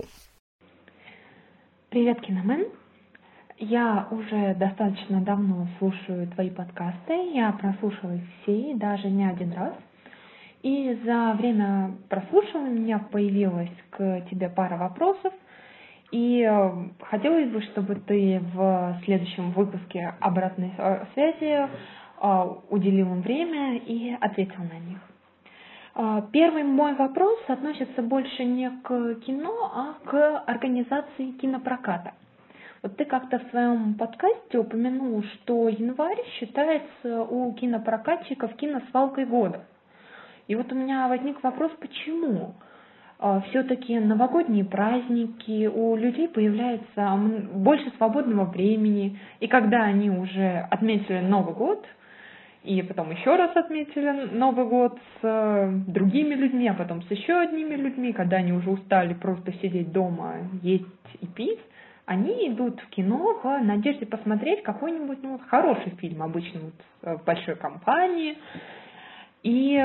Привет, Киномен. Я уже достаточно давно слушаю твои подкасты, я прослушала их все, и даже не один раз. И за время прослушивания у меня появилась к тебе пара вопросов, и хотелось бы, чтобы ты в следующем выпуске обратной связи уделил им время и ответил на них. Первый мой вопрос относится больше не к кино, а к организации кинопроката. Вот ты как-то в своем подкасте упомянул, что январь считается у кинопрокатчиков киносвалкой года. И вот у меня возник вопрос, почему? Все-таки новогодние праздники, у людей появляется больше свободного времени, и когда они уже отметили Новый год, и потом еще раз отметили Новый год с другими людьми, а потом с еще одними людьми, когда они уже устали просто сидеть дома, есть и пить, они идут в кино в надежде посмотреть какой-нибудь ну, хороший фильм, обычно вот, в большой компании. И,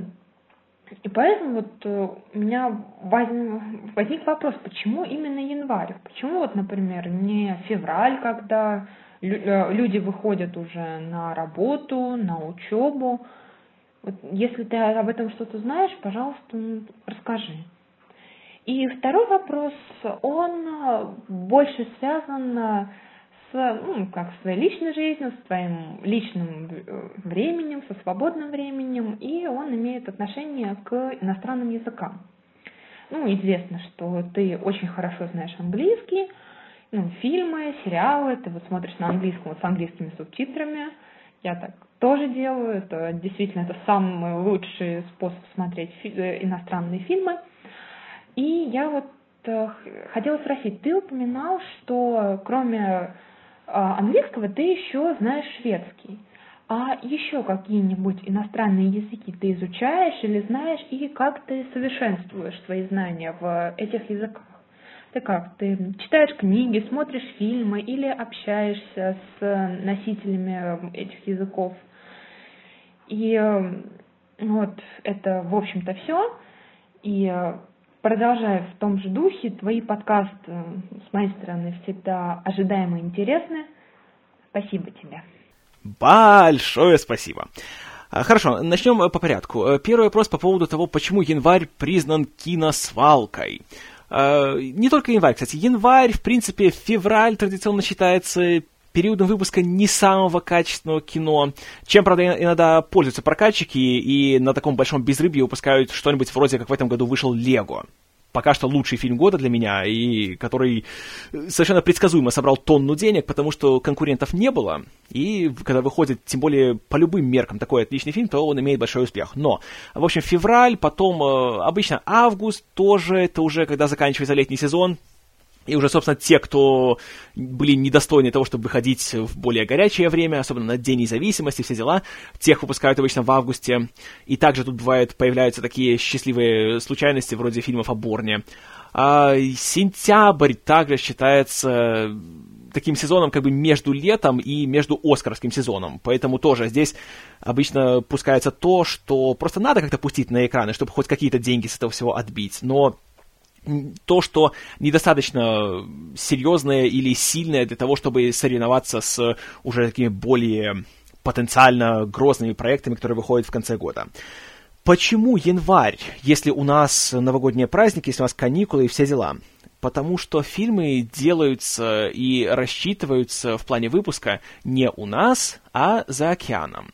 и поэтому вот у меня возник, возник вопрос, почему именно январь? Почему вот, например, не февраль, когда люди выходят уже на работу, на учебу? Вот, если ты об этом что-то знаешь, пожалуйста, расскажи. И второй вопрос, он больше связан с, ну, как с твоей личной жизнью, с твоим личным временем, со свободным временем, и он имеет отношение к иностранным языкам. Ну, известно, что ты очень хорошо знаешь английский, ну, фильмы, сериалы, ты вот смотришь на английском вот с английскими субтитрами, я так тоже делаю, это действительно это самый лучший способ смотреть фи- иностранные фильмы. И я вот э, хотела спросить, ты упоминал, что кроме э, английского ты еще знаешь шведский. А еще какие-нибудь иностранные языки ты изучаешь или знаешь, и как ты совершенствуешь свои знания в этих языках? Ты как? Ты читаешь книги, смотришь фильмы или общаешься с носителями этих языков? И э, вот это, в общем-то, все. И э, продолжая в том же духе, твои подкасты с моей стороны всегда ожидаемо интересны. Спасибо тебе. Большое спасибо. Хорошо, начнем по порядку. Первый вопрос по поводу того, почему январь признан киносвалкой. Не только январь, кстати. Январь, в принципе, февраль традиционно считается периодом выпуска не самого качественного кино, чем, правда, иногда пользуются прокатчики и на таком большом безрыбье выпускают что-нибудь вроде как в этом году вышел «Лего». пока что лучший фильм года для меня, и который совершенно предсказуемо собрал тонну денег, потому что конкурентов не было, и когда выходит, тем более по любым меркам, такой отличный фильм, то он имеет большой успех. Но, в общем, февраль, потом э, обычно август тоже, это уже когда заканчивается летний сезон, и уже, собственно, те, кто были недостойны того, чтобы выходить в более горячее время, особенно на День независимости, все дела, тех выпускают обычно в августе. И также тут бывает, появляются такие счастливые случайности, вроде фильмов о Борне. А сентябрь также считается таким сезоном как бы между летом и между оскаровским сезоном. Поэтому тоже здесь обычно пускается то, что просто надо как-то пустить на экраны, чтобы хоть какие-то деньги с этого всего отбить. Но то, что недостаточно серьезное или сильное для того, чтобы соревноваться с уже такими более потенциально грозными проектами, которые выходят в конце года. Почему январь, если у нас новогодние праздники, если у нас каникулы и все дела? Потому что фильмы делаются и рассчитываются в плане выпуска не у нас, а за океаном.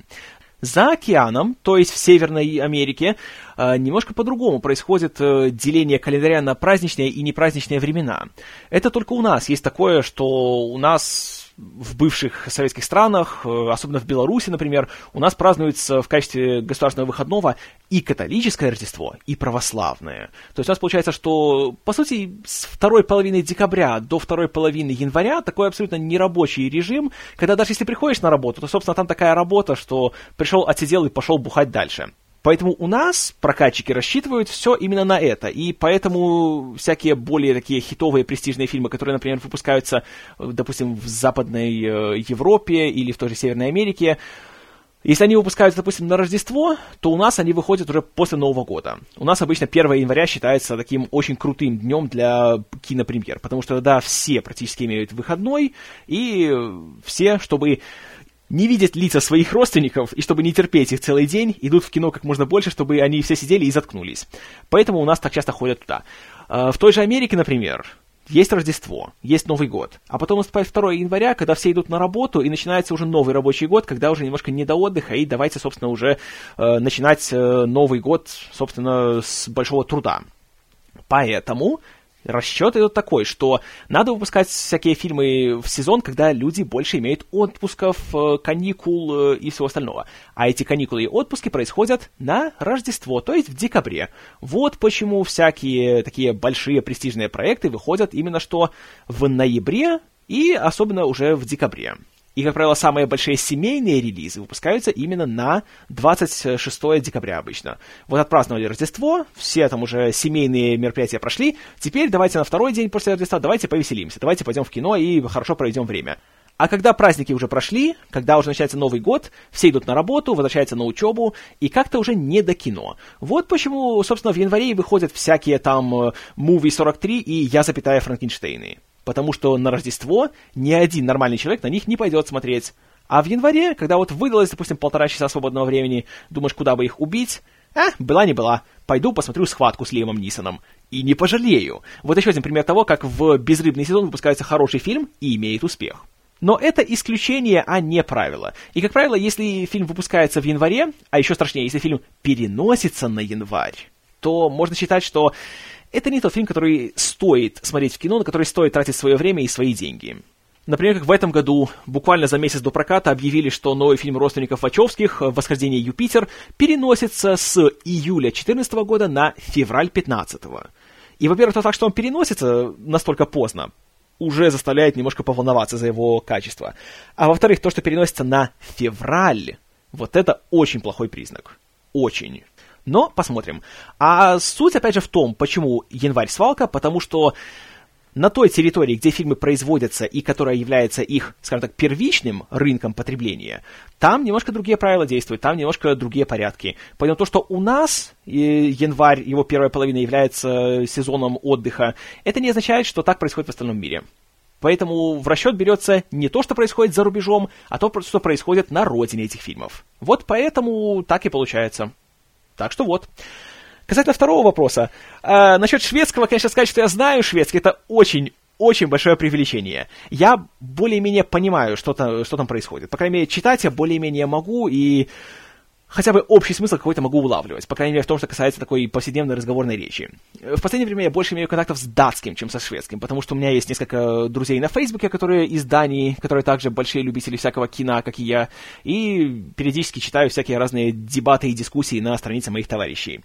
За океаном, то есть в Северной Америке, немножко по-другому происходит деление календаря на праздничные и непраздничные времена. Это только у нас есть такое, что у нас в бывших советских странах, особенно в Беларуси, например, у нас празднуется в качестве государственного выходного и католическое Рождество, и православное. То есть у нас получается, что, по сути, с второй половины декабря до второй половины января такой абсолютно нерабочий режим, когда даже если приходишь на работу, то, собственно, там такая работа, что пришел, отсидел и пошел бухать дальше. Поэтому у нас прокатчики рассчитывают все именно на это, и поэтому всякие более такие хитовые престижные фильмы, которые, например, выпускаются, допустим, в Западной Европе или в той же Северной Америке, если они выпускаются, допустим, на Рождество, то у нас они выходят уже после Нового года. У нас обычно первое января считается таким очень крутым днем для кинопремьер, потому что, да, все практически имеют выходной, и все, чтобы не видеть лица своих родственников, и чтобы не терпеть их целый день, идут в кино как можно больше, чтобы они все сидели и заткнулись. Поэтому у нас так часто ходят туда. В той же Америке, например, есть Рождество, есть Новый год, а потом наступает второго января, когда все идут на работу, и начинается уже новый рабочий год, когда уже немножко не до отдыха, и давайте, собственно, уже э, начинать э, Новый год, собственно, с большого труда. Поэтому расчет идет такой, что надо выпускать всякие фильмы в сезон, когда люди больше имеют отпусков, каникул и всего остального. А эти каникулы и отпуски происходят на Рождество, то есть в декабре. Вот почему всякие такие большие престижные проекты выходят именно что в ноябре и особенно уже в декабре. И, как правило, самые большие семейные релизы выпускаются именно на двадцать шестого декабря обычно. Вот отпраздновали Рождество, все там уже семейные мероприятия прошли, теперь давайте на второй день после Рождества, давайте повеселимся, давайте пойдем в кино и хорошо проведем время. А когда праздники уже прошли, когда уже начинается Новый год, все идут на работу, возвращаются на учебу, и как-то уже не до кино. Вот почему, собственно, в январе выходят всякие там «Муви сорок три» и «Я, запятая, Франкенштейны». Потому что на Рождество ни один нормальный человек на них не пойдет смотреть. А в январе, когда вот выдалось, допустим, полтора часа свободного времени, думаешь, куда бы их убить? А, была не была. Пойду посмотрю «Схватку» с Лиамом Нисоном. И не пожалею. Вот еще один пример того, как в безрыбный сезон выпускается хороший фильм и имеет успех. Но это исключение, а не правило. И, как правило, если фильм выпускается в январе, а еще страшнее, если фильм переносится на январь, то можно считать, что это не тот фильм, который стоит смотреть в кино, на который стоит тратить свое время и свои деньги. Например, как в этом году, буквально за месяц до проката, объявили, что новый фильм родственников Вачовских «Восхождение Юпитер» переносится с июля две тысячи четырнадцатого года на февраль две тысячи пятнадцатого. И, во-первых, то факт, что он переносится настолько поздно, уже заставляет немножко поволноваться за его качество. А во-вторых, то, что переносится на февраль, вот это очень плохой признак. Очень. Но посмотрим. А суть, опять же, в том, почему январь свалка, потому что на той территории, где фильмы производятся и которая является их, скажем так, первичным рынком потребления, там немножко другие правила действуют, там немножко другие порядки. Поэтому то, что у нас январь, его первая половина является сезоном отдыха, это не означает, что так происходит в остальном мире. Поэтому в расчет берется не то, что происходит за рубежом, а то, что происходит на родине этих фильмов. Вот поэтому так и получается. Так что вот. Касательно второго вопроса. Э, насчет шведского, конечно, сказать, что я знаю шведский, это очень-очень большое преувеличение. Я более-менее понимаю, что там, что там происходит. По крайней мере, читать я более-менее могу, и хотя бы общий смысл какой-то могу улавливать, по крайней мере, в том, что касается такой повседневной разговорной речи. В последнее время я больше имею контактов с датским, чем со шведским, потому что у меня есть несколько друзей на Фейсбуке, которые из Дании, которые также большие любители всякого кино, как и я, и периодически читаю всякие разные дебаты и дискуссии на странице моих товарищей.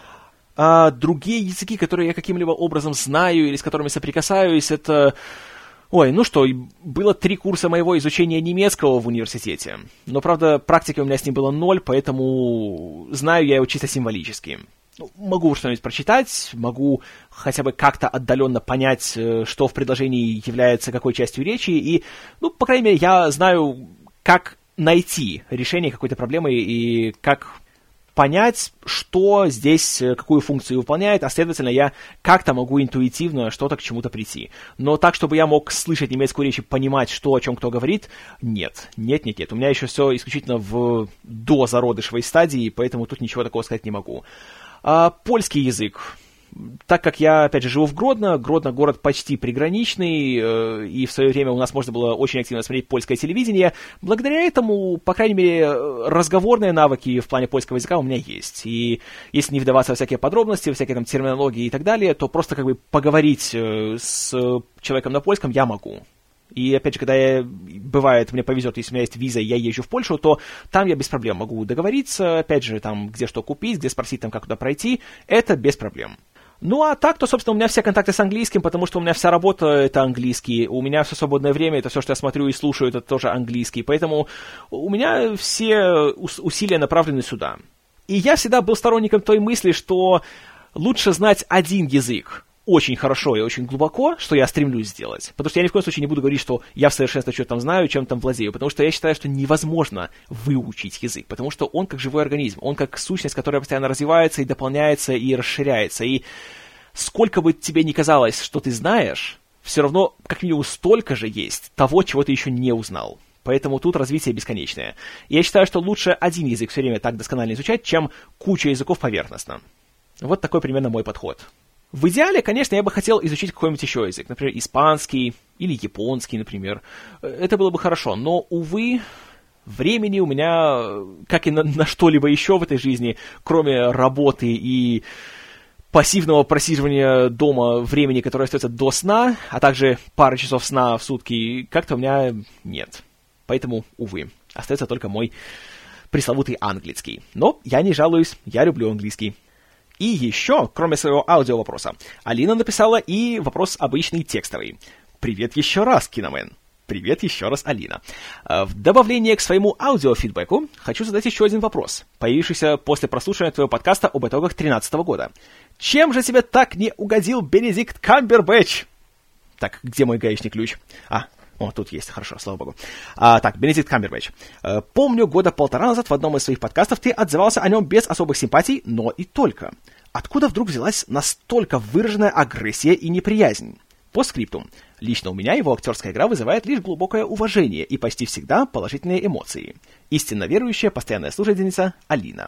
А другие языки, которые я каким-либо образом знаю или с которыми соприкасаюсь, это... Ой, ну что, было три курса моего изучения немецкого в университете. Но, правда, практики у меня с ним было ноль, поэтому знаю я его чисто символически. Могу что-нибудь прочитать, могу хотя бы как-то отдаленно понять, что в предложении является какой частью речи, и, ну, по крайней мере, я знаю, как найти решение какой-то проблемы и как... понять, что здесь, какую функцию выполняет, а, следовательно, я как-то могу интуитивно что-то к чему-то прийти. Но так, чтобы я мог слышать немецкую речь и понимать, что о чем кто говорит, нет. Нет, нет, нет. У меня еще все исключительно в дозародышевой стадии, поэтому тут ничего такого сказать не могу. А, польский язык. Так как я, опять же, живу в Гродно, Гродно город почти приграничный, э, и в свое время у нас можно было очень активно смотреть польское телевидение, благодаря этому, по крайней мере, разговорные навыки в плане польского языка у меня есть. И если не вдаваться во всякие подробности, во всякие там терминологии и так далее, то просто как бы поговорить э, с человеком на польском я могу. И, опять же, когда я, бывает, мне повезет, если у меня есть виза, и я езжу в Польшу, то там я без проблем могу договориться, опять же, там, где что купить, где спросить, там, как туда пройти, это без проблем. Ну, а так, то, собственно, у меня все контакты с английским, потому что у меня вся работа — это английский, у меня все свободное время, это все, что я смотрю и слушаю, это тоже английский, поэтому у меня все усилия направлены сюда. И я всегда был сторонником той мысли, что лучше знать один язык очень хорошо и очень глубоко, что я стремлюсь сделать. Потому что я ни в коем случае не буду говорить, что я в совершенстве что-то там знаю, чем там владею. Потому что я считаю, что невозможно выучить язык. Потому что он как живой организм. Он как сущность, которая постоянно развивается и дополняется, и расширяется. И сколько бы тебе ни казалось, что ты знаешь, все равно как минимум столько же есть того, чего ты еще не узнал. Поэтому тут развитие бесконечное. И я считаю, что лучше один язык все время так досконально изучать, чем куча языков поверхностно. Вот такой примерно мой подход. В идеале, конечно, я бы хотел изучить какой-нибудь еще язык, например, испанский или японский, например. Это было бы хорошо, но, увы, времени у меня, как и на, на что-либо еще в этой жизни, кроме работы и пассивного просиживания дома времени, которое остается до сна, а также пары часов сна в сутки, как-то у меня нет. Поэтому, увы, остается только мой пресловутый английский. Но я не жалуюсь, я люблю английский. И еще, кроме своего аудиовопроса, Алина написала и вопрос обычный текстовый. «Привет еще раз, Киномен». Привет еще раз, Алина. В добавление к своему аудиофидбэку хочу задать еще один вопрос, появившийся после прослушивания твоего подкаста об итогах две тысячи тринадцатого года. Чем же тебе так не угодил Бенедикт Камбербэтч? Так, где мой гаечный ключ? А, о, тут есть, хорошо, слава богу. А, так, Бенедикт Камбербэтч. Помню, года полтора назад в одном из своих подкастов ты отзывался о нем без особых симпатий, но и только. Откуда вдруг взялась настолько выраженная агрессия и неприязнь? По скрипту. Лично у меня его актерская игра вызывает лишь глубокое уважение и почти всегда положительные эмоции. Истинно верующая, постоянная слушательница Алина.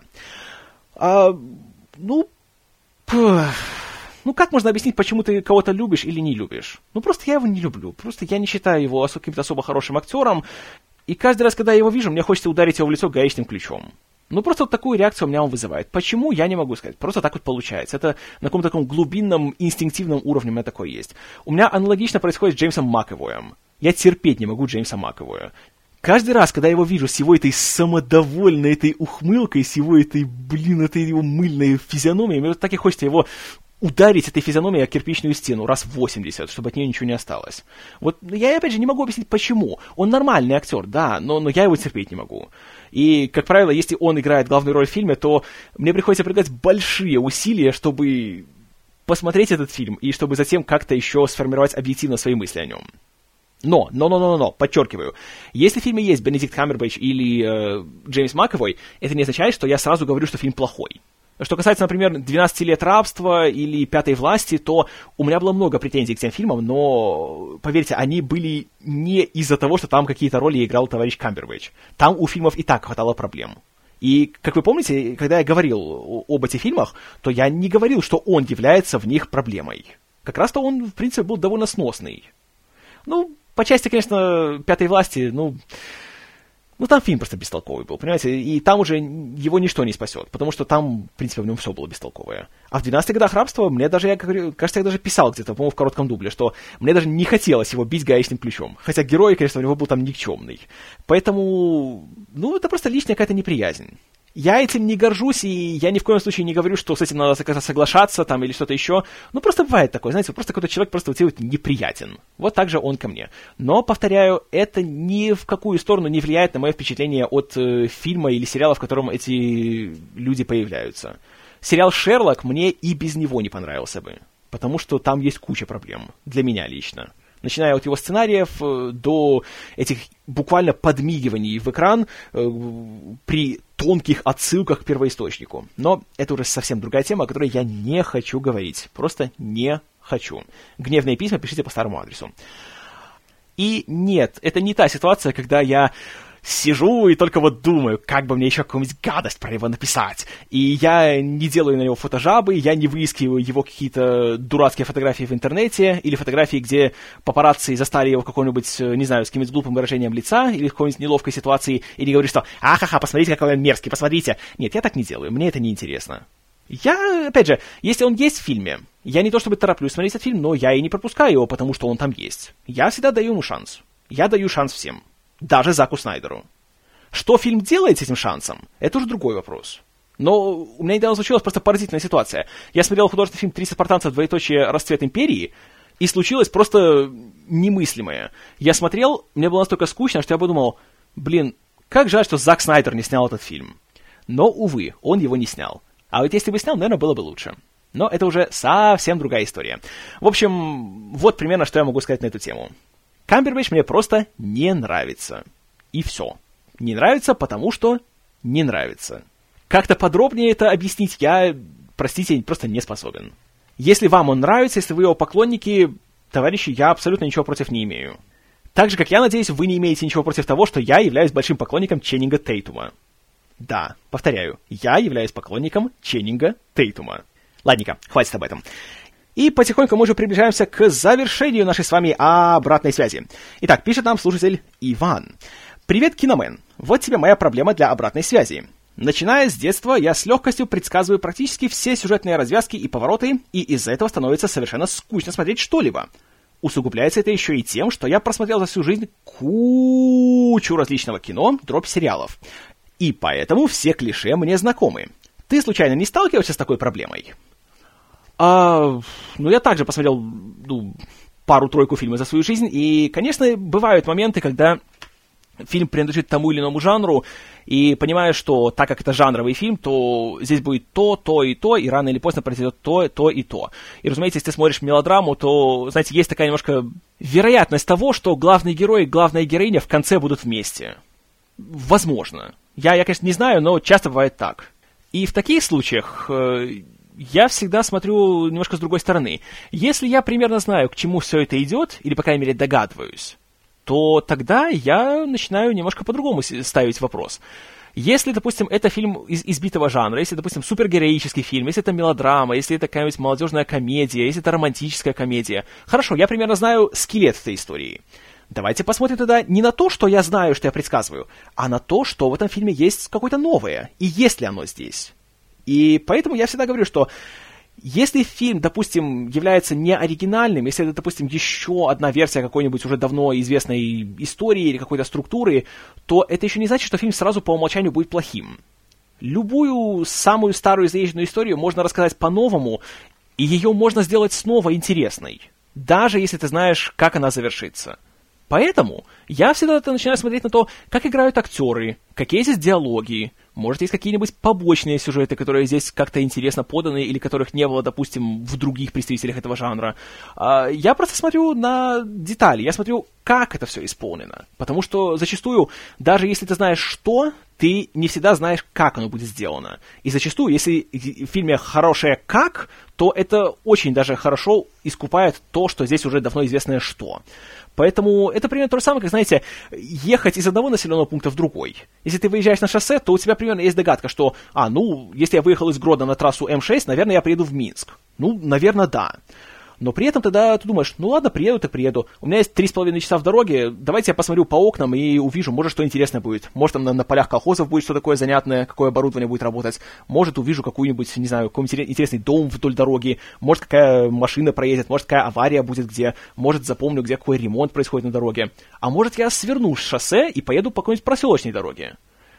А, ну... Пух. Ну, как можно объяснить, почему ты кого-то любишь или не любишь? Ну, просто я его не люблю. Просто я не считаю его каким-то особо хорошим актером. И каждый раз, когда я его вижу, мне хочется ударить его в лицо гаечным ключом. Ну, просто вот такую реакцию у меня он вызывает. Почему, я не могу сказать. Просто так вот получается. Это на каком-то таком глубинном, инстинктивном уровне у меня такое есть. У меня аналогично происходит с Джеймсом Макэвоем. Я терпеть не могу Джеймса Макэвоя. Каждый раз, когда я его вижу с его этой самодовольной, этой ухмылкой, с его этой, блин, этой его мыльной физиономией, мне вот так и хочется его ударить этой физиономией о кирпичную стену раз в восемьдесят, чтобы от нее ничего не осталось. Вот я, опять же, не могу объяснить, почему. Он нормальный актер, да, но, но я его терпеть не могу. И, как правило, если он играет главную роль в фильме, то мне приходится прилагать большие усилия, чтобы посмотреть этот фильм, и чтобы затем как-то еще сформировать объективно свои мысли о нем. Но, но, но, но, но, подчеркиваю, если в фильме есть Бенедикт Камбербэтч или э, Джеймс Макэвой, это не означает, что я сразу говорю, что фильм плохой. Что касается, например, двенадцати лет рабства или «Пятой власти», то у меня было много претензий к тем фильмам, но, поверьте, они были не из-за того, что там какие-то роли играл товарищ Камбербэтч. Там у фильмов и так хватало проблем. И, как вы помните, когда я говорил об этих фильмах, то я не говорил, что он является в них проблемой. Как раз-то он, в принципе, был довольно сносный. Ну, по части, конечно, «Пятой власти», ну... Ну, там фильм просто бестолковый был, понимаете? И там уже его ничто не спасет, потому что там, в принципе, в нем все было бестолковое. А в двенадцати годах рабства мне даже, я говорю, кажется, я даже писал где-то, по-моему, в коротком дубле, что мне даже не хотелось его бить гаечным ключом. Хотя герой, конечно, у него был там никчемный. Поэтому, ну, это просто личная какая-то неприязнь. Я этим не горжусь, и я ни в коем случае не говорю, что с этим надо как-то соглашаться там или что-то еще. Ну, просто бывает такое, знаете, просто какой-то человек просто вот тебе вот неприятен. Вот так же он ко мне. Но, повторяю, это ни в какую сторону не влияет на мое впечатление от э, фильма или сериала, в котором эти люди появляются. Сериал «Шерлок» мне и без него не понравился бы, потому что там есть куча проблем, для меня лично. Начиная от его сценариев до этих буквально подмигиваний в экран э, при тонких отсылках к первоисточнику. Но это уже совсем другая тема, о которой я не хочу говорить. Просто не хочу. Гневные письма пишите по старому адресу. И нет, это не та ситуация, когда я сижу и только вот думаю, как бы мне еще какую-нибудь гадость про него написать. И я не делаю на него фотожабы, я не выискиваю его какие-то дурацкие фотографии в интернете, или фотографии, где папарацци застали его в каком-нибудь, не знаю, с каким-нибудь глупым выражением лица, или в какой-нибудь неловкой ситуации, и не говорю, что «Ахаха, посмотрите, какой он мерзкий, посмотрите». Нет, я так не делаю, мне это не интересно. Я, опять же, если он есть в фильме, я не то чтобы тороплюсь смотреть этот фильм, но я и не пропускаю его, потому что он там есть. Я всегда даю ему шанс. Я даю шанс всем. Даже Заку Снайдеру. Что фильм делает с этим шансом, это уже другой вопрос. Но у меня недавно случилась просто поразительная ситуация. Я смотрел художественный фильм «триста спартанцев. Двоеточие. Расцвет империи», и случилось просто немыслимое. Я смотрел, мне было настолько скучно, что я подумал, блин, как жаль, что Зак Снайдер не снял этот фильм. Но, увы, он его не снял. А вот если бы снял, наверное, было бы лучше. Но это уже совсем другая история. В общем, вот примерно, что я могу сказать на эту тему. Камбербэтч мне просто не нравится. И все. Не нравится, потому что не нравится. Как-то подробнее это объяснить я, простите, просто не способен. Если вам он нравится, если вы его поклонники, товарищи, я абсолютно ничего против не имею. Так же, как я надеюсь, вы не имеете ничего против того, что я являюсь большим поклонником Ченнинга Тейтума. Да, повторяю, я являюсь поклонником Ченнинга Тейтума. Ладненько, хватит об этом. И потихоньку мы уже приближаемся к завершению нашей с вами обратной связи. Итак, пишет нам слушатель Иван. «Привет, Киномен. Вот тебе моя проблема для обратной связи. Начиная с детства, я с легкостью предсказываю практически все сюжетные развязки и повороты, и из-за этого становится совершенно скучно смотреть что-либо. Усугубляется это еще и тем, что я просмотрел за всю жизнь кучу различного кино, дробь сериалов. И поэтому все клише мне знакомы. Ты случайно не сталкиваешься с такой проблемой?» А, ну, я также посмотрел ну, пару-тройку фильмов за свою жизнь, и, конечно, бывают моменты, когда фильм принадлежит тому или иному жанру, и понимаешь, что так как это жанровый фильм, то здесь будет то, то и то, и рано или поздно произойдет то, то и то. И, разумеется, если ты смотришь мелодраму, то, знаете, есть такая немножко вероятность того, что главный герой и главная героиня в конце будут вместе. Возможно. Я, я конечно, не знаю, но часто бывает так. И в таких случаях э, я всегда смотрю немножко с другой стороны. Если я примерно знаю, к чему все это идет, или, по крайней мере, догадываюсь, то тогда я начинаю немножко по-другому ставить вопрос. Если, допустим, это фильм из избитого жанра, если, допустим, супергероический фильм, если это мелодрама, если это какая-нибудь молодежная комедия, если это романтическая комедия, хорошо, я примерно знаю скелет этой истории. Давайте посмотрим тогда не на то, что я знаю, что я предсказываю, а на то, что в этом фильме есть какое-то новое, и есть ли оно здесь. И поэтому я всегда говорю, что если фильм, допустим, является неоригинальным, если это, допустим, еще одна версия какой-нибудь уже давно известной истории или какой-то структуры, то это еще не значит, что фильм сразу по умолчанию будет плохим. Любую самую старую заезженную историю можно рассказать по-новому, и ее можно сделать снова интересной, даже если ты знаешь, как она завершится. Поэтому я всегда начинаю смотреть на то, как играют актеры, какие здесь диалоги, может, есть какие-нибудь побочные сюжеты, которые здесь как-то интересно поданы, или которых не было, допустим, в других представителях этого жанра. Я просто смотрю на детали, я смотрю, как это все исполнено. Потому что зачастую, даже если ты знаешь что, ты не всегда знаешь, как оно будет сделано. И зачастую, если в фильме хорошее «как», то это очень даже хорошо искупает то, что здесь уже давно известное «что». Поэтому это примерно то же самое, как, знаете, ехать из одного населенного пункта в другой. Если ты выезжаешь на шоссе, то у тебя примерно есть догадка, что, а, ну, если я выехал из Гродно на трассу эм шесть, наверное, я приеду в Минск. Ну, наверное, да. Но при этом тогда ты думаешь, ну ладно, приеду, так приеду. У меня есть три с половиной часа в дороге, давайте я посмотрю по окнам и увижу, может, что интересное будет. Может, там на, на полях колхозов будет что такое занятное, какое оборудование будет работать. Может, увижу какую-нибудь, не знаю, какой-нибудь интересный дом вдоль дороги. Может, какая машина проедет, может, какая авария будет где. Может, запомню, где какой ремонт происходит на дороге. А может, я сверну с шоссе и поеду по какой-нибудь проселочной дороге.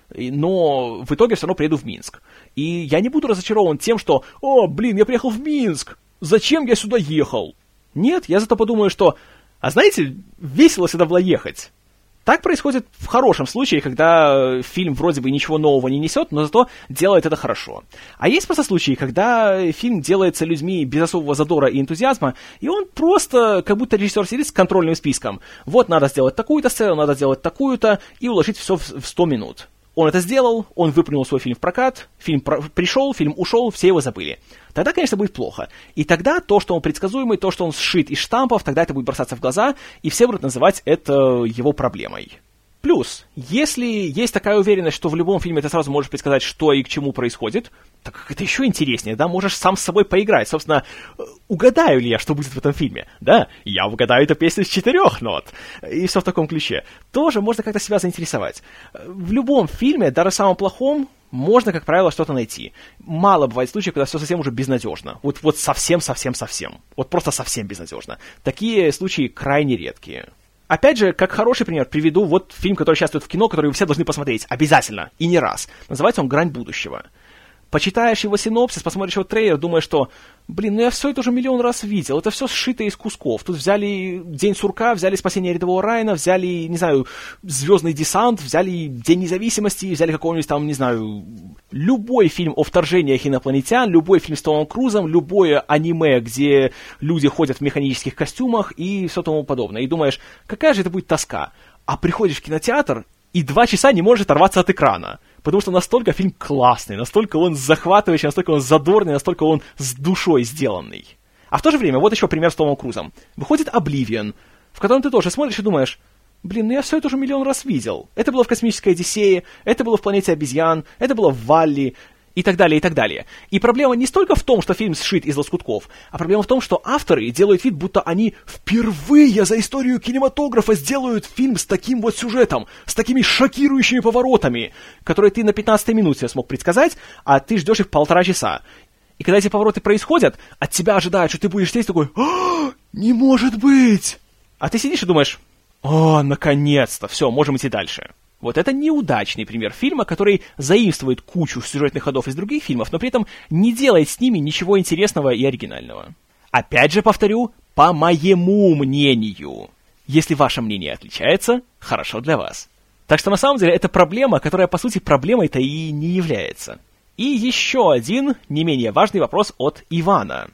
Но в итоге все равно приеду в Минск. И я не буду разочарован тем, что «О, блин, я приехал в Минск! Зачем я сюда ехал?» Нет, я зато подумаю, что «А знаете, весело сюда было ехать». Так происходит в хорошем случае, когда фильм вроде бы ничего нового не несет, но зато делает это хорошо. А есть просто случаи, когда фильм делается людьми без особого задора и энтузиазма, и он просто, как будто режиссер сидит с контрольным списком. Вот надо сделать такую-то сцену, надо сделать такую-то, и уложить все в сто минут. Он это сделал, он выплюнул свой фильм в прокат, фильм про- пришел, фильм ушел, все его забыли. Тогда, конечно, будет плохо. И тогда то, что он предсказуемый, то, что он сшит из штампов, тогда это будет бросаться в глаза, и все будут называть это его проблемой. Плюс, если есть такая уверенность, что в любом фильме ты сразу можешь предсказать, что и к чему происходит, так это еще интереснее, да, можешь сам с собой поиграть. Собственно, угадаю ли я, что будет в этом фильме? Да, я угадаю эту песню с четырех нот. И все в таком ключе. Тоже можно как-то себя заинтересовать. В любом фильме, даже самом плохом, можно, как правило, что-то найти. Мало бывает случаев, когда все совсем уже безнадежно. Вот, вот совсем-совсем-совсем. Вот просто совсем безнадежно. Такие случаи крайне редкие. Опять же, как хороший пример приведу вот фильм, который сейчас идет в кино, который вы все должны посмотреть. Обязательно. И не раз. Называется он «Грань будущего». Почитаешь его синопсис, посмотришь его трейлер, думаешь, что, блин, ну я все это уже миллион раз видел, это все сшито из кусков. Тут взяли «День сурка», взяли «Спасение рядового Райана», взяли, не знаю, «Звездный десант», взяли «День независимости», взяли какого-нибудь там, не знаю, любой фильм о вторжениях инопланетян, любой фильм с Томом Крузом, любое аниме, где люди ходят в механических костюмах и все тому подобное. И думаешь, какая же это будет тоска. А приходишь в кинотеатр и два часа не можешь оторваться от экрана. Потому что настолько фильм классный, настолько он захватывающий, настолько он задорный, настолько он с душой сделанный. А в то же время, вот еще пример с Томом Крузом. Выходит «Обливион», в котором ты тоже смотришь и думаешь, блин, ну я все это уже миллион раз видел. Это было в «Космической Одиссее», это было в «Планете обезьян», это было в «Валли», и так далее, и так далее. И проблема не столько в том, что фильм сшит из лоскутков, а проблема в том, что авторы делают вид, будто они впервые за историю кинематографа сделают фильм с таким вот сюжетом, с такими шокирующими поворотами, которые ты на пятнадцатой минуте смог предсказать, а ты ждешь их полтора часа. И когда эти повороты происходят, от тебя ожидают, что ты будешь сидеть такой «А, не может быть!» А ты сидишь и думаешь «О, наконец-то, все, можем идти дальше». Вот это неудачный пример фильма, который заимствует кучу сюжетных ходов из других фильмов, но при этом не делает с ними ничего интересного и оригинального. Опять же повторю, по моему мнению. Если ваше мнение отличается, хорошо для вас. Так что на самом деле это проблема, которая по сути проблемой-то и не является. И еще один не менее важный вопрос от Ивана.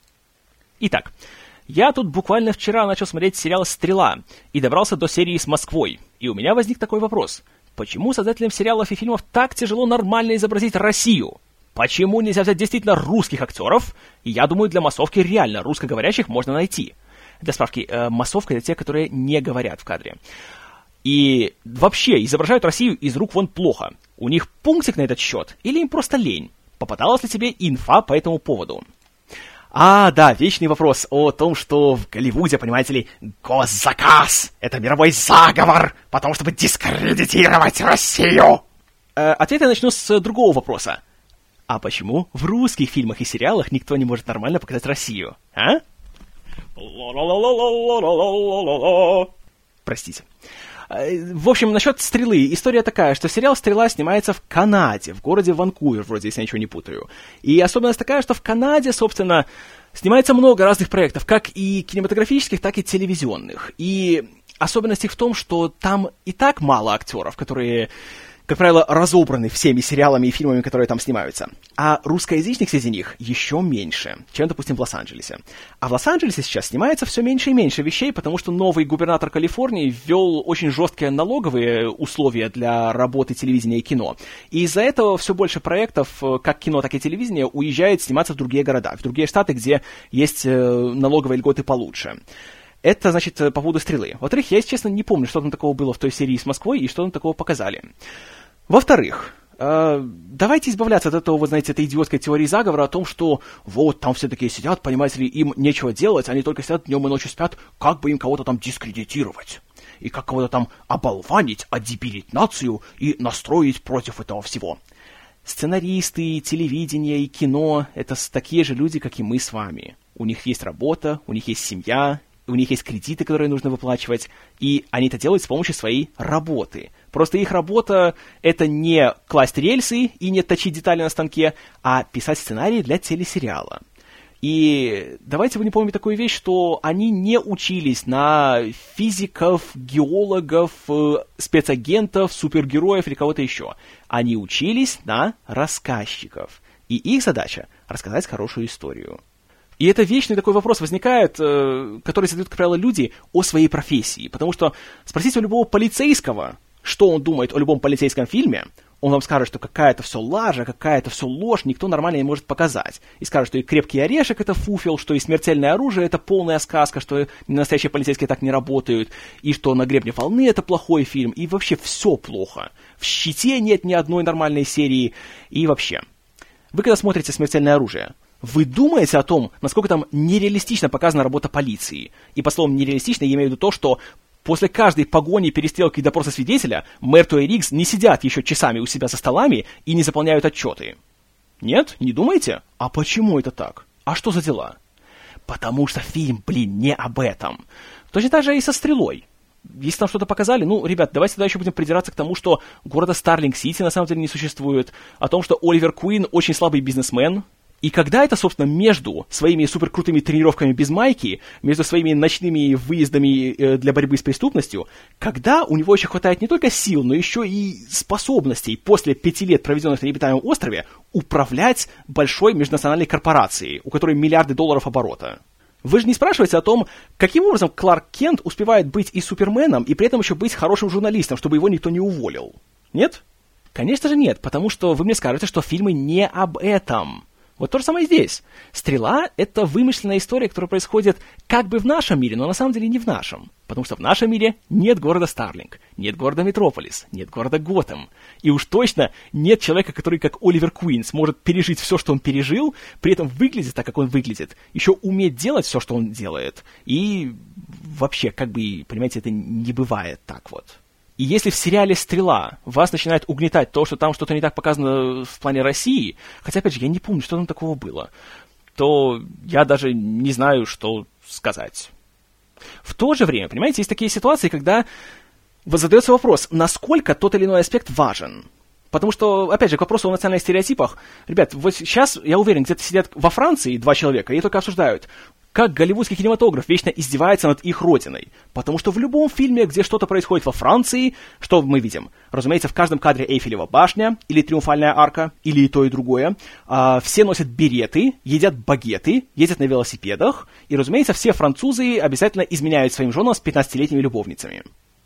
Итак, я тут буквально вчера начал смотреть сериал «Стрела» и добрался до серии с Москвой. И у меня возник такой вопрос. Почему создателям сериалов и фильмов так тяжело нормально изобразить Россию? Почему нельзя взять действительно русских актеров? Я думаю, для массовки реально русскоговорящих можно найти. Для справки, э, массовка — это те, которые не говорят в кадре. И вообще изображают Россию из рук вон плохо. У них пунктик на этот счет или им просто лень? Попадалась ли тебе инфа по этому поводу? А, да, вечный вопрос о том, что в Голливуде, понимаете ли, госзаказ — это мировой заговор, потому чтобы дискредитировать Россию. Э, ответ я начну с другого вопроса. А почему в русских фильмах и сериалах никто не может нормально показать Россию, а? Простите. В общем, насчет «Стрелы». История такая, что сериал «Стрела» снимается в Канаде, в городе Ванкувер, вроде, если я ничего не путаю. И особенность такая, что в Канаде, собственно, снимается много разных проектов, как и кинематографических, так и телевизионных. И особенность их в том, что там и так мало актеров, которые, как правило, разобраны всеми сериалами и фильмами, которые там снимаются. А русскоязычных среди них еще меньше, чем, допустим, в Лос-Анджелесе. А в Лос-Анджелесе сейчас снимается все меньше и меньше вещей, потому что новый губернатор Калифорнии ввел очень жесткие налоговые условия для работы телевидения и кино. И из-за этого все больше проектов, как кино, так и телевидение, уезжает сниматься в другие города, в другие штаты, где есть налоговые льготы получше. Это, значит, по поводу «Стрелы». Во-вторых, я, если честно, не помню, что там такого было в той серии с Москвой и что там такого показали. Во-вторых, э, давайте избавляться от этого, вы знаете, этой идиотской теории заговора о том, что вот там все такие сидят, понимаете ли, им нечего делать, они только сидят днем и ночью спят, как бы им кого-то там дискредитировать. И как кого-то там оболванить, одебилить нацию и настроить против этого всего. Сценаристы, телевидение и кино — это такие же люди, как и мы с вами. У них есть работа, у них есть семья, у них есть кредиты, которые нужно выплачивать, и они это делают с помощью своей работы. Просто их работа — это не класть рельсы и не точить детали на станке, а писать сценарии для телесериала. И давайте вы не помните такую вещь, что они не учились на физиков, геологов, спецагентов, супергероев или кого-то еще. Они учились на рассказчиков. И их задача — рассказать хорошую историю. И это вечный такой вопрос возникает, который задают, как правило, люди о своей профессии. Потому что спросите у любого полицейского, что он думает о любом полицейском фильме, он вам скажет, что какая-то все лажа, какая-то все ложь, никто нормально не может показать. И скажет, что и крепкий орешек — это фуфел, что и смертельное оружие — это полная сказка, что настоящие полицейские так не работают, и что «На гребне волны» — это плохой фильм, и вообще все плохо. В «Щите» нет ни одной нормальной серии, и вообще. Вы когда смотрите «Смертельное оружие», вы думаете о том, насколько там нереалистично показана работа полиции. И по словам «нереалистично» я имею в виду то, что после каждой погони, перестрелки и допроса свидетеля Мерту и Риггс не сидят еще часами у себя за столами и не заполняют отчеты. Нет? Не думаете? А почему это так? А что за дела? Потому что фильм, блин, не об этом. Точно так же и со «Стрелой». Если там что-то показали, ну, ребят, давайте тогда еще будем придираться к тому, что города Старлинг-Сити на самом деле не существует, о том, что Оливер Куин очень слабый бизнесмен. И когда это, собственно, между своими суперкрутыми тренировками без майки, между своими ночными выездами э, для борьбы с преступностью, когда у него еще хватает не только сил, но еще и способностей после пяти лет, проведенных на необитаемом острове, управлять большой межнациональной корпорацией, у которой миллиарды долларов оборота. Вы же не спрашиваете о том, каким образом Кларк Кент успевает быть и Суперменом, и при этом еще быть хорошим журналистом, чтобы его никто не уволил. Нет? Конечно же нет, потому что вы мне скажете, что фильмы не об этом. Вот то же самое и здесь. «Стрела» — это вымышленная история, которая происходит как бы в нашем мире, но на самом деле не в нашем. Потому что в нашем мире нет города Старлинг, нет города Метрополис, нет города Готэм. И уж точно нет человека, который, как Оливер Куин, сможет пережить все, что он пережил, при этом выглядеть так, как он выглядит, еще уметь делать все, что он делает. И вообще, как бы, понимаете, это не бывает так вот. И если в сериале «Стрела» вас начинает угнетать то, что там что-то не так показано в плане России, хотя, опять же, я не помню, что там такого было, то я даже не знаю, что сказать. В то же время, понимаете, есть такие ситуации, когда задается вопрос, насколько тот или иной аспект важен. Потому что, опять же, к вопросу о национальных стереотипах, ребят, вот сейчас, я уверен, где-то сидят во Франции два человека и только обсуждают, как голливудский кинематограф вечно издевается над их родиной. Потому что в любом фильме, где что-то происходит во Франции, что мы видим? Разумеется, в каждом кадре Эйфелева башня, или Триумфальная арка, или и то, и другое. А, все носят береты, едят багеты, ездят на велосипедах, и, разумеется, все французы обязательно изменяют своим женам с пятнадцатилетними любовницами.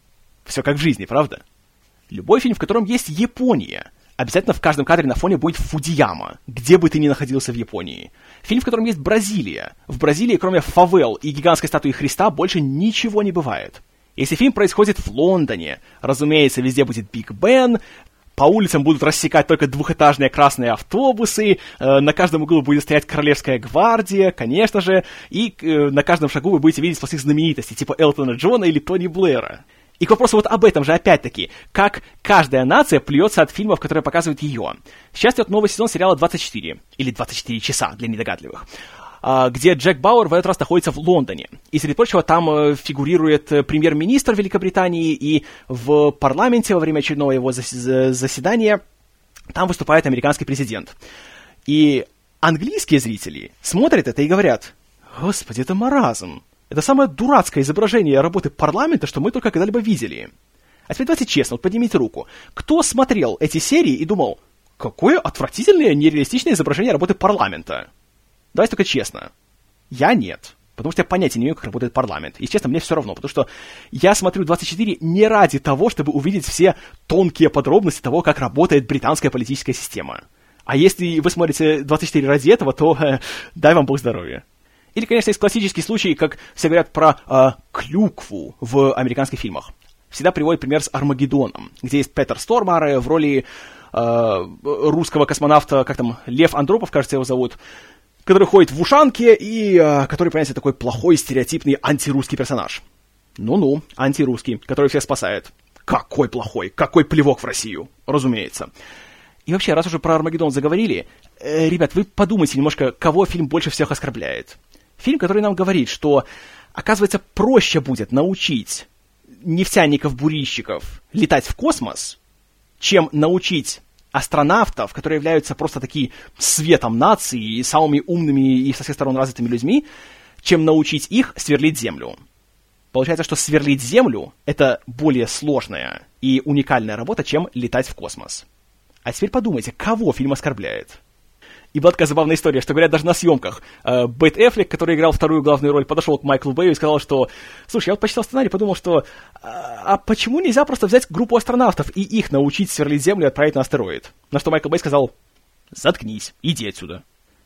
Все как в жизни, правда? Любой фильм, в котором есть Япония, обязательно в каждом кадре на фоне будет Фудзияма, где бы ты ни находился в Японии. Фильм, в котором есть Бразилия. В Бразилии, кроме фавел и гигантской статуи Христа, больше ничего не бывает. Если фильм происходит в Лондоне, разумеется, везде будет Биг Бен, по улицам будут рассекать только двухэтажные красные автобусы, э, на каждом углу будет стоять Королевская гвардия, конечно же, и э, на каждом шагу вы будете видеть простых знаменитостей, типа Элтона Джона или Тони Блэра. И к вопросу вот об этом же опять-таки, как каждая нация плюется от фильмов, которые показывают ее. Сейчас идет новый сезон сериала двадцать четыре, или двадцать четыре часа для недогадливых, где Джек Бауэр в этот раз находится в Лондоне. И, среди прочего, там фигурирует премьер-министр Великобритании, и в парламенте во время очередного его заседания там выступает американский президент. И английские зрители смотрят это и говорят: «Господи, это маразм. Это самое дурацкое изображение работы парламента, что мы только когда-либо видели». А теперь давайте честно, вот поднимите руку. Кто смотрел эти серии и думал: какое отвратительное, нереалистичное изображение работы парламента? Давайте только честно. Я нет. Потому что я понятия не имею, как работает парламент. И, честно, мне все равно. Потому что я смотрю двадцать четыре не ради того, чтобы увидеть все тонкие подробности того, как работает британская политическая система. А если вы смотрите двадцать четыре ради этого, то э, дай вам бог здоровья. Или, конечно, есть классический случай, как все говорят про э, клюкву в американских фильмах. Всегда приводят пример с «Армагеддоном», где есть Петер Стормар в роли э, русского космонавта, как там, Лев Андропов, кажется, его зовут, который ходит в ушанке и э, который, понимаете, такой плохой, стереотипный антирусский персонаж. Ну-ну, антирусский, который всех спасает. Какой плохой, какой плевок в Россию, разумеется. И вообще, раз уже про Армагеддон заговорили, э, ребят, вы подумайте немножко, кого фильм больше всех оскорбляет. Фильм, который нам говорит, что, оказывается, проще будет научить нефтяников-бурильщиков летать в космос, чем научить астронавтов, которые являются просто такие светом нации и самыми умными и со всех сторон развитыми людьми, чем научить их сверлить Землю. Получается, что сверлить Землю — это более сложная и уникальная работа, чем летать в космос. А теперь подумайте, кого фильм оскорбляет? И была такая забавная история, что, говорят, даже на съемках э, Бет Эффлек, который играл вторую главную роль, подошел к Майклу Бэю и сказал, что «Слушай, я вот почитал сценарий, подумал, что а, а почему нельзя просто взять группу астронавтов и их научить сверлить Землю и отправить на астероид?» На что Майкл Бэй сказал «Заткнись, иди отсюда».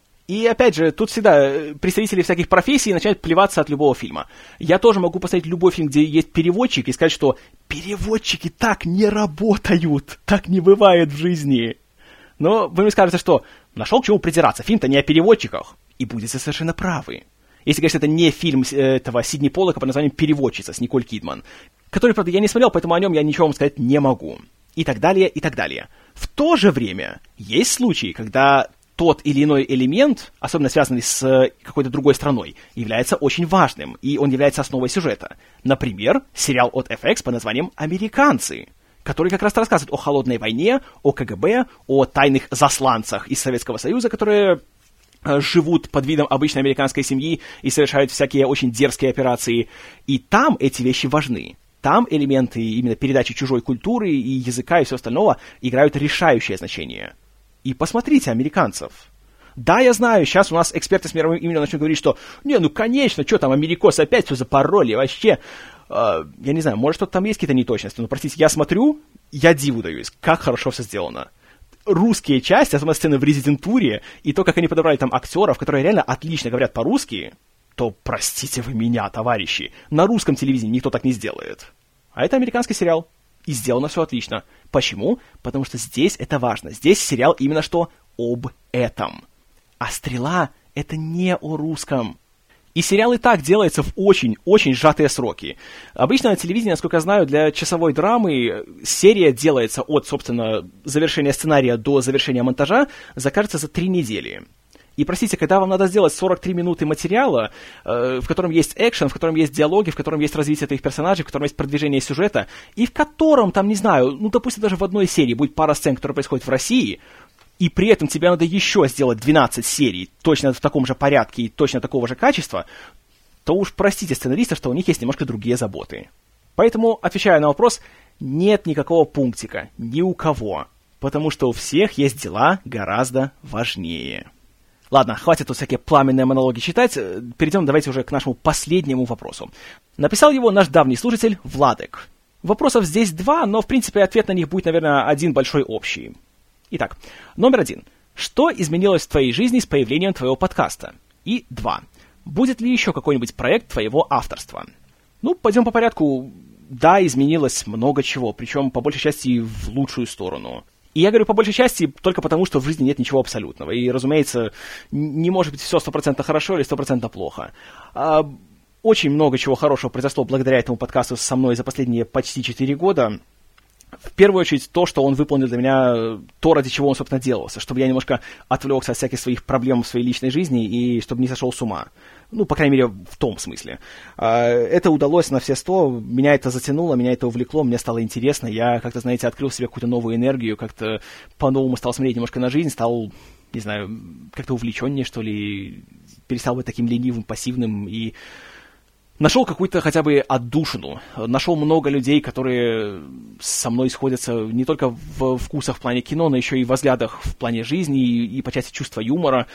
И опять же, тут всегда представители всяких профессий начинают плеваться от любого фильма. Я тоже могу посмотреть любой фильм, где есть переводчик, и сказать, что переводчики так не работают, так не бывает в жизни. Но вы мне скажете, что нашел к чему придираться, фильм-то не о переводчиках, и будете совершенно правы. Если, конечно, это не фильм этого Сидни Поллака под названием «Переводчица» с Николь Кидман, который, правда, я не смотрел, поэтому о нем я ничего вам сказать не могу. И так далее, и так далее. В то же время есть случаи, когда тот или иной элемент, особенно связанный с какой-то другой страной, является очень важным, и он является основой сюжета. Например, сериал от эф икс под названием «Американцы», который как раз рассказывает о холодной войне, о ка гэ бэ, о тайных засланцах из Советского Союза, которые э, живут под видом обычной американской семьи и совершают всякие очень дерзкие операции. И там эти вещи важны. Там элементы именно передачи чужой культуры и языка и всего остального играют решающее значение. И посмотрите «Американцев». Да, я знаю, сейчас у нас эксперты с мировым именем начнут говорить, что «Не, ну конечно, что там, америкосы опять все запороли, вообще...» э, Я не знаю, может, что-то там есть какие-то неточности, но, простите, я смотрю, я диву даюсь, как хорошо все сделано. Русские части, особенно сцены в резидентуре, и то, как они подобрали там актеров, которые реально отлично говорят по-русски, то, простите вы меня, товарищи, на русском телевидении никто так не сделает. А это американский сериал. И сделано все отлично. Почему? Потому что здесь это важно. Здесь сериал именно что об этом. А «Стрела» — это не о русском. И сериал и так делается в очень-очень сжатые сроки. Обычно на телевидении, насколько я знаю, для часовой драмы серия делается от, собственно, завершения сценария до завершения монтажа, за, кажется, за три недели. И, простите, когда вам надо сделать сорок три минуты материала, э, в котором есть экшен, в котором есть диалоги, в котором есть развитие этих персонажей, в котором есть продвижение сюжета, и в котором, там, не знаю, ну, допустим, даже в одной серии будет пара сцен, которые происходят в России, и при этом тебе надо еще сделать двенадцать серий точно в таком же порядке и точно такого же качества, то уж простите сценаристов, что у них есть немножко другие заботы. Поэтому, отвечая на вопрос, нет никакого пунктика, ни у кого, потому что у всех есть дела гораздо важнее. Ладно, хватит тут всякие пламенные монологи читать, перейдем давайте уже к нашему последнему вопросу. Написал его наш давний слушатель Владек. Вопросов здесь два, но в принципе ответ на них будет, наверное, один большой общий. Итак, номер один. Что изменилось в твоей жизни с появлением твоего подкаста? И два. Будет ли еще какой-нибудь проект твоего авторства? Ну, пойдем по порядку. Да, изменилось много чего, причем по большей части в лучшую сторону. И я говорю по большей части только потому, что в жизни нет ничего абсолютного. И, разумеется, не может быть все сто процентов хорошо или сто процентов плохо. А, очень много чего хорошего произошло благодаря этому подкасту со мной за последние почти четыре года. В первую очередь то, что он выполнил для меня то, ради чего он, собственно, делался. Чтобы я немножко отвлекся от всяких своих проблем в своей личной жизни и чтобы не сошел с ума. Ну, по крайней мере, в том смысле. Это удалось на все сто, меня это затянуло, меня это увлекло, мне стало интересно, я как-то, знаете, открыл в себе какую-то новую энергию, как-то по-новому стал смотреть немножко на жизнь, стал, не знаю, как-то увлеченнее, что ли, перестал быть таким ленивым, пассивным и нашел какую-то хотя бы отдушину, нашел много людей, которые со мной сходятся не только в вкусах в плане кино, но еще и в взглядах в плане жизни и, и по части чувства юмора.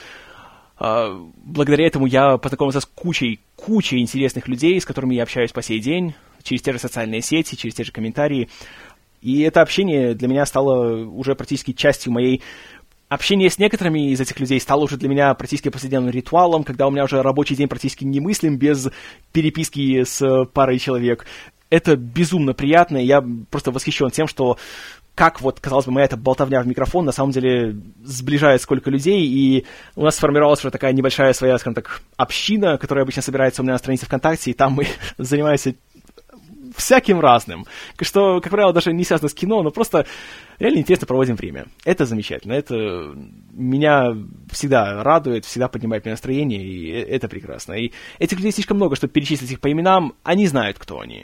Благодаря этому я познакомился с кучей, кучей интересных людей, с которыми я общаюсь по сей день, через те же социальные сети, через те же комментарии. И это общение для меня стало уже практически частью моей... Общение с некоторыми из этих людей стало уже для меня практически повседневным ритуалом, когда у меня уже рабочий день практически немыслим без переписки с парой человек. Это безумно приятно, и я просто восхищен тем, что как вот, казалось бы, моя эта болтовня в микрофон на самом деле сближает сколько людей, и у нас сформировалась уже такая небольшая своя, скажем так, община, которая обычно собирается у меня на странице ВКонтакте, и там мы занимаемся всяким разным, что, как правило, даже не связано с кино, но просто реально интересно проводим время. Это замечательно, это меня всегда радует, всегда поднимает мне настроение, и это прекрасно. И этих людей слишком много, чтобы перечислить их по именам, они знают, кто они.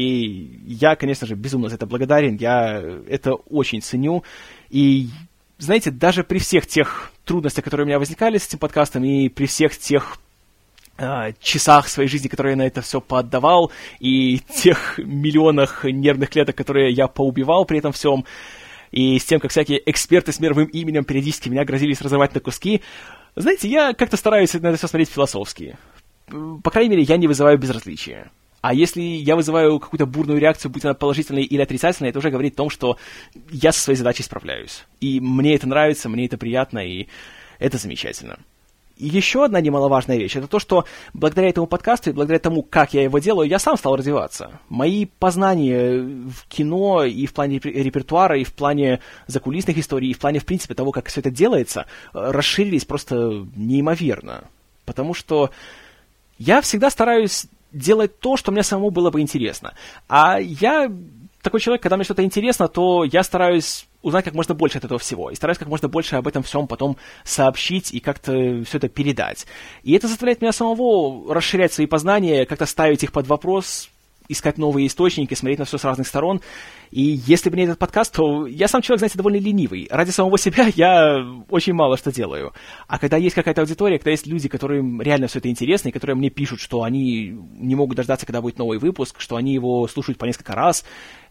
И я, конечно же, безумно за это благодарен, я это очень ценю. И, знаете, даже при всех тех трудностях, которые у меня возникали с этим подкастом, и при всех тех э, часах своей жизни, которые я на это все поотдавал, и тех миллионах нервных клеток, которые я поубивал при этом всем, и с тем, как всякие эксперты с мировым именем периодически меня грозились разорвать на куски, знаете, я как-то стараюсь на это все смотреть философски. По крайней мере, я не вызываю безразличия. А если я вызываю какую-то бурную реакцию, будь она положительной или отрицательной, это уже говорит о том, что я со своей задачей справляюсь. И мне это нравится, мне это приятно, и это замечательно. И еще одна немаловажная вещь, это то, что благодаря этому подкасту и благодаря тому, как я его делаю, я сам стал развиваться. Мои познания в кино и в плане репертуара, и в плане закулисных историй, и в плане, в принципе, того, как все это делается, расширились просто неимоверно. Потому что я всегда стараюсь делать то, что мне самому было бы интересно. А я такой человек, когда мне что-то интересно, то я стараюсь узнать как можно больше от этого всего. И стараюсь как можно больше об этом всем потом сообщить и как-то все это передать. И это заставляет меня самого расширять свои познания, как-то ставить их под вопрос, искать новые источники, смотреть на все с разных сторон. И если бы не этот подкаст, то я сам человек, знаете, довольно ленивый. Ради самого себя я очень мало что делаю. А когда есть какая-то аудитория, когда есть люди, которым реально все это интересно, и которые мне пишут, что они не могут дождаться, когда будет новый выпуск, что они его слушают по несколько раз,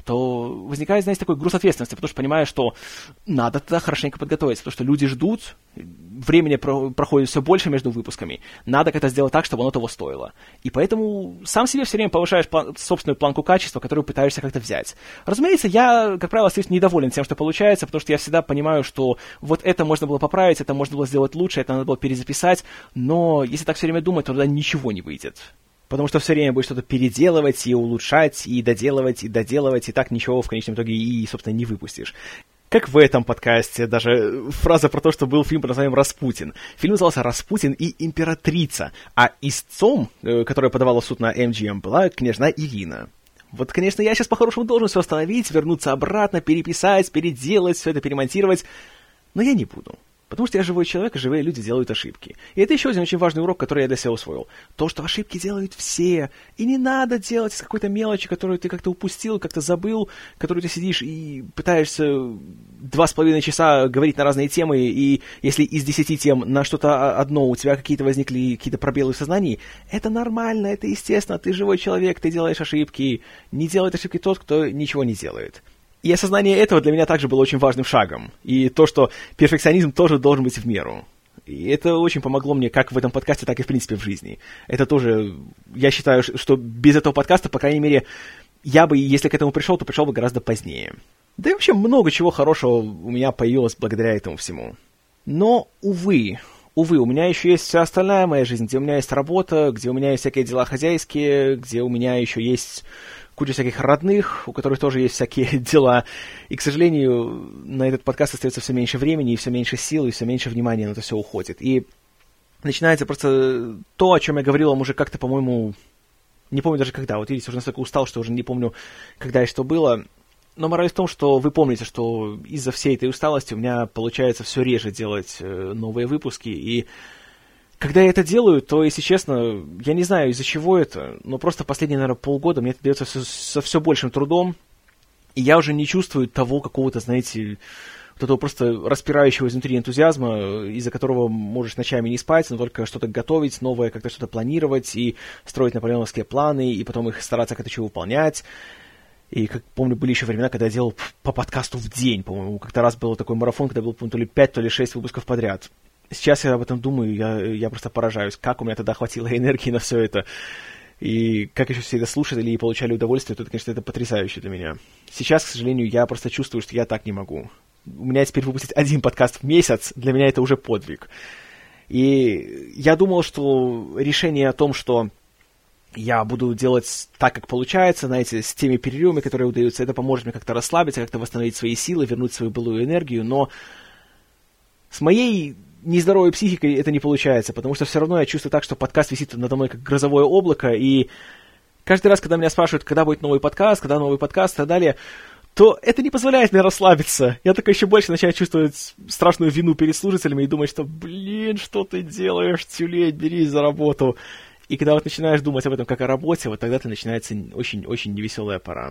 то возникает, знаете, такой груз ответственности, потому что понимаю, что надо тогда хорошенько подготовиться, потому что люди ждут, времени про- проходит все больше между выпусками, надо как-то сделать так, чтобы оно того стоило. И поэтому сам себе все время повышаешь план- собственную планку качества, которую пытаешься как-то взять. Разумеется, я, как правило, остаюсь недоволен тем, что получается, потому что я всегда понимаю, что вот это можно было поправить, это можно было сделать лучше, это надо было перезаписать, но если так все время думать, то тогда ничего не выйдет. Потому что все время будешь что-то переделывать и улучшать, и доделывать, и доделывать, и так ничего в конечном итоге и, собственно, не выпустишь. Как в этом подкасте, даже фраза про то, что был фильм под названием «Распутин». Фильм назывался «Распутин и императрица», а истцом, который подавала в суд на эм джи эм, была княжна Ирина. Вот, конечно, я сейчас по-хорошему должен все остановить, вернуться обратно, переписать, переделать, все это перемонтировать, но я не буду. Потому что я живой человек, и живые люди делают ошибки. И это еще один очень важный урок, который я для себя усвоил. То, что ошибки делают все. И не надо делать из какой-то мелочи, которую ты как-то упустил, как-то забыл, которую ты сидишь и пытаешься два с половиной часа говорить на разные темы, и если из десяти тем на что-то одно у тебя какие-то возникли какие-то пробелы в сознании, это нормально, это естественно, ты живой человек, ты делаешь ошибки. Не делает ошибки тот, кто ничего не делает. И осознание этого для меня также было очень важным шагом. И то, что перфекционизм тоже должен быть в меру. И это очень помогло мне как в этом подкасте, так и в принципе в жизни. Это тоже, я считаю, что без этого подкаста, по крайней мере, я бы, если к этому пришел, то пришел бы гораздо позднее. Да и вообще много чего хорошего у меня появилось благодаря этому всему. Но, увы, увы, у меня еще есть вся остальная моя жизнь, где у меня есть работа, где у меня есть всякие дела хозяйские, где у меня еще есть куча всяких родных, у которых тоже есть всякие дела. И, к сожалению, на этот подкаст остается все меньше времени, и все меньше сил, и все меньше внимания на это все уходит. И начинается просто то, о чем я говорил вам уже как-то, по-моему, не помню даже когда. Вот видите, уже настолько устал, что уже не помню, когда и что было. Но мораль в том, что вы помните, что из-за всей этой усталости у меня получается все реже делать новые выпуски, и когда я это делаю, то, если честно, я не знаю, из-за чего это, но просто последние, наверное, полгода мне это дается все, со все большим трудом, и я уже не чувствую того какого-то, знаете, вот этого просто распирающего изнутри энтузиазма, из-за которого можешь ночами не спать, но только что-то готовить, новое, как-то что-то планировать и строить наполеоновские планы, и потом их стараться как-то чего выполнять. И, как помню, были еще времена, когда я делал по подкасту в день, по-моему, как-то раз был такой марафон, когда был, по-моему, то ли пять, то ли шесть выпусков подряд. Сейчас я об этом думаю, я, я просто поражаюсь, как у меня тогда хватило энергии на все это. И как еще все это слушали и получали удовольствие, то, это, конечно, это потрясающе для меня. Сейчас, к сожалению, я просто чувствую, что я так не могу. У меня теперь выпустить один подкаст в месяц, для меня это уже подвиг. И я думал, что решение о том, что я буду делать так, как получается, знаете, с теми перерывами, которые удаются. Это поможет мне как-то расслабиться, как-то восстановить свои силы, вернуть свою былую энергию. Но с моей нездоровой психикой это не получается, потому что все равно я чувствую так, что подкаст висит надо мной как грозовое облако, и каждый раз, когда меня спрашивают, когда будет новый подкаст, когда новый подкаст и так далее, то это не позволяет мне расслабиться. Я только еще больше начинаю чувствовать страшную вину перед слушателями и думать, что, блин, что ты делаешь, тюлень, берись за работу. И когда вот начинаешь думать об этом как о работе, вот тогда-то начинается очень-очень невеселая пора.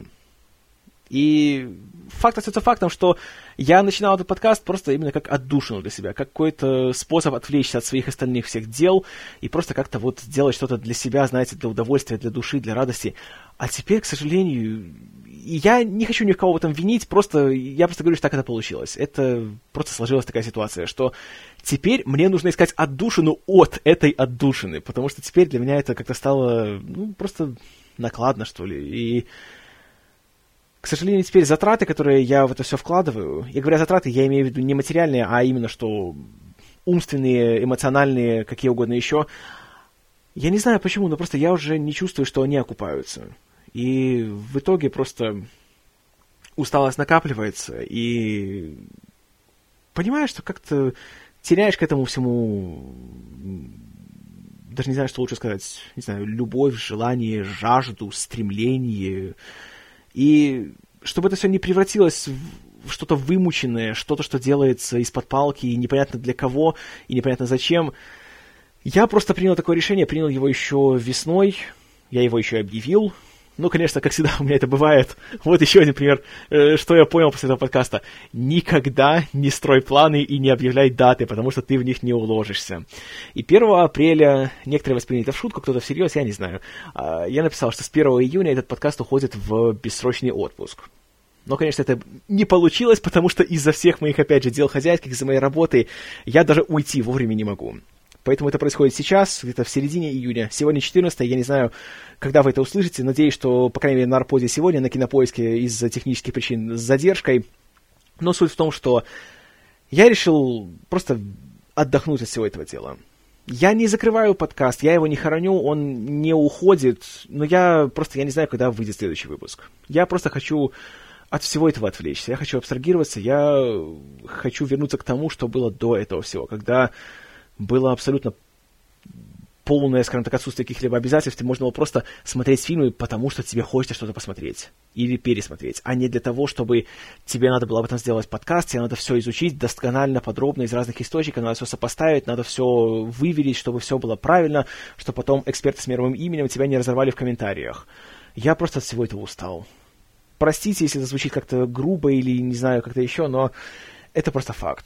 И факт остается фактом, что я начинал этот подкаст просто именно как отдушину для себя, как какой-то способ отвлечься от своих остальных всех дел и просто как-то вот сделать что-то для себя, знаете, для удовольствия, для души, для радости. А теперь, к сожалению, я не хочу ни в кого в этом винить, просто я просто говорю, что так это получилось. Это просто сложилась такая ситуация, что теперь мне нужно искать отдушину от этой отдушины, потому что теперь для меня это как-то стало, ну, просто накладно, что ли, и... К сожалению, теперь затраты, которые я в это все вкладываю, и говоря затраты, я имею в виду не материальные, а именно что умственные, эмоциональные, какие угодно еще, я не знаю почему, но просто я уже не чувствую, что они окупаются. И в итоге просто усталость накапливается, и понимаешь, что как-то теряешь к этому всему, даже не знаю, что лучше сказать, не знаю, любовь, желание, жажду, стремление. И чтобы это все не превратилось в что-то вымученное, что-то, что делается из-под палки, и непонятно для кого, и непонятно зачем, я просто принял такое решение, принял его еще весной, я его еще и объявил. Ну, конечно, как всегда у меня это бывает. Вот еще один пример, что я понял после этого подкаста. Никогда не строй планы и не объявляй даты, потому что ты в них не уложишься. И первого апреля, некоторые восприняли это в шутку, кто-то всерьез, я не знаю. Я написал, что с первого июня этот подкаст уходит в бессрочный отпуск. Но, конечно, это не получилось, потому что из-за всех моих, опять же, дел хозяйских, из-за моей работы, я даже уйти вовремя не могу. Поэтому это происходит сейчас, где-то в середине июня. Сегодня четырнадцатое, я не знаю, когда вы это услышите. Надеюсь, что, по крайней мере, на Арподе сегодня, на Кинопоиске из-за технических причин с задержкой. Но суть в том, что я решил просто отдохнуть от всего этого дела. Я не закрываю подкаст, я его не хороню, он не уходит, но я просто, я не знаю, когда выйдет следующий выпуск. Я просто хочу от всего этого отвлечься, я хочу абстрагироваться, я хочу вернуться к тому, что было до этого всего, когда было абсолютно полное, скажем так, отсутствие каких-либо обязательств, и можно было просто смотреть фильмы, потому что тебе хочется что-то посмотреть или пересмотреть, а не для того, чтобы тебе надо было об этом сделать подкаст, тебе надо все изучить досконально, подробно, из разных источников, надо все сопоставить, надо все выверить, чтобы все было правильно, чтобы потом эксперты с мировым именем тебя не разорвали в комментариях. Я просто от всего этого устал. Простите, если это звучит как-то грубо или, не знаю, как-то еще, но это просто факт.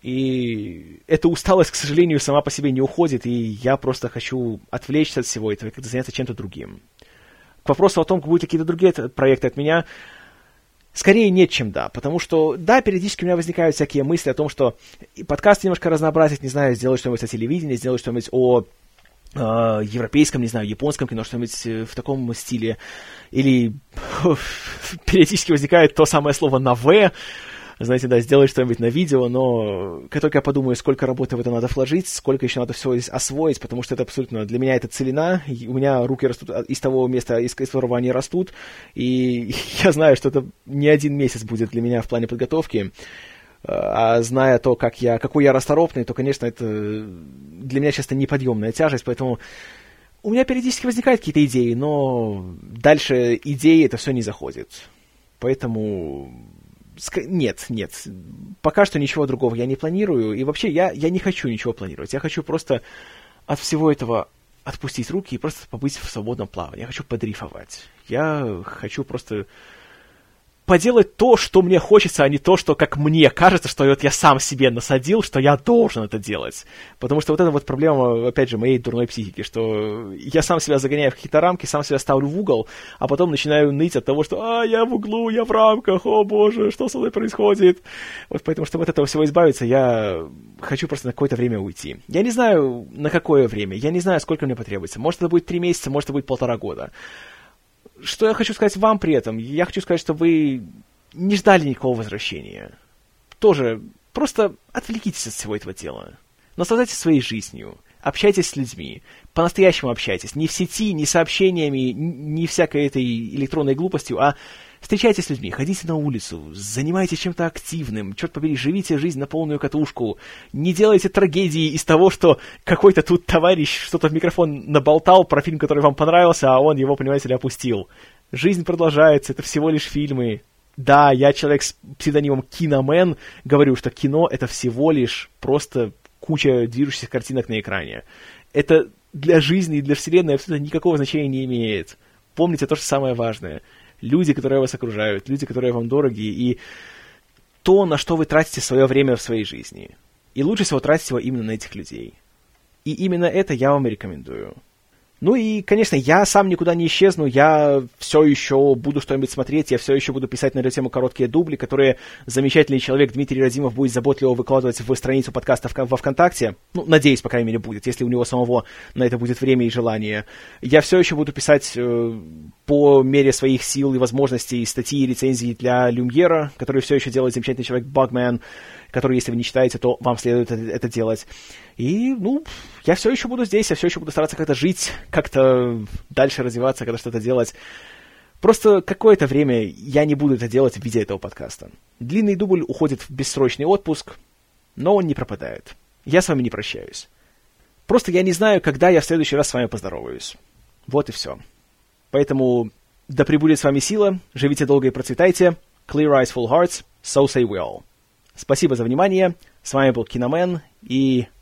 И эта усталость, к сожалению, сама по себе не уходит, и я просто хочу отвлечься от всего этого и как-то заняться чем-то другим. К вопросу о том, будут какие-то другие проекты от меня, скорее нет, чем да. Потому что, да, периодически у меня возникают всякие мысли о том, что подкаст немножко разнообразить, не знаю, сделать что-нибудь о телевидении, сделать что-нибудь о э, европейском, не знаю, японском кино, что-нибудь в таком стиле. Или периодически возникает то самое слово на «в», знаете, да, сделать что-нибудь на видео, но как только я подумаю, сколько работы в это надо вложить, сколько еще надо все здесь освоить, потому что это абсолютно, для меня это целина, у меня руки растут из того места, из которого они растут, и я знаю, что это не один месяц будет для меня в плане подготовки, а зная то, как я, какой я расторопный, то, конечно, это для меня часто неподъемная тяжесть, поэтому у меня периодически возникают какие-то идеи, но дальше идеи это все не заходит. Поэтому... Нет, нет. Пока что ничего другого я не планирую. И вообще я, я не хочу ничего планировать. Я хочу просто от всего этого отпустить руки и просто побыть в свободном плавании. Я хочу подрифовать. Я хочу просто поделать то, что мне хочется, а не то, что, как мне кажется, что вот я сам себе насадил, что я должен это делать. Потому что вот это вот проблема, опять же, моей дурной психики, что я сам себя загоняю в какие-то рамки, сам себя ставлю в угол, а потом начинаю ныть от того, что «А, я в углу, я в рамках, о боже, что со мной происходит?» Вот поэтому, чтобы от этого всего избавиться, я хочу просто на какое-то время уйти. Я не знаю, на какое время, я не знаю, сколько мне потребуется. Может, это будет три месяца, может, это будет полтора года. Что я хочу сказать вам при этом? Я хочу сказать, что вы не ждали никакого возвращения. Тоже просто отвлекитесь от всего этого дела. Наслаждайтесь своей жизнью. общайтесь с людьми. По-настоящему общайтесь. Не в сети, не сообщениями, не всякой этой электронной глупостью, а встречайтесь с людьми, ходите на улицу, занимайтесь чем-то активным, черт побери, живите жизнь на полную катушку. Не делайте трагедии из того, что какой-то тут товарищ что-то в микрофон наболтал про фильм, который вам понравился, а он его, понимаете ли, опустил. Жизнь продолжается, это всего лишь фильмы. Да, я человек с псевдонимом Киномен, говорю, что кино — это всего лишь просто куча движущихся картинок на экране. Это для жизни и для вселенной абсолютно никакого значения не имеет. Помните то, что самое важное. Люди, которые вас окружают, люди, которые вам дороги, и то, на что вы тратите свое время в своей жизни. И лучше всего тратить его именно на этих людей. И именно это я вам и рекомендую. Ну и, конечно, я сам никуда не исчезну, я все еще буду что-нибудь смотреть, я все еще буду писать на эту тему короткие дубли, которые замечательный человек Дмитрий Радимов будет заботливо выкладывать в страницу подкаста во ВКонтакте. Ну, надеюсь, по крайней мере, будет, если у него самого на это будет время и желание. Я все еще буду писать э, по мере своих сил и возможностей статьи и рецензии для Люмьера, который все еще делает замечательный человек Bugman, который, если вы не читаете, то вам следует это, это делать. И, ну, я все еще буду здесь, я все еще буду стараться как-то жить, как-то дальше развиваться, как-то что-то делать. Просто какое-то время я не буду это делать в виде этого подкаста. Длинный дубль уходит в бессрочный отпуск, но он не пропадает. Я с вами не прощаюсь. Просто я не знаю, когда я в следующий раз с вами поздороваюсь. Вот и все. Поэтому да пребудет с вами сила, живите долго и процветайте. Clear eyes, full hearts, so say we all. Спасибо за внимание. С вами был Киномен, и